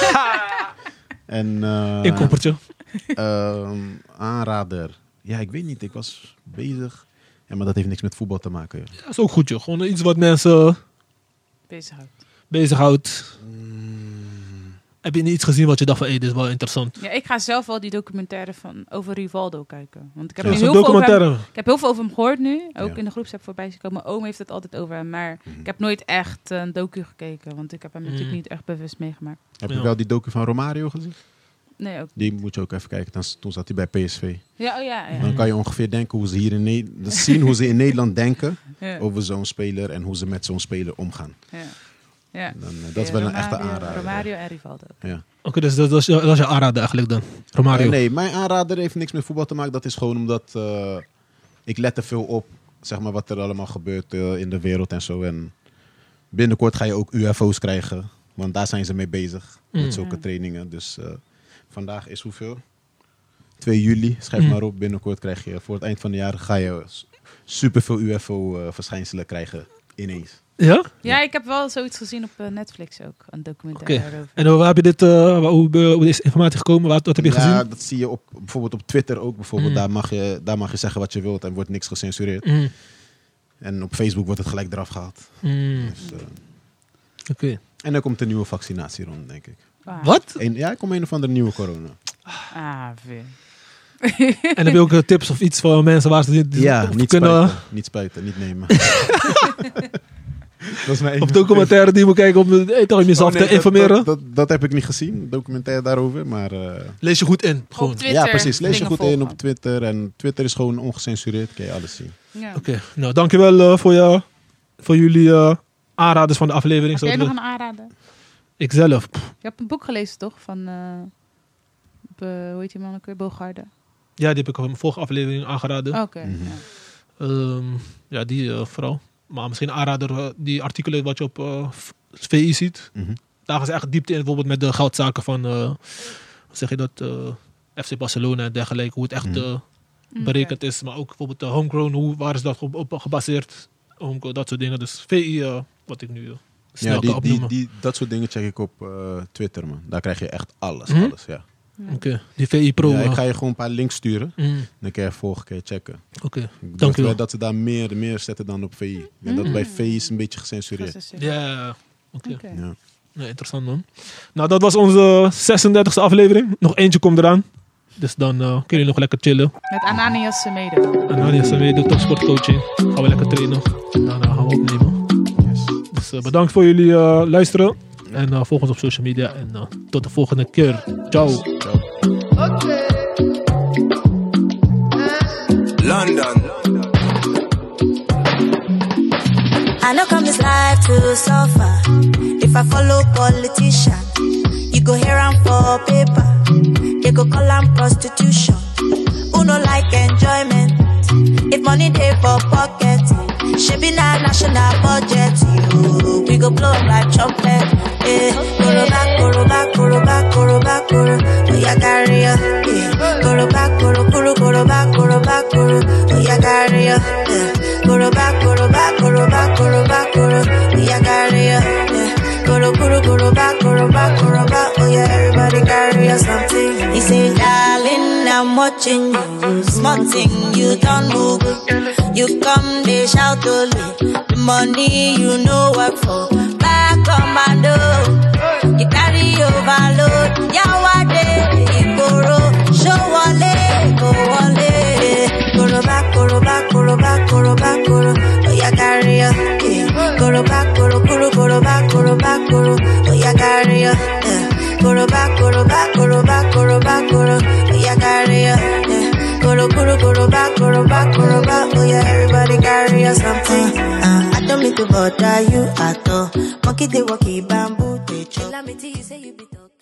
en eh, Inkoppertje. ehm, aanrader. Ja, ik weet niet. Ik was bezig. Ja, maar dat heeft niks met voetbal te maken. joh. Dat is ook goed, joh. Gewoon iets wat mensen Bezighoudt. bezighoudt. Mm, Heb je niet iets gezien wat je dacht van, hé, dit is wel interessant? Ja, ik ga zelf wel die documentaire van over Rivaldo kijken. Want ik heb, Ja, nu zo'n heel veel over documentaire. hem, ik heb heel veel over hem gehoord nu. Ook Ja. in de groepsapp voorbij gekomen. Mijn oom heeft het altijd over hem. Maar Mhm. ik heb nooit echt een docu gekeken. Want ik heb hem Mm. natuurlijk niet echt bewust meegemaakt. Heb Ja. je wel die docu van Romario gezien? Nee, ook. Die moet je ook even kijken. Dan, toen zat hij bij P S V. Ja, oh ja. ja. Dan kan je ongeveer denken hoe ze hier in Nederland... zien hoe ze in Nederland denken ja. over zo'n speler en hoe ze met zo'n speler omgaan. ja. ja. Dan, uh, dat is Ja, wel een echte Romario- aanrader. Romario en Rivaldo. Ja. Oké, dus dat, dat, is, dat is je aanrader eigenlijk dan. Romario. Uh, nee, mijn aanrader heeft niks met voetbal te maken. Dat is gewoon omdat uh, ik let er veel op, zeg maar, wat er allemaal gebeurt uh, in de wereld en zo. En binnenkort ga je ook U F O's krijgen, want daar zijn ze mee bezig Mm. met zulke trainingen. Dus uh, vandaag is hoeveel? twee juli, schrijf Mm. maar op. Binnenkort krijg je, voor het eind van het jaar ga je superveel U F O-verschijnselen krijgen ineens. Ja? Ja, ik heb wel zoiets gezien op uh, Netflix ook. Een documentaire Oké. over. En hoe heb je dit, uh, hoe, hoe, hoe is informatie gekomen? Wat, wat heb je ja, gezien? dat zie je op, bijvoorbeeld op Twitter ook. Bijvoorbeeld. Mm. Daar, mag je, daar mag je zeggen wat je wilt en wordt niks gecensureerd. Mm. En op Facebook wordt het gelijk eraf gehaald. Mm. Dus, uh, Oké. en er komt een nieuwe vaccinatie rond, denk ik. Ah. Wat? Een, ja, er komt een of andere nieuwe corona. Ah, veel. En heb je ook uh, tips of iets voor mensen waar ze dit dit Ja, op niet kunnen... spuiten. Niet spuiten, niet nemen. Dat is mijn Of documentaire die je moet kijken om, eh, toch, om jezelf Oh, nee, te informeren. Dat, dat, dat, dat heb ik niet gezien, documentaire daarover. Maar uh, Lees je goed in. Gewoon. Op Twitter. ja, precies. Lees je dingen goed in volgen. op Twitter. En Twitter is gewoon ongecensureerd. Kun je alles zien. Ja. Oké, nou dankjewel uh, voor, je, voor jullie uh, aanraders van de aflevering. Heb jij zodat nog we- een aanrader? Ikzelf. Pff, Je hebt een boek gelezen, toch? Van, uh, Be- hoe heet die man ook weer? Bogarde. Ja, die heb ik op mijn vorige aflevering aangeraden. Oké. Mhm. ja. Ehm, ja, die uh, vooral. Maar misschien een aanrader, uh, die artikelen wat je op uh, V I ziet. Mhm. Daar gaan ze echt diepte in, bijvoorbeeld met de geldzaken van, uh, hoe zeg je dat, uh, F C Barcelona en dergelijke. Hoe het echt Mhm. uh, berekend is. Maar ook bijvoorbeeld de homegrown, hoe, waar is dat op, op gebaseerd? Homegrown, dat soort dingen. Dus V I, uh, wat ik nu uh, snel Ja, kan die, die, opnoemen. die, dat soort dingen check ik op uh, Twitter, man. Daar krijg je echt alles. Mhm. alles ja. Ja. Oké, die V I Pro. Ja, ik uh, ga je gewoon een paar links sturen. mm, Dan kun je volgende keer checken. Oké, Ik denk Dank u wel wel. dat ze daar meer, meer zetten dan op V I. Ik denk dat Mm. bij V I is een beetje gecensureerd. ja, ja, ja. Oké. Oké. Ja. Nee, interessant man. Nou, dat was onze zesendertigste aflevering. Nog eentje komt eraan. Dus dan uh, kunnen jullie nog lekker chillen. Met Ananias Semedo. En Nadia zijn weer de topsportcoaching. Gaan we lekker trainen. En daarna gaan we opnemen. Yes. Dus uh, bedankt voor jullie uh, luisteren. En uh, volg ons op social media. En uh, tot de volgende keer. Ciao. Ciao. London. I know come this life to suffer. If I follow politician, you go hear am for paper. They go call am prostitution. Who no like enjoyment? If money dey for pocket, shebi na national budget. You, we go blow up like trumpet. Eh, koro back, koro back, koro back, koro back, koro. Oh yeah, carry ya. Eh, koro back, koro, koro, koro back, koro back, koro. Oh yeah, carry ya. Eh, koro back, koro back, koro back, koro back, koro. Oh yeah, carry ya. Eh, koro, koro, koro back, koro back, koro back. Oh yeah, everybody carry ya something. He say, darling, I'm watching you. Small thing, you don't move. You come, they shout only. The money you know work for. Back commando. You carry overload. Yawade, Ikoro. Show wale, go wale. Koro back, koro back, koro back, koro back, koro. Oh yeah, carry ya. Yeah. Koro back, koro, koro, koro back, koro back, koro. Oh yeah, carry ya. Yeah. Koro back, koro back, koro back, koro back, koro. Oh yeah, carry ya. Yeah. Koro, koro, koro back, koro back, koro back. Oh yeah, everybody carry ya something. Uh, I don't mean to bother you at all. Monkey they walkie bamboo they chop. Let me tell you say you be talking.